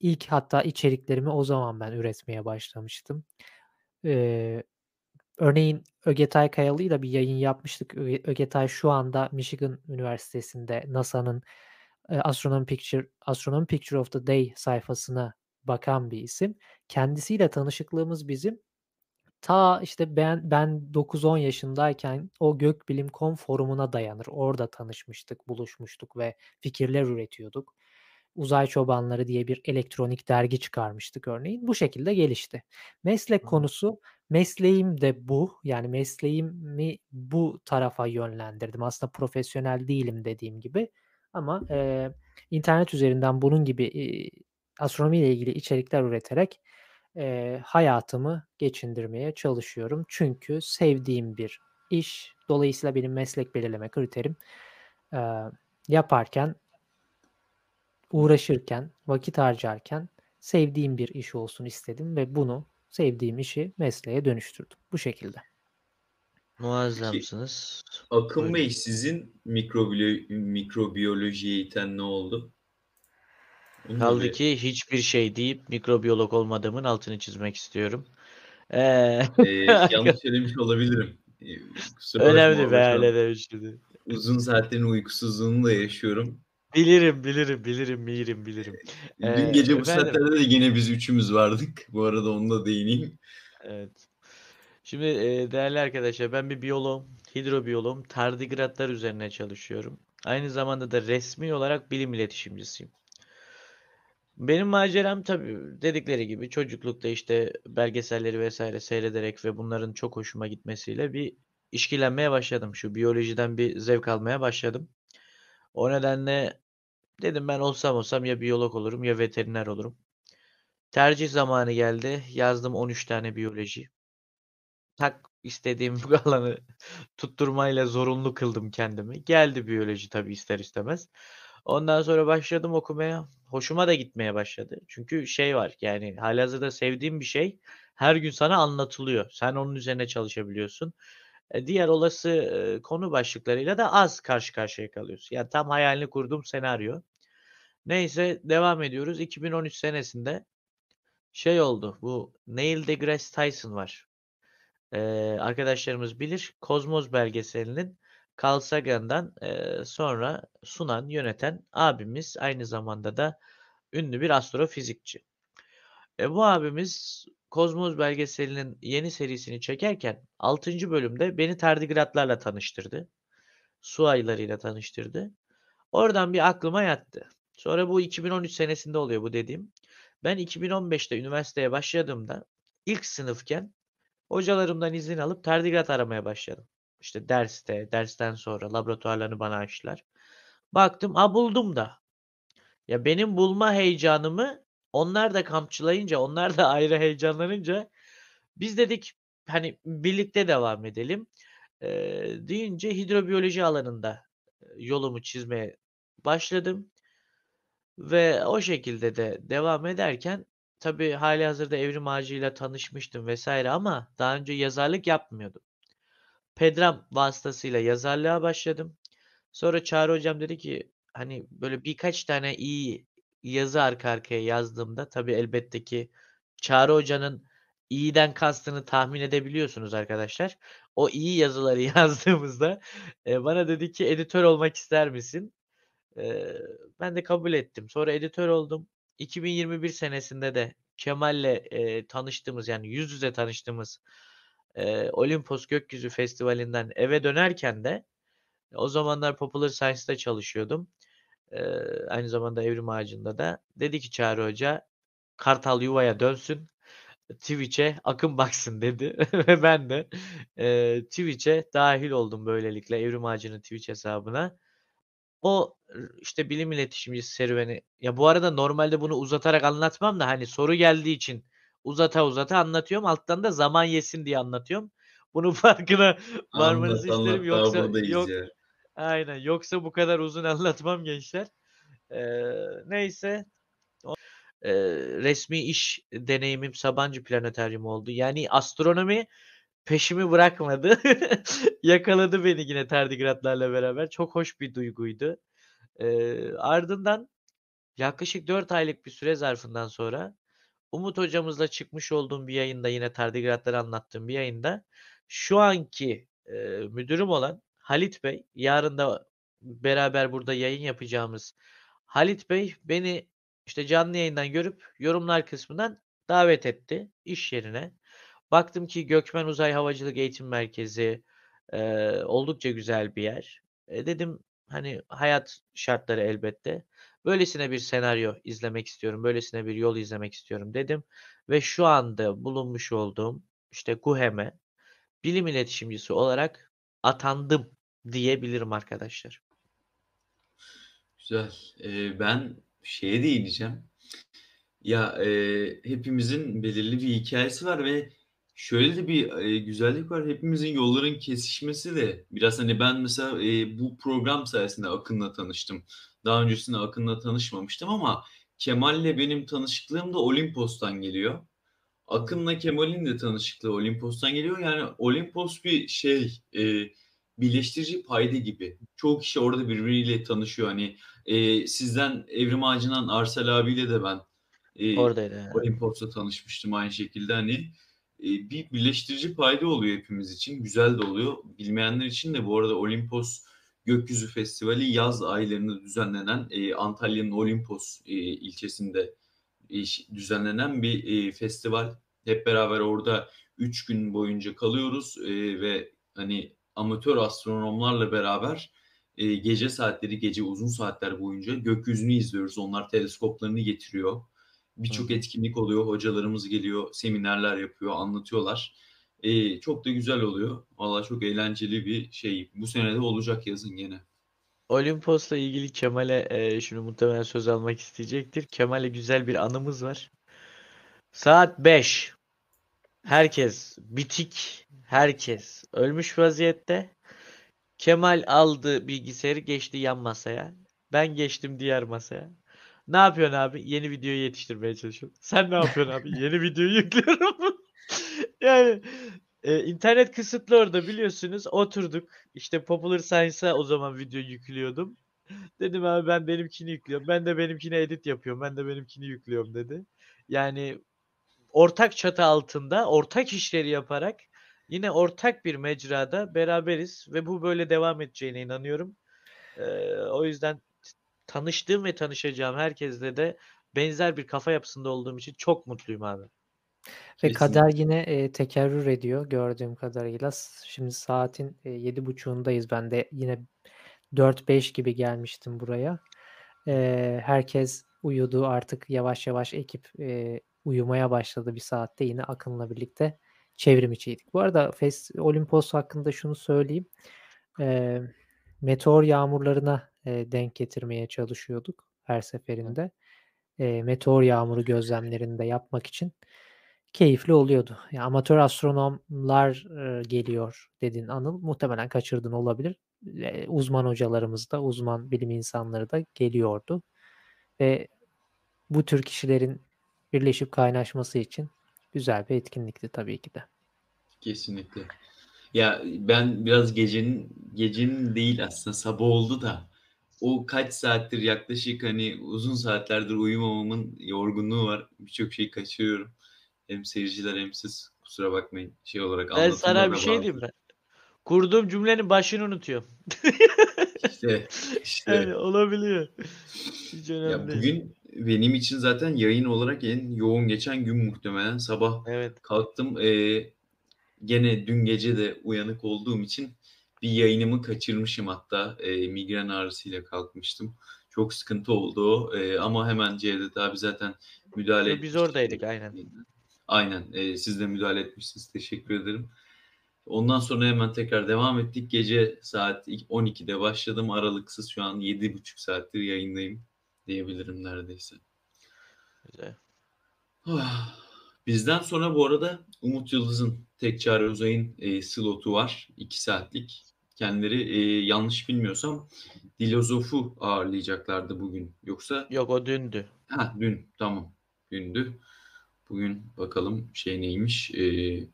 Speaker 3: ilk hatta içeriklerimi o zaman ben üretmeye başlamıştım. Eee, örneğin Ögetay Kayalı'yla bir yayın yapmıştık. Öge Ögetay şu anda Michigan Üniversitesi'nde NASA'nın, eee, Astronomy Picture Astronomy Picture of the Day sayfasına bakan bir isim. Kendisiyle tanışıklığımız bizim ta, işte, ben ben dokuz on yaşındayken o gökbilim nokta com forumuna dayanır. Orada tanışmıştık, buluşmuştuk ve fikirler üretiyorduk. Uzay Çobanları diye bir elektronik dergi çıkarmıştık örneğin. Bu şekilde gelişti. Meslek
Speaker 5: Hı hı.
Speaker 3: konusu, mesleğim de bu. Yani mesleğimi bu tarafa yönlendirdim. Aslında profesyonel değilim dediğim gibi ama, eee, internet üzerinden bunun gibi, iii, astronomiyle ilgili içerikler üreterek, eee, hayatımı geçindirmeye çalışıyorum. Çünkü sevdiğim bir iş. Dolayısıyla benim meslek belirleme kriterim, eee, yaparken, uğraşırken, vakit harcarken sevdiğim bir iş olsun istedim ve bunu, sevdiğim işi mesleğe dönüştürdüm. Bu şekilde.
Speaker 4: Peki,
Speaker 5: Muazzamsınız.
Speaker 4: Akın
Speaker 5: Buyurun.
Speaker 4: Bey sizin mikrobiyolo mikrobiyolojiye iten ne oldu? Onu da
Speaker 5: Kaldı
Speaker 4: bir
Speaker 5: ki hiçbir şey deyip mikrobiyolog olmadığımın altını çizmek istiyorum. Eee,
Speaker 4: Eee, yanlış söylemiş olabilirim. Eee, kusura bakma
Speaker 5: Önemli be,
Speaker 4: valla şu an
Speaker 5: halledelim.
Speaker 4: uzun saatlerin uykusuzluğunu da yaşıyorum.
Speaker 5: Bilirim, bilirim, bilirim, mirim, bilirim.
Speaker 4: Eee, dün
Speaker 5: Eee,
Speaker 4: gece bu
Speaker 5: efendim
Speaker 4: saatlerde de gene biz üçümüz vardık. Bu arada onu da değineyim.
Speaker 5: Evet. Şimdi, eee, değerli arkadaşlar, ben bir biyoloğum, hidrobiyoloğum. Tardigratlar üzerine çalışıyorum. Aynı zamanda da resmi olarak bilim iletişimcisiyim. Benim maceram tabii dedikleri gibi çocuklukta, işte, belgeselleri vesaire seyrederek ve bunların çok hoşuma gitmesiyle bir işkillenmeye başladım. Şu biyolojiden bir zevk almaya başladım. O nedenle dedim ben olsam olsam ya biyolog olurum ya veteriner olurum. Tercih zamanı geldi. Yazdım on üç tane biyoloji. Tak istediğim alanı tutturmayla zorunlu kıldım kendimi. Geldi biyoloji tabii ister istemez. Ondan sonra başladım okumaya. Hoşuma da gitmeye başladı. Çünkü şey var, yani hâlihazırda sevdiğin bir şey her gün sana anlatılıyor. Sen onun üzerine çalışabiliyorsun. E, diğer olası, eee, konu başlıklarıyla da az karşı karşıya kalıyorsun. Yani tam hayalini kurduğum senaryo. Neyse devam ediyoruz. iki bin on üç senesinde şey oldu, bu Neil deGrasse Tyson var. Eee, arkadaşlarımız bilir. Kozmos belgeselinin Carl Sagan'dan, eee, sonra sunan, yöneten abimiz. Aynı zamanda da ünlü bir astrofizikçi. E, bu abimiz Kozmos belgeselinin yeni serisini çekerken altıncı bölümde beni tardigratlarla tanıştırdı. Su ayılarıyla tanıştırdı. Oradan bir aklıma yattı. Sonra bu iki bin on üç senesinde oluyor bu dediğim. Ben iki bin on beşte üniversiteye başladığımda ilk sınıfken hocalarımdan izin alıp tardigrat aramaya başladım. İşte derste, dersten sonra laboratuvarlarını bana açtılar. Baktım, a buldum da. Ya benim bulma heyecanımı onlar da kamçılayınca, onlar da ayrı heyecanlanınca biz dedik hani birlikte devam edelim. Eee, deyince hidrobiyoloji alanında eee, yolumu çizmeye başladım ve o şekilde de devam ederken tabii hâlihazırda Evrim Ağacı'yla tanışmıştım vesaire ama daha önce yazarlık yapmıyordum. Pedram vasıtasıyla yazarlığa başladım. Sonra Çağrı hocam dedi ki hani böyle birkaç tane iyi yazı arka arkaya yazdığımda tabii elbette ki Çağrı hocanın iyiden kastını tahmin edebiliyorsunuz arkadaşlar. O iyi yazıları yazdığımızda eee, bana dedi ki editör olmak ister misin? Eee, ben de kabul ettim. Sonra editör oldum. iki bin yirmi bir senesinde de Kemal'le eee, tanıştığımız yani yüz yüze tanıştığımız eee, Olimpos Gökyüzü Festivali'nden eve dönerken de o zamanlar Popular Science'da çalışıyordum. Eee, aynı zamanda Evrim Ağacı'nda da. Dedi ki Çağrı Hoca, Kartal yuvaya dönsün, Twitch'e akın baksın dedi. Ve ben de eee, Twitch'e dahil oldum böylelikle Evrim Ağacı'nın Twitch hesabına. O ııı, işte bilim iletişimcisi serüveni. Ya bu arada normalde bunu uzatarak anlatmam da hani soru geldiği için uzata uzata anlatıyorum. Alttan da zaman yesin diye anlatıyorum. Bunun farkına varmanızı
Speaker 4: Anlat
Speaker 5: isterim.
Speaker 4: anlat daha
Speaker 5: Yoksa
Speaker 4: buradayız
Speaker 5: yok
Speaker 4: ya.
Speaker 5: aynen. Yoksa bu kadar uzun anlatmam gençler. Eee, neyse. O eee, resmi iş deneyimim Sabancı Planetaryumu oldu. Yani astronomi peşimi bırakmadı. Yakaladı beni yine tardigratlarla beraber. Çok hoş bir duyguydu. Eee, ardından Yaklaşık dört aylık bir süre zarfından sonra Umut hocamızla çıkmış olduğum bir yayında, yine tardigratları anlattığım bir yayında, şu anki e, müdürüm olan Halit Bey, yarın da beraber burada yayın yapacağımız Halit Bey beni işte canlı yayından görüp yorumlar kısmından davet etti iş yerine. Baktım ki Gökmen Uzay Havacılık Eğitim Merkezi e, oldukça güzel bir yer. E, dedim hani hayat şartları elbette. Böylesine bir senaryo izlemek istiyorum. Böylesine bir yol izlemek istiyorum dedim. Ve şu anda bulunmuş olduğum işte GUHEM'e bilim iletişimcisi olarak atandım diyebilirim arkadaşlar.
Speaker 4: Güzel. Ee, ben şeye değineceğim. Ya e, hepimizin belirli bir hikayesi var ve şöyle de bir e, güzellik var. Hepimizin yolların kesişmesi de biraz hani ben mesela e, bu program sayesinde Akın'la tanıştım. Daha öncesinde Akın'la tanışmamıştım ama Kemal'le benim tanışıklığım da Olimpos'tan geliyor. Akın'la Kemal'in de tanışıklığı Olimpos'tan geliyor. Yani Olimpos bir şey e, birleştirici payda gibi. Çoğu kişi orada birbiriyle tanışıyor. Hani e, sizden Evrim Ağacı'ndan Arsel abiyle de ben e,
Speaker 5: Oradaydı. Yani.
Speaker 4: Olimpos'ta tanışmıştım aynı şekilde. Hani e, bir birleştirici payda oluyor hepimiz için. Güzel de oluyor. Bilmeyenler için de bu arada Olimpos Gökyüzü Festivali yaz aylarında düzenlenen e, Antalya'nın Olimpos e, ilçesinde düzenlenen bir e, festival. Hep beraber orada üç gün boyunca kalıyoruz e, ve hani amatör astronomlarla beraber e, gece saatleri, gece uzun saatler boyunca gökyüzünü izliyoruz. Onlar teleskoplarını getiriyor. Birçok etkinlik oluyor. Hocalarımız geliyor, seminerler yapıyor, anlatıyorlar. E, çok da güzel oluyor. Vallahi çok eğlenceli bir şey. Bu sene de olacak yazın gene.
Speaker 5: Olimpos'la ilgili Kemal'e e, şimdi muhtemelen söz almak isteyecektir. Kemal'e güzel bir anımız var. Saat beş. Herkes bitik. Herkes ölmüş vaziyette. Kemal aldı bilgisayarı, geçti yan masaya. Ben geçtim diğer masaya. Ne yapıyorsun abi? Yeni videoyu yetiştirmeye çalışıyorum. Sen ne yapıyorsun abi? Yeni videoyu yüklüyorum. Yani e, internet kısıtlı orada biliyorsunuz. Oturduk. İşte Popular Science'a o zaman video yüklüyordum. Dedim abi ben benimkini yüklüyorum. Ben de benimkini edit yapıyorum. Ben de benimkini yüklüyorum dedi. Yani ortak çatı altında ortak işleri yaparak yine ortak bir mecrada beraberiz ve bu böyle devam edeceğine inanıyorum. Ee, o yüzden tanıştığım ve tanışacağım herkesle de benzer bir kafa yapısında olduğum için çok mutluyum abi.
Speaker 3: Ve kader
Speaker 4: Kesinlikle.
Speaker 3: yine e, tekerrür ediyor gördüğüm kadarıyla. S- Şimdi saatin e, yedi buçuğundayız. Ben de yine dört beş gibi gelmiştim buraya. E, herkes uyudu artık, yavaş yavaş ekip e, uyumaya başladı bir saatte. Yine Akın'la birlikte çevrim içiydik. Bu arada Fest Olimpos hakkında şunu söyleyeyim. E, meteor yağmurlarına e, denk getirmeye çalışıyorduk her seferinde. E, meteor yağmuru gözlemlerini de yapmak için keyifli oluyordu. Ya, amatör astronomlar e, geliyor dedin Anıl. Muhtemelen kaçırdın olabilir. E, uzman hocalarımız da, uzman bilim insanları da geliyordu. Ve bu tür kişilerin birleşip kaynaşması için güzel bir etkinlikti tabii ki de.
Speaker 4: Kesinlikle. Ya ben biraz gecenin gecenin değil aslında sabah oldu da o kaç saattir yaklaşık hani uzun saatlerdir uyumamamın yorgunluğu var. Birçok şeyi kaçırıyorum. Hem seyirciler hem siz kusura bakmayın şey olarak
Speaker 5: Ben sana bir
Speaker 4: anlatımda da
Speaker 5: şey diyeyim
Speaker 4: bazı
Speaker 5: mi? Kurduğum cümlenin başını unutuyorum.
Speaker 4: işte işte
Speaker 5: Yani olabiliyor. Hiç önemli
Speaker 4: ya
Speaker 5: değil.
Speaker 4: bugün benim için zaten yayın olarak en yoğun geçen gün muhtemelen sabah
Speaker 5: Evet.
Speaker 4: kalktım eee, gene dün gece de uyanık olduğum için bir yayınımı kaçırmışım hatta eee, migren ağrısıyla kalkmıştım. Çok sıkıntı oldu o Eee, ama hemen Cevdet abi zaten müdahale
Speaker 5: Yo, biz
Speaker 4: etmişti.
Speaker 5: oradaydık aynen.
Speaker 4: Aynen eee, siz de müdahale etmişsiniz teşekkür ederim. Ondan sonra hemen tekrar devam ettik. Gece saat on ikide başladım. Aralıksız şu an yedi buçuk saattir yayındayım diyebilirim neredeyse.
Speaker 5: Güzel.
Speaker 4: Ah, bizden sonra bu arada Umut Yıldız'ın Tek Çare Uzay'ın e, slotu var. iki saatlik. Kendileri e, yanlış bilmiyorsam Dilozof'u ağırlayacaklardı bugün. Yoksa
Speaker 5: Yok o dündü.
Speaker 4: ha dün tamam dündü. Bugün bakalım şey neymiş. E,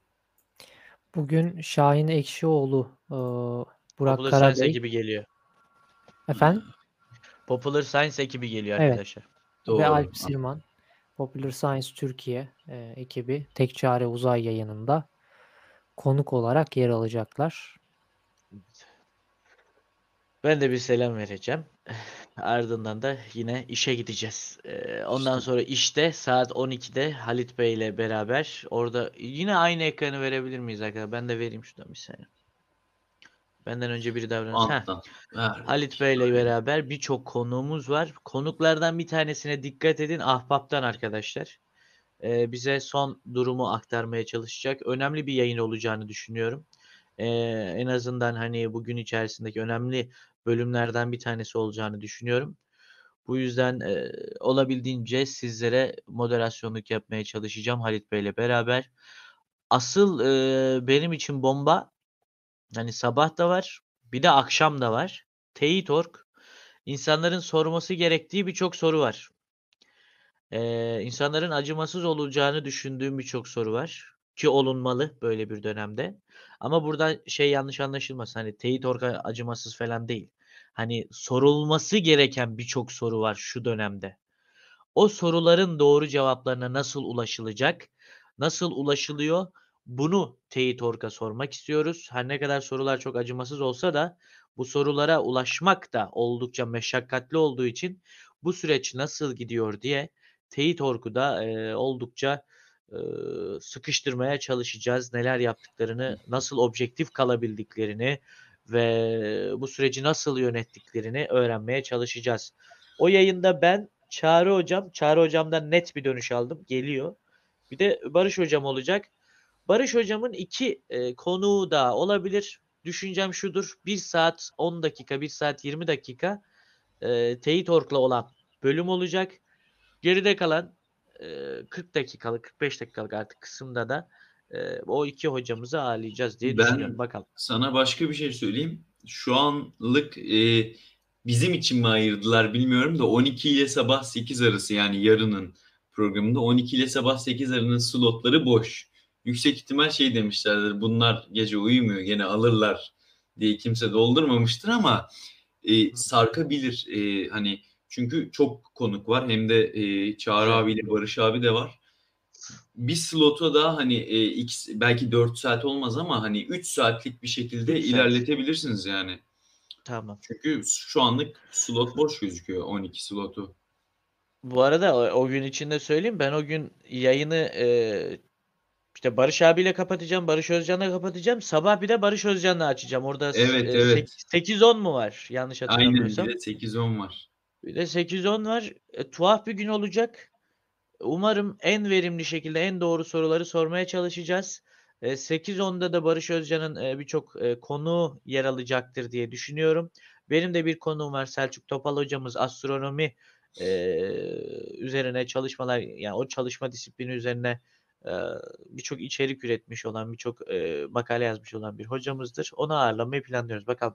Speaker 3: Bugün Şahin Ekşioğlu, e, Burak
Speaker 5: Popular Science
Speaker 3: Karabey.
Speaker 5: ekibi geliyor.
Speaker 3: Efendim?
Speaker 5: Popular Science ekibi geliyor
Speaker 3: Evet.
Speaker 5: arkadaşlar.
Speaker 3: Ve Alp
Speaker 4: Doğru.
Speaker 3: Silman, Popular Science Türkiye e, ekibi Tek Çare Uzay yayınında konuk olarak yer alacaklar.
Speaker 5: Ben de bir selam vereceğim. Ardından da yine işe gideceğiz. Ee, ondan
Speaker 4: İşte
Speaker 5: sonra işte saat on ikide Halit Bey ile beraber orada yine aynı ekranı verebilir miyiz arkadaşlar? Ben de vereyim şuradan bir saniye. Benden önce biri davranırsa. Heh.
Speaker 4: alttan ver.
Speaker 5: Halit Bey ile beraber birçok konuğumuz var. Konuklardan bir tanesine dikkat edin. Ahbap'tan arkadaşlar. Ee, bize son durumu aktarmaya çalışacak. Önemli bir yayın olacağını düşünüyorum. Ee, en azından hani bugün içerisindeki önemli bölümlerden bir tanesi olacağını düşünüyorum. Bu yüzden e, olabildiğince sizlere moderasyonluk yapmaya çalışacağım Halit Bey ile beraber. Asıl e, benim için bomba hani sabah da var, bir de akşam da var. Teyit Org. İnsanların sorması gerektiği birçok soru var. Ee, insanların acımasız olacağını düşündüğüm birçok soru var. Ki olunmalı böyle bir dönemde. Ama burada şey yanlış anlaşılmasın. Hani teyit orga acımasız falan değil. Hani sorulması gereken birçok soru var şu dönemde. O soruların doğru cevaplarına nasıl ulaşılacak? Nasıl ulaşılıyor? Bunu teyit orga sormak istiyoruz. Her ne kadar sorular çok acımasız olsa da bu sorulara ulaşmak da oldukça meşakkatli olduğu için bu süreç nasıl gidiyor diye teyit orgu da e, oldukça e, sıkıştırmaya çalışacağız. Neler yaptıklarını, nasıl objektif kalabildiklerini ve bu süreci nasıl yönettiklerini öğrenmeye çalışacağız. O yayında ben Çağrı Hocam, Çağrı Hocam'dan net bir dönüş aldım. Geliyor. Bir de Barış Hocam olacak. Barış Hocam'ın iki e, konuğu da olabilir. Düşüncem şudur. bir saat on dakika, bir saat yirmi dakika e, teyit org'la olan bölüm olacak. Geride kalan e, kırk dakikalık, kırk beş dakikalık artık kısımda da e, o iki hocamızı ağırlayacağız diye düşünüyorum.
Speaker 4: Ben
Speaker 5: Bakalım.
Speaker 4: sana başka bir şey söyleyeyim. Şu anlık e, bizim için mi ayırdılar bilmiyorum da on iki ile sabah sekiz arası, yani yarının programında on iki ile sabah sekiz arasının slotları boş. Yüksek ihtimal şey demişlerdir, bunlar gece uyumuyor gene alırlar diye kimse doldurmamıştır ama e, sarkabilir. E, hani çünkü çok konuk var, hem de e, Çağrı
Speaker 5: Güzel.
Speaker 4: abiyle Barış abi de var. Bir slota da hani e, x, belki dört saat olmaz ama hani üç saatlik bir şekilde
Speaker 5: üç saat.
Speaker 4: ilerletebilirsiniz yani.
Speaker 5: Tamam.
Speaker 4: Çünkü şu anlık slot boş gözüküyor, on iki slotu.
Speaker 5: Bu arada o, o gün içinde söyleyeyim, ben o gün yayını e, işte Barış abiyle kapatacağım, Barış Özcan'la kapatacağım. Sabah bir de Barış Özcan'la açacağım. Orada
Speaker 4: Evet,
Speaker 5: e,
Speaker 4: evet.
Speaker 5: sekiz on mu var? Yanlış
Speaker 4: Aynen,
Speaker 5: hatırlamıyorsam.
Speaker 4: bir de sekiz on var.
Speaker 5: Bir de sekiz on var. E, tuhaf bir gün olacak. Umarım en verimli şekilde en doğru soruları sormaya çalışacağız. E, sekiz onda da Barış Özcan'ın e, birçok e, konuğu yer alacaktır diye düşünüyorum. Benim de bir konuğum var, Selçuk Topal hocamız, astronomi e, üzerine çalışmalar, yani o çalışma disiplini üzerine e, birçok içerik üretmiş olan, birçok e, makale yazmış olan bir hocamızdır. Onu ağırlamayı planlıyoruz. Bakalım.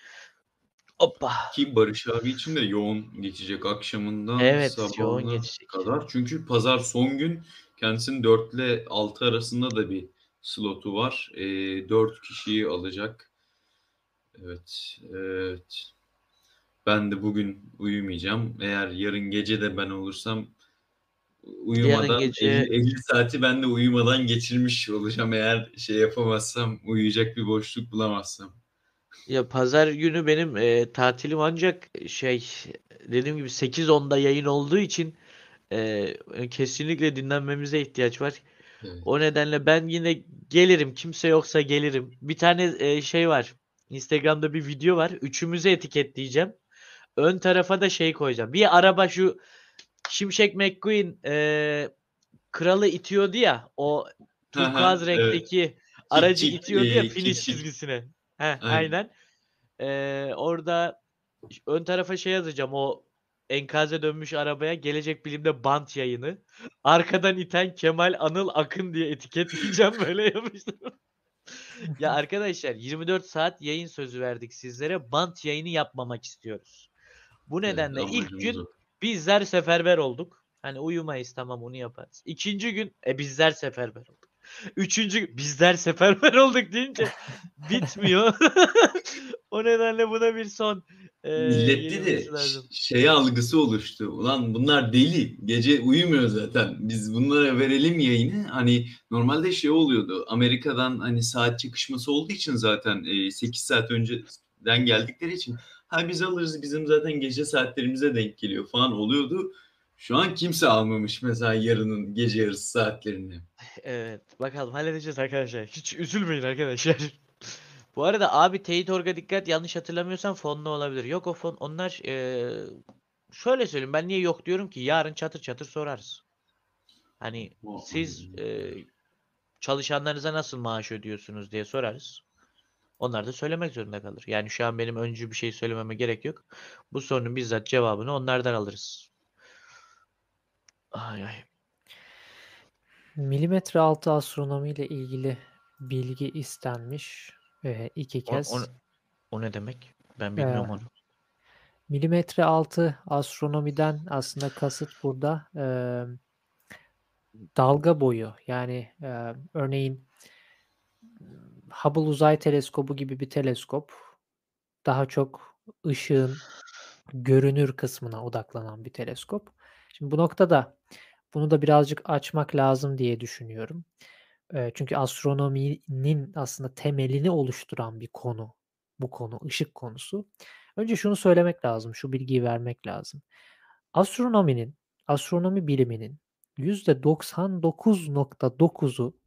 Speaker 5: Hoppa.
Speaker 4: Ki Barış abi için de yoğun geçecek akşamından
Speaker 5: Evet, yoğun
Speaker 4: sabahına
Speaker 5: geçecek.
Speaker 4: kadar. Çünkü pazar son gün, kendisinin dört ile altı arasında da bir slotu var. E, dört kişiyi alacak. Evet, evet. Ben de bugün uyumayacağım. Eğer yarın gece de ben olursam uyumadan
Speaker 5: Yarın gece
Speaker 4: elli, elli saati ben de uyumadan geçirmiş olacağım, eğer şey yapamazsam, uyuyacak bir boşluk bulamazsam.
Speaker 5: ya pazar günü benim e, tatilim, ancak şey dediğim gibi sekiz onda yayın olduğu için e, kesinlikle dinlenmemize ihtiyaç var.
Speaker 4: Evet.
Speaker 5: O nedenle ben yine gelirim. Kimse yoksa gelirim. Bir tane e, şey var. Instagram'da bir video var. Üçümüzü etiketleyeceğim. Ön tarafa da şey koyacağım. Bir araba, şu Şimşek McQueen e, kralı itiyordu ya. O turkuaz
Speaker 4: Evet.
Speaker 5: renkteki
Speaker 4: Kit,
Speaker 5: aracı
Speaker 4: kit,
Speaker 5: itiyordu ya
Speaker 4: e, kit,
Speaker 5: finish
Speaker 4: kit.
Speaker 5: çizgisine. Heh,
Speaker 4: Aynen.
Speaker 5: aynen. Ee, orada ön tarafa şey yazacağım, o enkaze dönmüş arabaya Gelecek Bilim'de bant yayını. Arkadan iten Kemal Anıl Akın diye etiketleyeceğim, böyle yapmıştım. Ya arkadaşlar, yirmi dört saat yayın sözü verdik sizlere. Bant yayını yapmamak istiyoruz. Bu
Speaker 4: Evet,
Speaker 5: nedenle ilk
Speaker 4: amacımız o.
Speaker 5: gün bizler seferber olduk. Hani uyumayız, tamam, onu yaparız. İkinci gün e bizler seferber olduk. Üçüncü gün bizler seferber olduk deyince bitmiyor. O nedenle buna bir son Eee,
Speaker 4: Millette de
Speaker 5: yenilmesi lazım.
Speaker 4: ş- şey algısı oluştu. Ulan bunlar deli. Gece uyumuyor zaten. Biz bunlara verelim yayını. Hani normalde şey oluyordu. Amerika'dan hani saat çıkışması olduğu için zaten e, sekiz saat önceden geldikleri için ha biz alırız bizim zaten gece saatlerimize denk geliyor falan oluyordu. Şu an kimse almamış mesela yarının gece yarısı saatlerini.
Speaker 5: Evet. Bakalım halledeceğiz arkadaşlar. Hiç üzülmeyin arkadaşlar. Bu arada abi Teyit Org'a dikkat, yanlış hatırlamıyorsam fonlu olabilir. Yok o fon, onlar eee, şöyle söyleyeyim, ben niye yok diyorum ki yarın çatır çatır sorarız. Hani siz eee, çalışanlarınıza nasıl maaş ödüyorsunuz diye sorarız. Onlar da söylemek zorunda kalır. Yani şu an benim öncü bir şey söylememe gerek yok. Bu sorunun bizzat cevabını onlardan alırız. Ay ay.
Speaker 3: Milimetre altı astronomi ile ilgili bilgi istenmiş e, iki
Speaker 5: O, o,
Speaker 3: kez.
Speaker 5: o ne demek? Ben
Speaker 3: E,
Speaker 5: bilmiyorum onu.
Speaker 3: milimetre altı astronomiden aslında kasıt burada e, dalga boyu. Yani e, örneğin Hubble Uzay Teleskobu gibi bir teleskop daha çok ışığın görünür kısmına odaklanan bir teleskop. Şimdi bu noktada bunu da birazcık açmak lazım diye düşünüyorum. Eee, çünkü astronominin aslında temelini oluşturan bir konu bu konu, ışık konusu. Önce şunu söylemek lazım, şu bilgiyi vermek lazım. Astronominin, astronomi biliminin yüzde doksan dokuz nokta dokuzu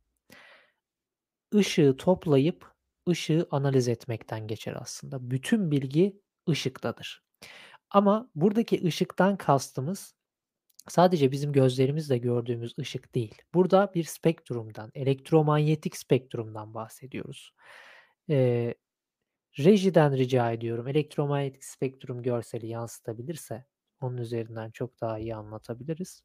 Speaker 3: ışığı toplayıp ışığı analiz etmekten geçer aslında. Bütün bilgi ışıktadır. Ama buradaki ışıktan kastımız sadece bizim gözlerimizle gördüğümüz ışık değil. Burada bir spektrumdan, elektromanyetik spektrumdan bahsediyoruz. Eee, rejiden rica ediyorum, elektromanyetik spektrum görseli yansıtabilirse onun üzerinden çok daha iyi anlatabiliriz.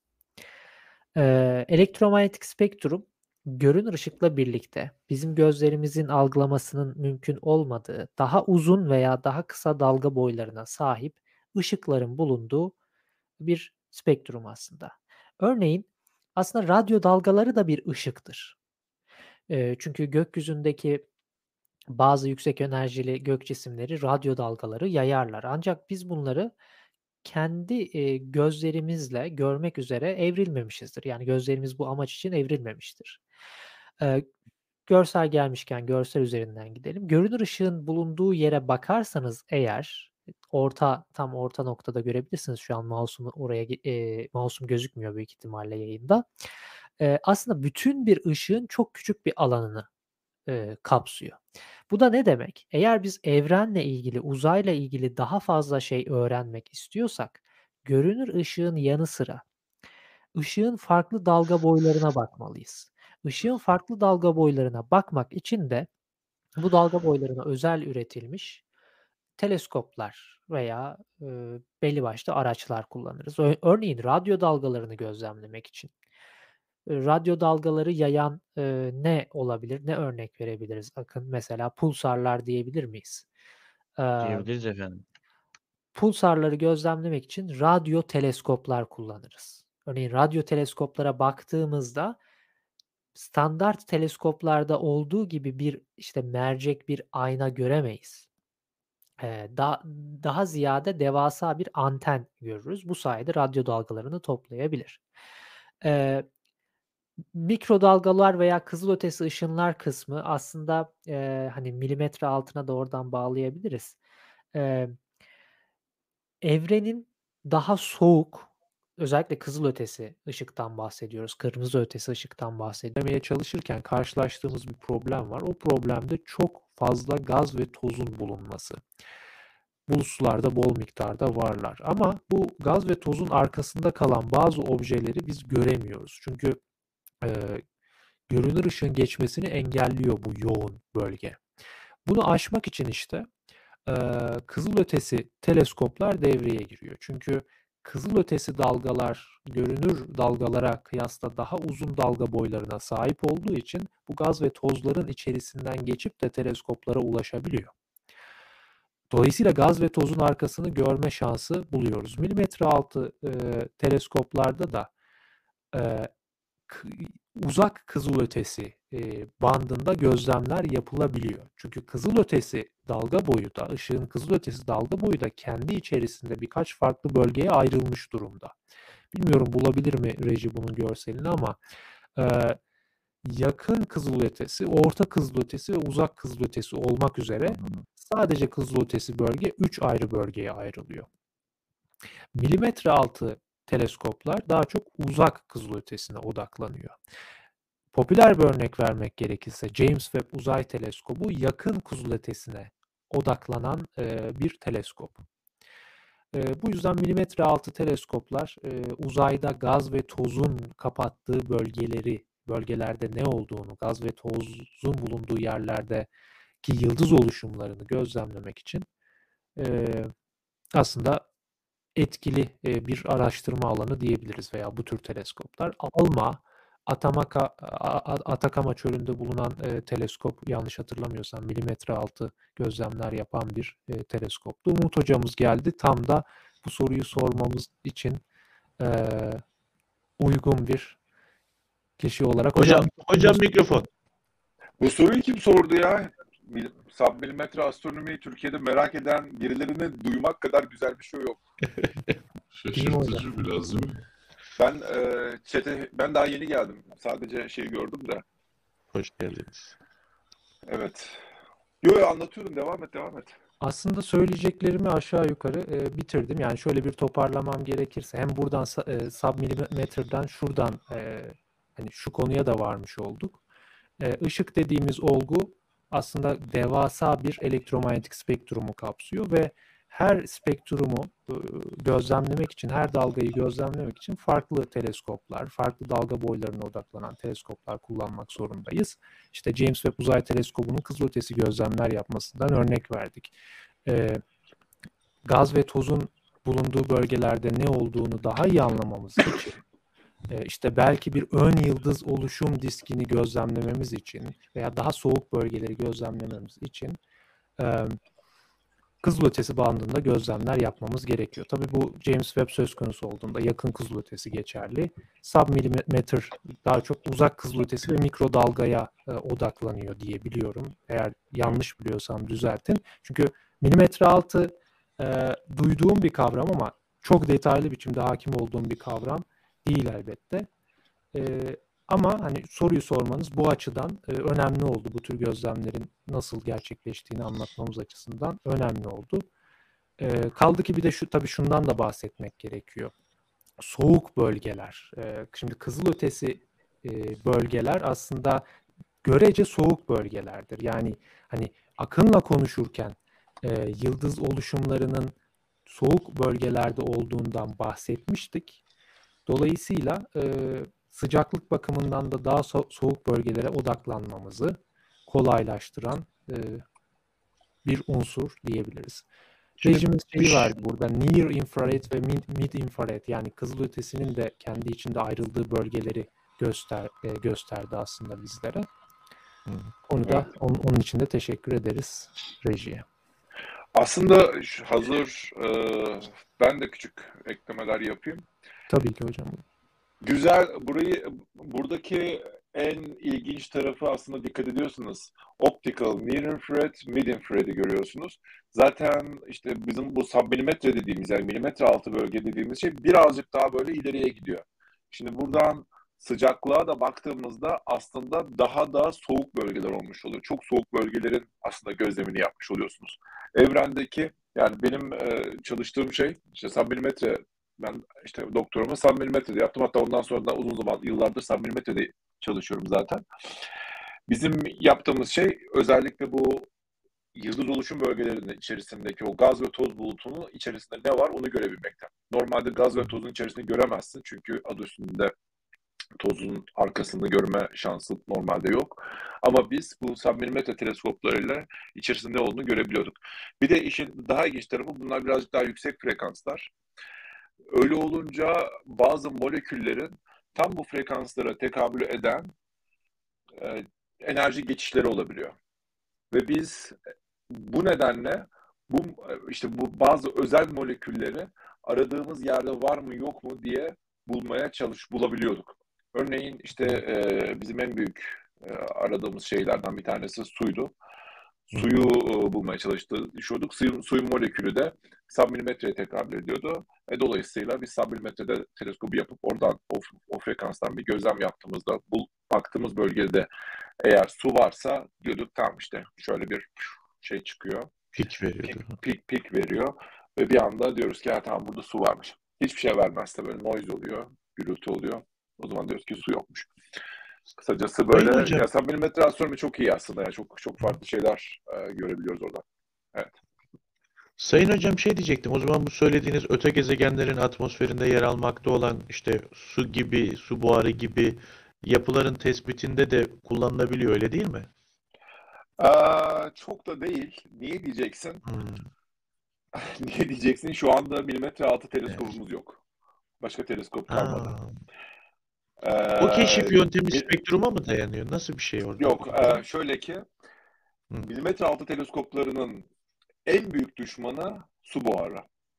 Speaker 3: Eee, elektromanyetik spektrum görünür ışıkla birlikte bizim gözlerimizin algılamasının mümkün olmadığı daha uzun veya daha kısa dalga boylarına sahip ışıkların bulunduğu bir spektrum aslında. Örneğin aslında radyo dalgaları da bir ışıktır. Eee, çünkü gökyüzündeki bazı yüksek enerjili gök cisimleri radyo dalgaları yayarlar. Ancak biz bunları kendi, eee, gözlerimizle görmek üzere evrilmemişizdir. Yani gözlerimiz bu amaç için evrilmemiştir. Eee, görsel gelmişken görsel üzerinden gidelim. Görünür ışığın bulunduğu yere bakarsanız eğer, orta tam orta noktada görebilirsiniz şu an mouse'umu oraya ge eee, mouse'um gözükmüyor büyük ihtimalle yayında. Eee, aslında bütün bir ışığın çok küçük bir alanını eee, kapsıyor. Bu da ne demek? Eğer biz evrenle ilgili, uzayla ilgili daha fazla şey öğrenmek istiyorsak, görünür ışığın yanı sıra ışığın farklı dalga boylarına bakmalıyız. Işığın farklı dalga boylarına bakmak için de bu dalga boylarına özel üretilmiş teleskoplar veya, eee, belli başlı araçlar kullanırız. Ö örneğin radyo dalgalarını gözlemlemek için. Eee, radyo dalgaları yayan, eee, ne olabilir? Ne örnek verebiliriz Akın? Mesela pulsarlar diyebilir miyiz? Eee,
Speaker 5: Diyebiliriz efendim.
Speaker 3: pulsarları gözlemlemek için radyo teleskoplar kullanırız. Örneğin radyo teleskoplara baktığımızda standart teleskoplarda olduğu gibi bir, işte, mercek, bir ayna göremeyiz. Eee, da daha ziyade devasa bir anten görürüz. Bu sayede radyo dalgalarını toplayabilir. Eee Mikrodalgalar veya kızılötesi ışınlar kısmı aslında, eee, hani, milimetre altına da oradan bağlayabiliriz. Eee, evrenin daha soğuk, özellikle kızılötesi ışıktan bahsediyoruz, kırmızı ötesi ışıktan bahsediyoruz.
Speaker 6: Çözmeye çalışırken karşılaştığımız bir problem var. O problemde çok fazla gaz ve tozun bulunması. Bulutlarda bol miktarda varlar. Ama bu gaz ve tozun arkasında kalan bazı objeleri biz göremiyoruz. Çünkü eee, görünür ışığın geçmesini engelliyor bu yoğun bölge. Bunu aşmak için işte eee kızılötesi teleskoplar devreye giriyor. Çünkü kızılötesi dalgalar görünür dalgalara kıyasla daha uzun dalga boylarına sahip olduğu için bu gaz ve tozların içerisinden geçip de teleskoplara ulaşabiliyor. Dolayısıyla gaz ve tozun arkasını görme şansı buluyoruz. Milimetre altı eee, teleskoplarda da eee, k- uzak kızılötesi e, bandında gözlemler yapılabiliyor. Çünkü kızılötesi dalga boyu da, ışığın kızılötesi dalga boyu da kendi içerisinde birkaç farklı bölgeye ayrılmış durumda. Bilmiyorum bulabilir mi reji bunun görselini ama e, yakın kızılötesi, orta kızılötesi ve uzak kızılötesi olmak üzere sadece kızılötesi bölge üç ayrı bölgeye ayrılıyor. Milimetre altı teleskoplar daha çok uzak kızılötesine odaklanıyor. Popüler bir örnek vermek gerekirse James Webb Uzay Teleskobu yakın kızılötesine odaklanan e, bir teleskop. E, bu yüzden milimetre altı teleskoplar e, uzayda gaz ve tozun kapattığı bölgeleri, bölgelerde ne olduğunu, gaz ve tozun bulunduğu yerlerdeki yıldız oluşumlarını gözlemlemek için e, aslında etkili e, bir araştırma alanı diyebiliriz veya bu tür teleskoplar. ALMA, Atamaka, A- A- Atakama çölünde bulunan e, teleskop, yanlış hatırlamıyorsam milimetre altı gözlemler yapan bir e, teleskoptu. Umut hocamız geldi. Tam da bu soruyu sormamız için e, uygun bir kişi olarak.
Speaker 5: Hocam,
Speaker 6: Hocam,
Speaker 5: hocam mikrofon.
Speaker 7: Bu soruyu kim sordu ya? Mil- Submilimetre astronomiyi Türkiye'de merak eden birilerini duymak kadar güzel bir şey yok.
Speaker 8: Şaşırtıcı biraz değil mi?
Speaker 7: Ben e, chat'e ben daha yeni geldim. Sadece şeyi gördüm de.
Speaker 5: Hoş geldiniz.
Speaker 7: Evet. Yo yo anlatıyorum. Devam et, devam et.
Speaker 6: aslında söyleyeceklerimi aşağı yukarı e, bitirdim. Yani şöyle bir toparlamam gerekirse hem buradan sa- e, submilimetreden şuradan e, hani şu konuya da varmış olduk. E, ışık dediğimiz olgu aslında devasa bir elektromanyetik spektrumu kapsıyor ve her spektrumu e, gözlemlemek için, her dalgayı gözlemlemek için farklı teleskoplar, farklı dalga boylarına odaklanan teleskoplar kullanmak zorundayız. İşte James Webb Uzay Teleskobu'nun kızılötesi gözlemler yapmasından örnek verdik. E, gaz ve tozun bulunduğu bölgelerde ne olduğunu daha iyi anlamamız için, e, işte belki bir ön yıldız oluşum diskini gözlemlememiz için veya daha soğuk bölgeleri gözlemlememiz için e, kızılötesi bandında gözlemler yapmamız gerekiyor. Tabii bu James Webb söz konusu olduğunda yakın kızılötesi geçerli. Submilimetre daha çok uzak kızılötesi ve mikrodalgaya e, odaklanıyor diye biliyorum. Eğer yanlış biliyorsam düzeltin. Çünkü milimetre altı e, duyduğum bir kavram ama çok detaylı biçimde hakim olduğum bir kavram değil elbette. E, ama hani soruyu sormanız bu açıdan e, önemli oldu. Bu tür gözlemlerin nasıl gerçekleştiğini anlatmamız açısından önemli oldu. E, kaldı ki bir de şu tabii şundan da bahsetmek gerekiyor. Soğuk bölgeler. E, şimdi kızılötesi e, bölgeler aslında görece soğuk bölgelerdir. Yani hani Akın'la konuşurken e, yıldız oluşumlarının soğuk bölgelerde olduğundan bahsetmiştik. Dolayısıyla e, sıcaklık bakımından da daha so- soğuk bölgelere odaklanmamızı kolaylaştıran e, bir unsur diyebiliriz.
Speaker 5: Şimdi
Speaker 6: Rejimiz şeyi
Speaker 5: üç-
Speaker 6: vardı burada. Near infrared ve mid, mid infrared, yani kızılötesinin de kendi içinde ayrıldığı bölgeleri göster e, gösterdi aslında bizlere. Onu da onun, onun için de teşekkür ederiz rejiye.
Speaker 7: Aslında şu- hazır e, ben de küçük eklemeler yapayım.
Speaker 6: Tabii ki hocam.
Speaker 7: Güzel, burayı buradaki en ilginç tarafı aslında dikkat ediyorsunuz. Optical, near infrared, mid infrared'i görüyorsunuz. Zaten işte bizim bu submilimetre dediğimiz, yani milimetre altı bölge dediğimiz şey birazcık daha böyle ileriye gidiyor. Şimdi buradan sıcaklığa da baktığımızda aslında daha da soğuk bölgeler olmuş oluyor. Çok soğuk bölgelerin aslında gözlemini yapmış oluyorsunuz. Evrendeki, yani benim e, çalıştığım şey işte submilimetre. Ben işte doktorumu submilimetre'de yaptım. Hatta ondan sonra da uzun zaman, yıllardır submilimetre'de çalışıyorum zaten. Bizim yaptığımız şey özellikle bu yıldız oluşum bölgelerinin içerisindeki o gaz ve toz bulutunun içerisinde ne var onu görebilmekte. Normalde gaz ve tozun içerisinde göremezsin. Çünkü adı üstünde tozun arkasını görme şansı normalde yok. Ama biz bu submilimetre teleskoplarıyla içerisinde ne olduğunu görebiliyorduk. Bir de işin daha ilginç tarafı, bunlar birazcık daha yüksek frekanslar. Öyle olunca bazı moleküllerin tam bu frekanslara tekabül eden e, enerji geçişleri olabiliyor. Ve biz bu nedenle bu işte bu bazı özel molekülleri aradığımız yerde var mı yok mu diye bulmaya çalış bulabiliyorduk. Örneğin işte e, bizim en büyük e, aradığımız şeylerden bir tanesi suydu. Suyu e, bulmaya çalışıyorduk. Suyun, suyun molekülü de submilimetreye tekabül ediyordu. Ve dolayısıyla biz submilimetrede teleskobu yapıp oradan o, o frekanstan bir gözlem yaptığımızda bu baktığımız bölgede eğer su varsa diyorduk tamam işte şöyle bir şey çıkıyor.
Speaker 6: Pik veriyordu.
Speaker 7: Pik, pik, pik veriyor. Ve bir anda diyoruz ki ya tamam burada su varmış. Hiçbir şey vermezse böyle noise oluyor, gürültü oluyor. O zaman diyoruz ki su yokmuş. Kısacası
Speaker 6: Sayın
Speaker 7: böyle
Speaker 6: hocam,
Speaker 7: ya submilimetre astronomi çok iyi aslında ya çok çok farklı şeyler e, görebiliyoruz orada. Evet.
Speaker 6: Sayın hocam şey diyecektim. O zaman bu söylediğiniz öte gezegenlerin atmosferinde yer almakta olan işte su gibi, su buharı gibi yapıların tespitinde de kullanılabiliyor öyle değil mi?
Speaker 7: Aa, çok da değil. Niye diyeceksin?
Speaker 6: Hmm.
Speaker 7: Niye diyeceksin? Şu anda milimetre altı teleskopumuz yok. Başka teleskop kalmadı.
Speaker 6: Aa, o keşif
Speaker 7: Ee,
Speaker 6: yöntemi
Speaker 7: bir-
Speaker 6: spektruma mı dayanıyor? Nasıl bir şey orada?
Speaker 7: yok. e, şöyle ki
Speaker 6: Hı.
Speaker 7: milimetre altı teleskoplarının en büyük düşmanı su buharı.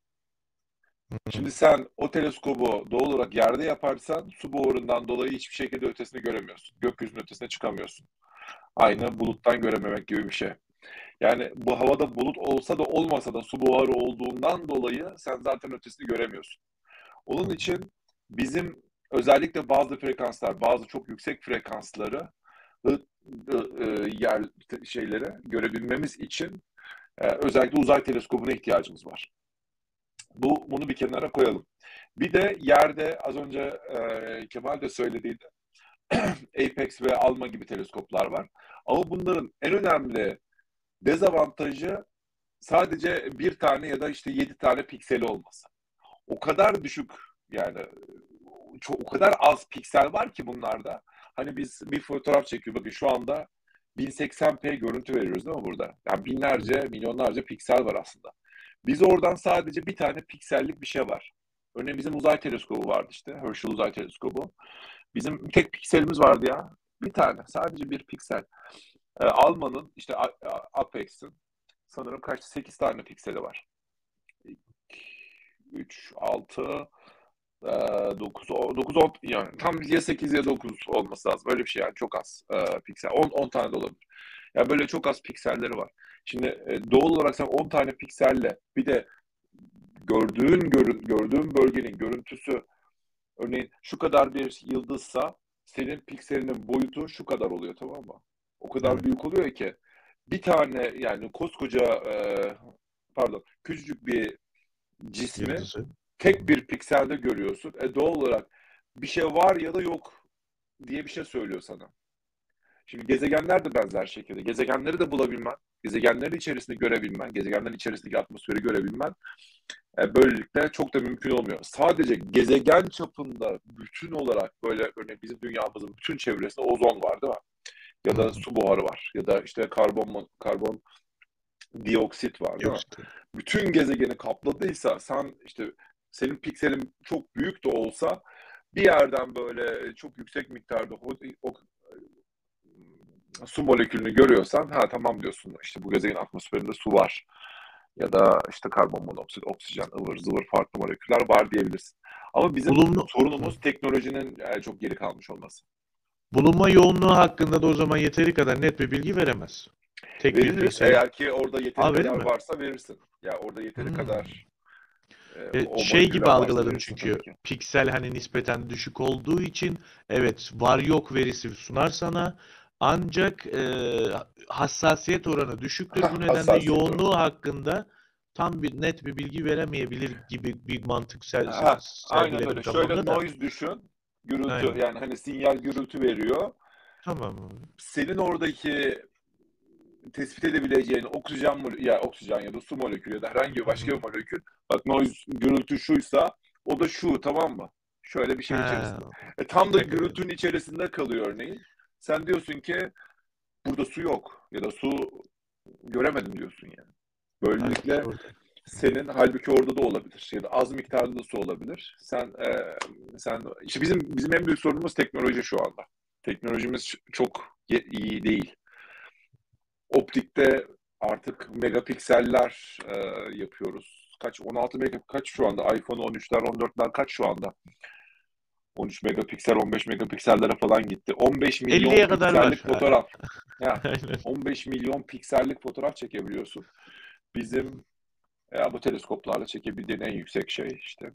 Speaker 7: Şimdi sen o teleskobu doğal olarak yerde yaparsan su buharından dolayı hiçbir şekilde ötesini göremiyorsun. Gökyüzünün ötesine çıkamıyorsun. Aynı buluttan görememek gibi bir şey. Yani bu havada bulut olsa da olmasa da su buharı olduğundan dolayı sen zaten ötesini göremiyorsun. Onun için bizim özellikle bazı frekanslar, bazı çok yüksek frekansları ı- ı- ı- yer şeyleri görebilmemiz için e, özellikle uzay teleskobuna ihtiyacımız var. Bu bunu bir kenara koyalım. Bir de yerde az önce e, Kemal de söylediydi. Apex ve ALMA gibi teleskoplar var. Ama bunların en önemli dezavantajı sadece bir tane ya da işte yedi tane pikseli olması. O kadar düşük yani çok, o kadar az piksel var ki bunlarda. Hani biz bir fotoğraf çekiyor. Bakın şu anda bin seksen p görüntü veriyoruz değil mi burada? Yani binlerce, milyonlarca piksel var aslında. Biz oradan sadece bir tane piksellik bir şey var. Örneğin bizim uzay teleskobu vardı işte. Herschel uzay teleskobu. Bizim tek pikselimiz vardı ya. Bir tane. Sadece bir piksel. Ee, Alman'ın işte Apex'in sanırım kaç? sekiz tane pikseli var. üç, altı, dokuz, dokuz, on yani tam ya sekiz ya dokuz olması lazım. Öyle bir şey yani çok az e, piksel. on, on tane de olabilir. Yani böyle çok az pikselleri var. Şimdi e, doğal olarak sen on tane pikselle bir de gördüğün görün, gördüğün bölgenin görüntüsü örneğin şu kadar bir yıldızsa senin pikselinin boyutu şu kadar oluyor tamam mı? O kadar
Speaker 6: Evet.
Speaker 7: büyük oluyor ki bir tane yani koskoca e, pardon küçücük bir cismi
Speaker 6: Yıldızı.
Speaker 7: tek bir pikselde görüyorsun. E doğal olarak bir şey var ya da yok diye bir şey söylüyor sana. Şimdi gezegenler de benzer şekilde. Gezegenleri de bulabilmen, gezegenlerin içerisinde görebilmen, gezegenlerin içerisindeki atmosferi görebilmen e, böylelikle çok da mümkün olmuyor. Sadece gezegen çapında bütün olarak böyle örneğin bizim dünyamızın bütün çevresinde ozon var değil mi? Ya da su buharı var. Ya da işte karbon karbon dioksit var değil mi?
Speaker 6: Yok.
Speaker 7: Bütün gezegeni kapladıysa sen işte senin pikselin çok büyük de olsa bir yerden böyle çok yüksek miktarda o, o su molekülünü görüyorsan ha tamam diyorsun işte bu gezegenin atmosferinde su var ya da işte karbon monoksit, oksijen, ıvır zıvır farklı moleküller var diyebilirsin. Ama bizim
Speaker 6: Bulunma,
Speaker 7: sorunumuz teknolojinin yani çok geri kalmış olması.
Speaker 6: bulunma yoğunluğu hakkında da o zaman yeteri kadar net bir bilgi veremez. Tek bir
Speaker 7: Veririz
Speaker 6: piksel.
Speaker 7: eğer ki orada yeteri
Speaker 6: Aa, verir
Speaker 7: kadar
Speaker 6: mi?
Speaker 7: varsa verirsin. Ya orada yeteri
Speaker 6: Hmm.
Speaker 7: kadar e,
Speaker 6: E,
Speaker 7: o
Speaker 6: şey gibi
Speaker 7: moleküller varsa
Speaker 6: algıladım
Speaker 7: verirsin
Speaker 6: çünkü
Speaker 7: tabii ki.
Speaker 6: piksel hani nispeten düşük olduğu için evet var yok verisi sunar sana ancak e, hassasiyet oranı düşüktür. Bu nedenle
Speaker 7: Hassasiyet
Speaker 6: yoğunluğu
Speaker 7: oranı.
Speaker 6: hakkında tam bir net bir bilgi veremeyebilir gibi bir mantık ser,
Speaker 7: Ha, aynen
Speaker 6: sergiledim
Speaker 7: öyle. Şöyle
Speaker 6: kafamda da.
Speaker 7: noise düşün. Gürültü
Speaker 6: Aynen.
Speaker 7: yani hani sinyal gürültü veriyor.
Speaker 6: Tamam.
Speaker 7: Senin oradaki tespit edebileceğin oksijen mol- ya oksijen ya da su molekülü ya da herhangi bir başka bir molekül. Bak noise gürültü şuysa o da şu tamam mı? Şöyle bir şey
Speaker 6: Ha,
Speaker 7: içerisinde. E, tam da
Speaker 6: evet.
Speaker 7: gürültünün içerisinde kalıyor örneğin. Sen diyorsun ki burada su yok ya da su göremedim diyorsun yani. Böylelikle
Speaker 6: Halbuki orada.
Speaker 7: senin halbuki orada da olabilir ya da az miktarda da su olabilir. Sen e, sen işte bizim bizim en büyük sorunumuz teknoloji şu anda. Teknolojimiz çok ye- iyi değil. Optikte artık megapikseller e, yapıyoruz. Kaç on altı mega kaç şu anda? iPhone on üçler on dörtler kaç şu anda? on üç megapiksel, on beş megapiksellere falan gitti. on beş milyon
Speaker 5: elliye kadar var.
Speaker 7: piksellik fotoğraf. Ya,
Speaker 5: Aynen.
Speaker 7: on beş milyon piksellik fotoğraf çekebiliyorsun. Bizim ya bu teleskoplarla çekebildiğin en yüksek şey işte.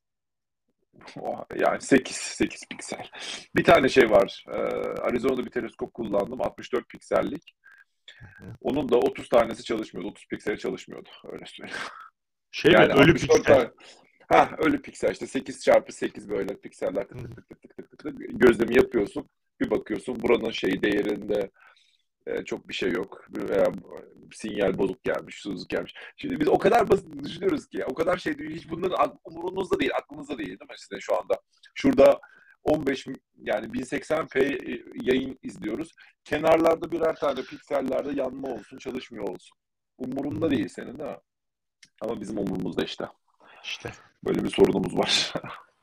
Speaker 7: O, yani sekiz, sekiz piksel. Bir tane şey var. Ee, Arizona'da bir teleskop kullandım. altmış dört piksellik. Onun da otuz tanesi çalışmıyordu. otuz pikseli çalışmıyordu. Öyle söyleyeyim.
Speaker 5: Şey mi?
Speaker 7: Yani
Speaker 5: Ölü
Speaker 7: altmış dört
Speaker 5: piksel.
Speaker 7: tane. Ha, ölü piksel işte sekiz çarpı sekiz böyle pikseller tık tık tık tık tık tık tık tık gözlemi yapıyorsun. Bir bakıyorsun buranın şeyi değerinde e, çok bir şey yok. Veya sinyal bozuk gelmiş, susuzluk gelmiş. Şimdi biz o kadar basit düşünüyoruz ki, o kadar şey değil. Hiç bunların umurunuzda değil, aklınızda değil değil mi sizin şu anda? Şurada on beş yani bin seksen p yayın izliyoruz. Kenarlarda birer tane piksellerde yanma olsun, çalışmıyor olsun. Umurunda değil senin değil mi? Ama bizim umurumuzda işte.
Speaker 5: İşte.
Speaker 7: Böyle bir sorunumuz var.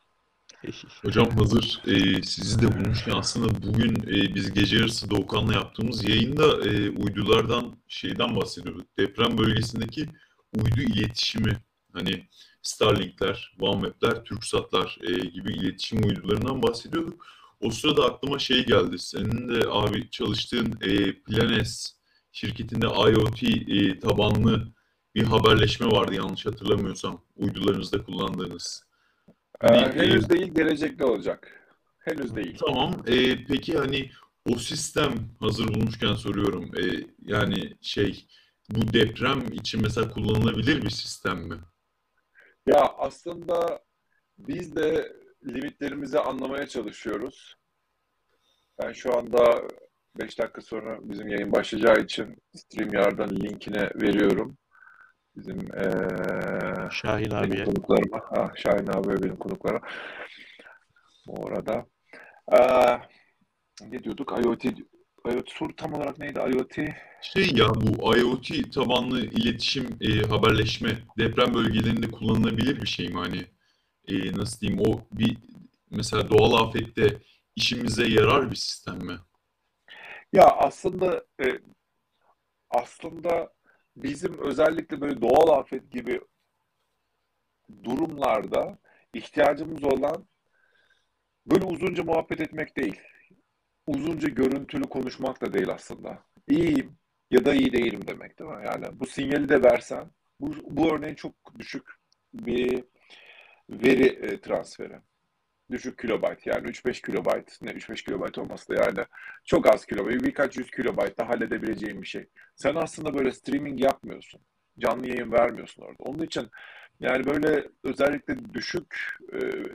Speaker 8: Hocam hazır e, sizi de bulmuşken aslında bugün e, biz gece yarısı Doğukan'la yaptığımız yayında e, uydulardan şeyden bahsediyorduk. Deprem bölgesindeki uydu iletişimi, hani Starlink'ler, OneWeb'ler, TürkSat'lar e, gibi iletişim uydularından bahsediyorduk. O sırada aklıma şey geldi. Senin de abi çalıştığın e, Planes şirketinde IoT e, tabanlı bir haberleşme vardı yanlış hatırlamıyorsam. Uydularınızda kullandığınız.
Speaker 7: Ee,
Speaker 8: Hani,
Speaker 7: henüz
Speaker 8: e,
Speaker 7: değil, gelecekte olacak. Henüz değil.
Speaker 8: Tamam. E, peki hani o sistem hazır bulmuşken soruyorum. E, yani şey bu deprem için mesela kullanılabilir bir sistem mi?
Speaker 7: Ya aslında biz de limitlerimizi anlamaya çalışıyoruz. Ben şu anda beş dakika sonra bizim yayın başlayacağı için StreamYard'ın linkini veriyorum. Bizim ee,
Speaker 5: Şahin
Speaker 7: benim
Speaker 5: abiye.
Speaker 7: konuklarıma. Ha, Şahin abi ve benim konuklarıma. Bu arada. Ee, ne diyorduk? IoT. IoT soru tam olarak neydi? IoT.
Speaker 8: Şey ya bu IoT tabanlı iletişim, e, haberleşme deprem bölgelerinde kullanılabilir bir şey mi hani? E, nasıl diyeyim o bir mesela doğal afette işimize yarar bir sistem mi?
Speaker 7: Ya aslında e, aslında bizim özellikle böyle doğal afet gibi durumlarda ihtiyacımız olan böyle uzunca muhabbet etmek değil. Uzunca görüntülü konuşmak da değil aslında. İyiyim ya da iyi değilim demek değil mi? Yani bu sinyali de versen, bu, bu örneğin çok düşük bir veri e, transferi. Düşük kilobayt yani üç beş kilobayt, ne üç beş kilobayt olması da yani çok az kilobayt, birkaç yüz kilobaytta halledebileceğin bir şey. Sen aslında böyle streaming yapmıyorsun. Canlı yayın vermiyorsun orada. Onun için yani böyle özellikle düşük e,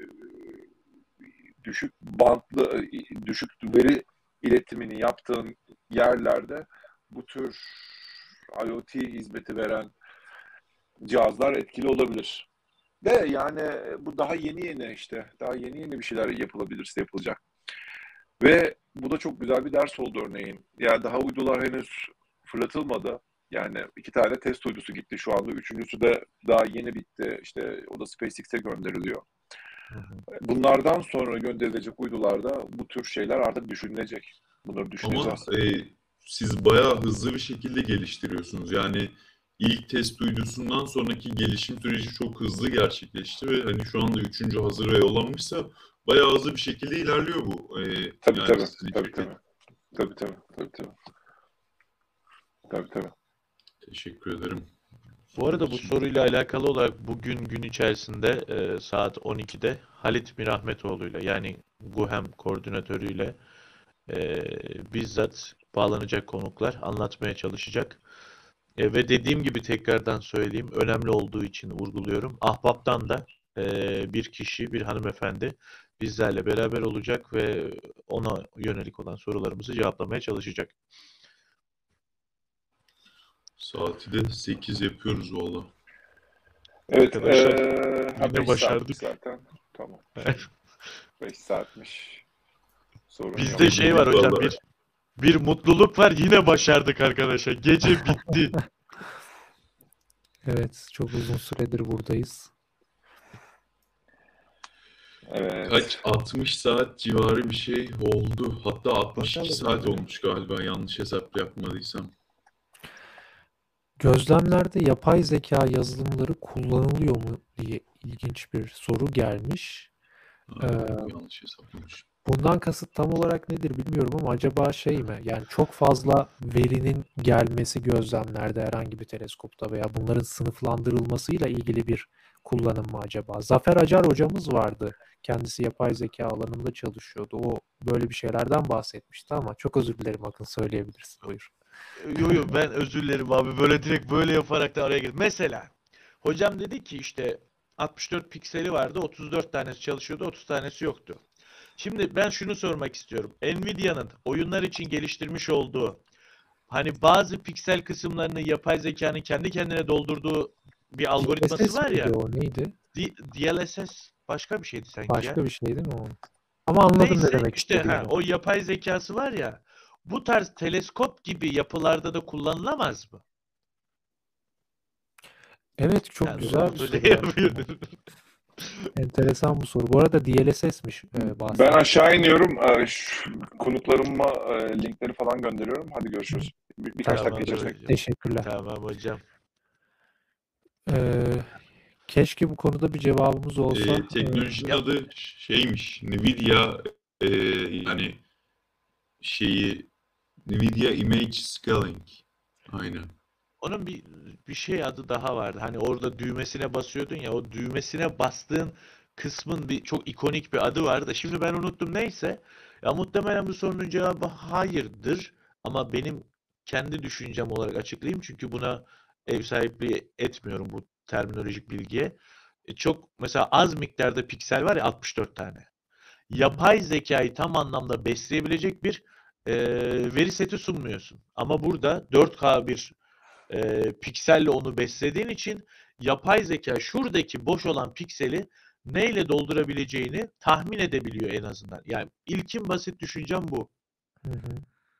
Speaker 7: düşük bantlı, düşük veri iletimini yaptığın yerlerde bu tür IoT hizmeti veren cihazlar etkili olabilir. De yani bu daha yeni yeni işte, daha yeni yeni bir şeyler yapılabilirse yapılacak. Ve bu da çok güzel bir ders oldu örneğin. Yani daha uydular henüz fırlatılmadı. Yani iki tane test uydusu gitti şu anda. Üçüncüsü de daha yeni bitti. İşte o da SpaceX'e gönderiliyor. Bunlardan sonra gönderilecek uydularda bu tür şeyler artık düşünülecek. Bunları
Speaker 8: Ama
Speaker 7: düşüneceğiz.
Speaker 8: e, siz bayağı hızlı bir şekilde geliştiriyorsunuz. Yani ilk test uydusundan sonraki gelişim süreci çok hızlı gerçekleşti ve hani şu anda üçüncü hazır ve yollanmışsa bayağı hızlı bir şekilde ilerliyor bu. E,
Speaker 7: Tabii
Speaker 8: yani
Speaker 7: tabii.
Speaker 8: sizin
Speaker 7: Tabii
Speaker 8: şirket.
Speaker 7: tabii. Tabii tabii. Tabii tabii. Tabii tabii.
Speaker 8: Teşekkür ederim.
Speaker 5: Bu arada bu soruyla alakalı olarak bugün gün içerisinde e, saat on ikide Halit Mirahmetoğlu'yla yani GUHEM koordinatörüyle e, bizzat bağlanacak konuklar anlatmaya çalışacak. E, ve dediğim gibi tekrardan söyleyeyim, önemli olduğu için vurguluyorum. Ahbap'tan da e, bir kişi, bir hanımefendi bizlerle beraber olacak ve ona yönelik olan sorularımızı cevaplamaya çalışacak.
Speaker 8: Saati de sekiz yapıyoruz valla.
Speaker 7: Evet.
Speaker 5: Arkadaşlar,
Speaker 7: Ee, ha,
Speaker 5: yine
Speaker 7: beş
Speaker 5: başardık.
Speaker 7: saatmiş zaten. Tamam. beş saatmiş. Sorun
Speaker 5: Bizde
Speaker 7: yok.
Speaker 5: şey var hocam,
Speaker 8: Vallahi.
Speaker 5: bir bir mutluluk var, yine başardık arkadaşlar. Gece bitti.
Speaker 6: Evet, çok uzun süredir buradayız.
Speaker 7: Evet.
Speaker 8: Kaç? altmış saat civarı bir şey oldu. Hatta altmış iki
Speaker 6: Bakalım.
Speaker 8: saat olmuş galiba yanlış hesap yapmadıysam.
Speaker 6: Gözlemlerde yapay zeka yazılımları kullanılıyor mu diye ilginç bir soru gelmiş.
Speaker 8: Ha,
Speaker 6: Ee,
Speaker 8: yanlış hesaplamışım.
Speaker 6: Bundan kasıt tam olarak nedir bilmiyorum ama acaba şey mi? Yani çok fazla verinin gelmesi gözlemlerde herhangi bir teleskopta veya bunların sınıflandırılmasıyla ilgili bir kullanım mı acaba? Zafer Acar hocamız vardı. Kendisi yapay zeka alanında çalışıyordu. O böyle bir şeylerden bahsetmişti ama çok özür dilerim, Akın, söyleyebilirsin. Buyur.
Speaker 5: Yo yo ben özür dilerim abi, böyle direkt böyle yaparak da araya girdim. Mesela hocam dedi ki işte altmış dört pikseli vardı, otuz dört tanesi çalışıyordu, otuz tanesi yoktu. Şimdi ben şunu sormak istiyorum. Nvidia'nın oyunlar için geliştirmiş olduğu hani bazı piksel kısımlarını yapay zekanın kendi kendine doldurduğu bir algoritması
Speaker 6: D L S S
Speaker 5: var ya.
Speaker 6: miydi o, neydi?
Speaker 5: D- DLSS başka bir şeydi sanki ya.
Speaker 6: Başka bir şey değil mi o? Ama anladım ne
Speaker 5: Neyse
Speaker 6: demek
Speaker 5: işte ha,
Speaker 6: istediğini.
Speaker 5: o yapay zekası var ya, bu tarz teleskop gibi yapılarda da kullanılamaz mı?
Speaker 6: Evet, çok
Speaker 5: Yani
Speaker 6: güzel bir
Speaker 5: Umut
Speaker 6: soru
Speaker 5: Hoca
Speaker 6: gerçekten.
Speaker 5: yapıyor.
Speaker 6: Enteresan bu soru. Bu arada D L S S'miş e,
Speaker 7: Ben
Speaker 6: bahsettiğim.
Speaker 7: aşağı iniyorum. Ee, şu konuklarıma e, linkleri falan gönderiyorum. Hadi görüşürüz. Bir, birkaç dakika
Speaker 5: Tamamdır
Speaker 7: içerisinde.
Speaker 5: hocam.
Speaker 6: Teşekkürler.
Speaker 5: Tamam hocam.
Speaker 6: Ee, keşke bu konuda bir cevabımız olsa.
Speaker 8: Ee,
Speaker 6: Ee,
Speaker 8: teknolojinin adı şeymiş. Nvidia e, yani şeyi Nvidia Image Scaling. Aynen.
Speaker 5: Onun bir bir şey adı daha vardı. Hani orada düğmesine basıyordun ya, o düğmesine bastığın kısmın bir çok ikonik bir adı vardı da şimdi ben unuttum, neyse. Ya muhtemelen bu sorunun cevabı hayırdır ama benim kendi düşüncem olarak açıklayayım çünkü buna ev sahipliği etmiyorum bu terminolojik bilgiye. E, çok mesela az miktarda piksel var ya, altmış dört tane. Yapay zekayı tam anlamda besleyebilecek bir e, veri seti sunmuyorsun. Ama burada dört K bir e, pikselle onu beslediğin için yapay zeka şuradaki boş olan pikseli neyle doldurabileceğini tahmin edebiliyor en azından. Yani ilkin basit düşüncem bu.
Speaker 6: Hı hı.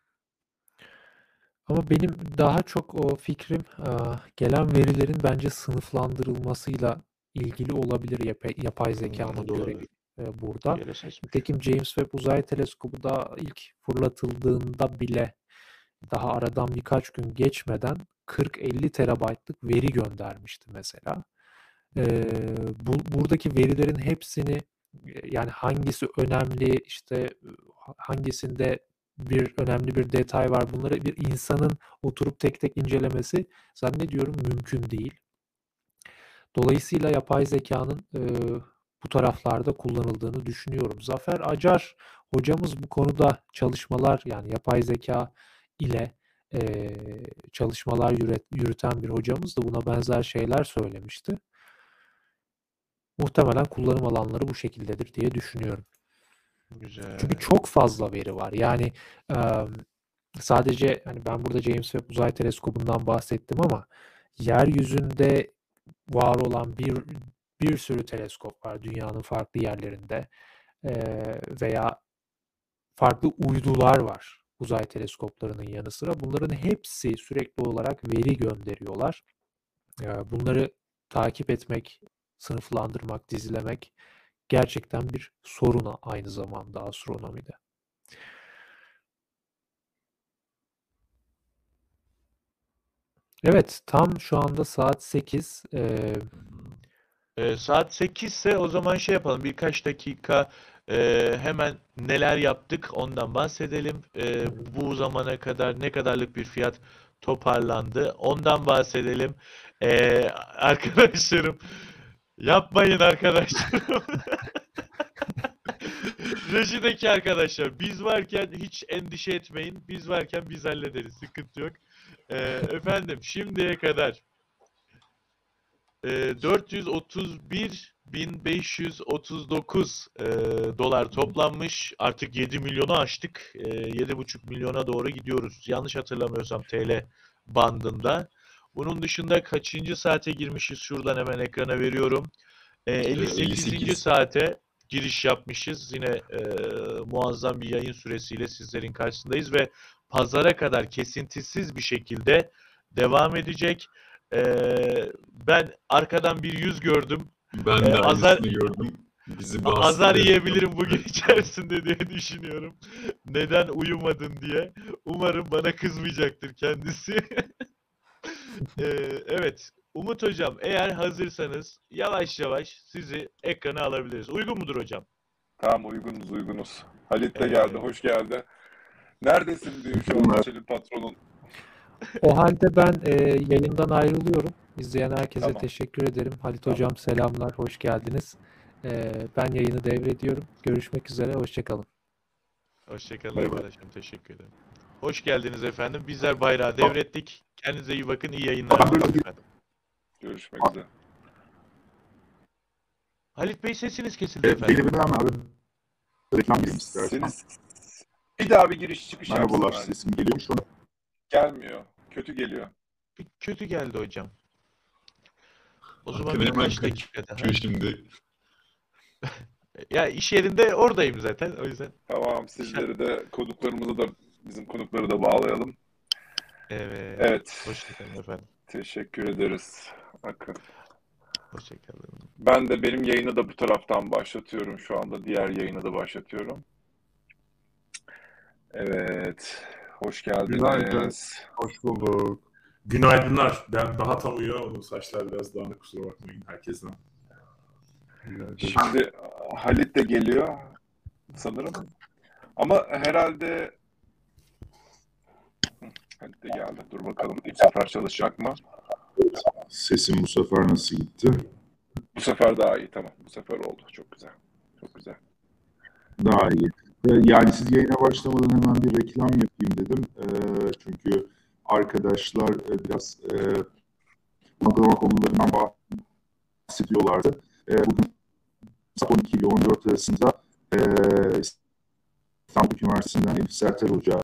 Speaker 6: Ama benim daha çok o fikrim e, gelen verilerin bence sınıflandırılmasıyla ilgili olabilir yapay, yapay zekanın
Speaker 5: O da
Speaker 6: görevi
Speaker 5: olabilir.
Speaker 6: e, burada.
Speaker 5: D L S S'miş.
Speaker 6: Nitekim James Webb Uzay Teleskobu da ilk fırlatıldığında bile daha aradan birkaç gün geçmeden kırk elli terabaytlık veri göndermişti mesela. Ee, bu, buradaki verilerin hepsini e, yani hangisi önemli, işte hangisinde bir önemli bir detay var, bunları bir insanın oturup tek tek incelemesi zannediyorum mümkün değil. Dolayısıyla yapay zekanın e, bu taraflarda kullanıldığını düşünüyorum. Zafer Acar hocamız bu konuda çalışmalar, yani yapay zeka ile e, çalışmalar yürüt, yürüten bir hocamız da buna benzer şeyler söylemişti. Muhtemelen kullanım alanları bu şekildedir diye düşünüyorum.
Speaker 5: Güzel.
Speaker 6: Çünkü çok fazla veri var. Yani e, sadece hani ben burada James Webb Uzay Teleskobu'ndan bahsettim ama yeryüzünde var olan bir bir sürü teleskop var dünyanın farklı yerlerinde e, veya farklı uydular var uzay teleskoplarının yanı sıra. Bunların hepsi sürekli olarak veri gönderiyorlar. E, bunları takip etmek, sınıflandırmak, dizilemek gerçekten bir sorun aynı zamanda astronomide. Evet, tam şu anda saat sekiz. Ee,
Speaker 5: E, saat sekiz ise o zaman şey yapalım, birkaç dakika e, hemen neler yaptık ondan bahsedelim. E, bu zamana kadar ne kadarlık bir fiyat toparlandı ondan bahsedelim. E, arkadaşlarım yapmayın arkadaşlarım. Rejideki arkadaşlar, biz varken hiç endişe etmeyin. Biz varken biz hallederiz. Sıkıntı yok. E, efendim şimdiye kadar dört yüz otuz bir bin beş yüz otuz dokuz e, dolar toplanmış. Artık yedi milyonu aştık. E, yedi buçuk milyona doğru gidiyoruz. Yanlış hatırlamıyorsam T L bandında. Bunun dışında kaçıncı saate girmişiz? Şuradan hemen ekrana veriyorum. E, elli sekizinci
Speaker 8: elli sekiz.
Speaker 5: saate giriş yapmışız. Yine e, muazzam bir yayın süresiyle sizlerin karşısındayız ve pazara kadar kesintisiz bir şekilde devam edecek. Ee, ben arkadan bir yüz gördüm.
Speaker 8: Ben de
Speaker 5: Ee, azar
Speaker 8: aynısını gördüm. Bizi bastı.
Speaker 5: azar yiyebilirim bugün içerisinde diye düşünüyorum. Neden uyumadın diye. Umarım bana kızmayacaktır kendisi. Ee, evet. Umut hocam, eğer hazırsanız yavaş yavaş sizi ekrana alabiliriz. Uygun mudur hocam?
Speaker 7: Tamam, uygunuz uygunuz. Halit de
Speaker 5: Evet.
Speaker 7: geldi, hoş geldi. Neredesin diyor şu an Açel'in patronun.
Speaker 6: O halde ben e, yayından ayrılıyorum. İzleyen herkese
Speaker 7: Tamam.
Speaker 6: teşekkür ederim. Halit
Speaker 7: Tamam.
Speaker 6: Hocam selamlar, hoş geldiniz. E, ben yayını devrediyorum. Görüşmek üzere, hoşçakalın.
Speaker 5: Hoşçakalın
Speaker 7: Bay bay.
Speaker 5: arkadaşım. Teşekkür ederim. Hoş geldiniz efendim. Bizler bayrağı devrettik. Kendinize iyi bakın. İyi yayınlar diliyorum efendim.
Speaker 7: Görüşmek üzere.
Speaker 5: Halit Bey sesiniz kesildi
Speaker 9: E,
Speaker 5: efendim.
Speaker 9: Beni hemen abi reklam gireyim istersen.
Speaker 7: Seni bir daha bir giriş çıkış
Speaker 9: Merhabalar,
Speaker 7: yapsın yani.
Speaker 9: sesim geliyor mu şu an?
Speaker 7: Gelmiyor. Kötü geliyor.
Speaker 5: Bir kötü geldi hocam. O zaman
Speaker 8: Hakan hemen
Speaker 5: birkaç dakika daha.
Speaker 8: kaçıyor şimdi.
Speaker 5: Ya iş yerinde oradayım zaten. O yüzden.
Speaker 7: Tamam, sizleri de konuklarımızı da bizim konukları da bağlayalım.
Speaker 5: Evet.
Speaker 7: Evet.
Speaker 5: Hoşçakalın efendim.
Speaker 7: Teşekkür ederiz. Bakın.
Speaker 5: Hoşçakalın.
Speaker 7: Ben de benim yayını da bu taraftan başlatıyorum şu anda. Diğer yayını da başlatıyorum. Evet. Hoş geldiniz.
Speaker 9: Günaydın. Hoş bulduk.
Speaker 10: Günaydınlar. Ben daha tam uyuyamadım. Saçlar biraz dağınık, kusura bakmayın herkesten.
Speaker 7: Şimdi Halit de geliyor sanırım. Ama herhalde Hı, Halit de geldi. Dur bakalım bu sefer çalışacak mı?
Speaker 9: Sesim bu sefer nasıl gitti?
Speaker 7: Bu sefer daha iyi. Tamam. Bu sefer oldu. Çok güzel. Çok güzel.
Speaker 9: Daha iyi. Ee, Yani siz yayına başlamadan hemen bir reklam yapayım dedim. Ee, çünkü arkadaşlar e, biraz e, uygulama konularından bahsediyorlardı. E, bugün saat on iki ile on dört arasında e, İstanbul Üniversitesi'nden Elif Sertel Hoca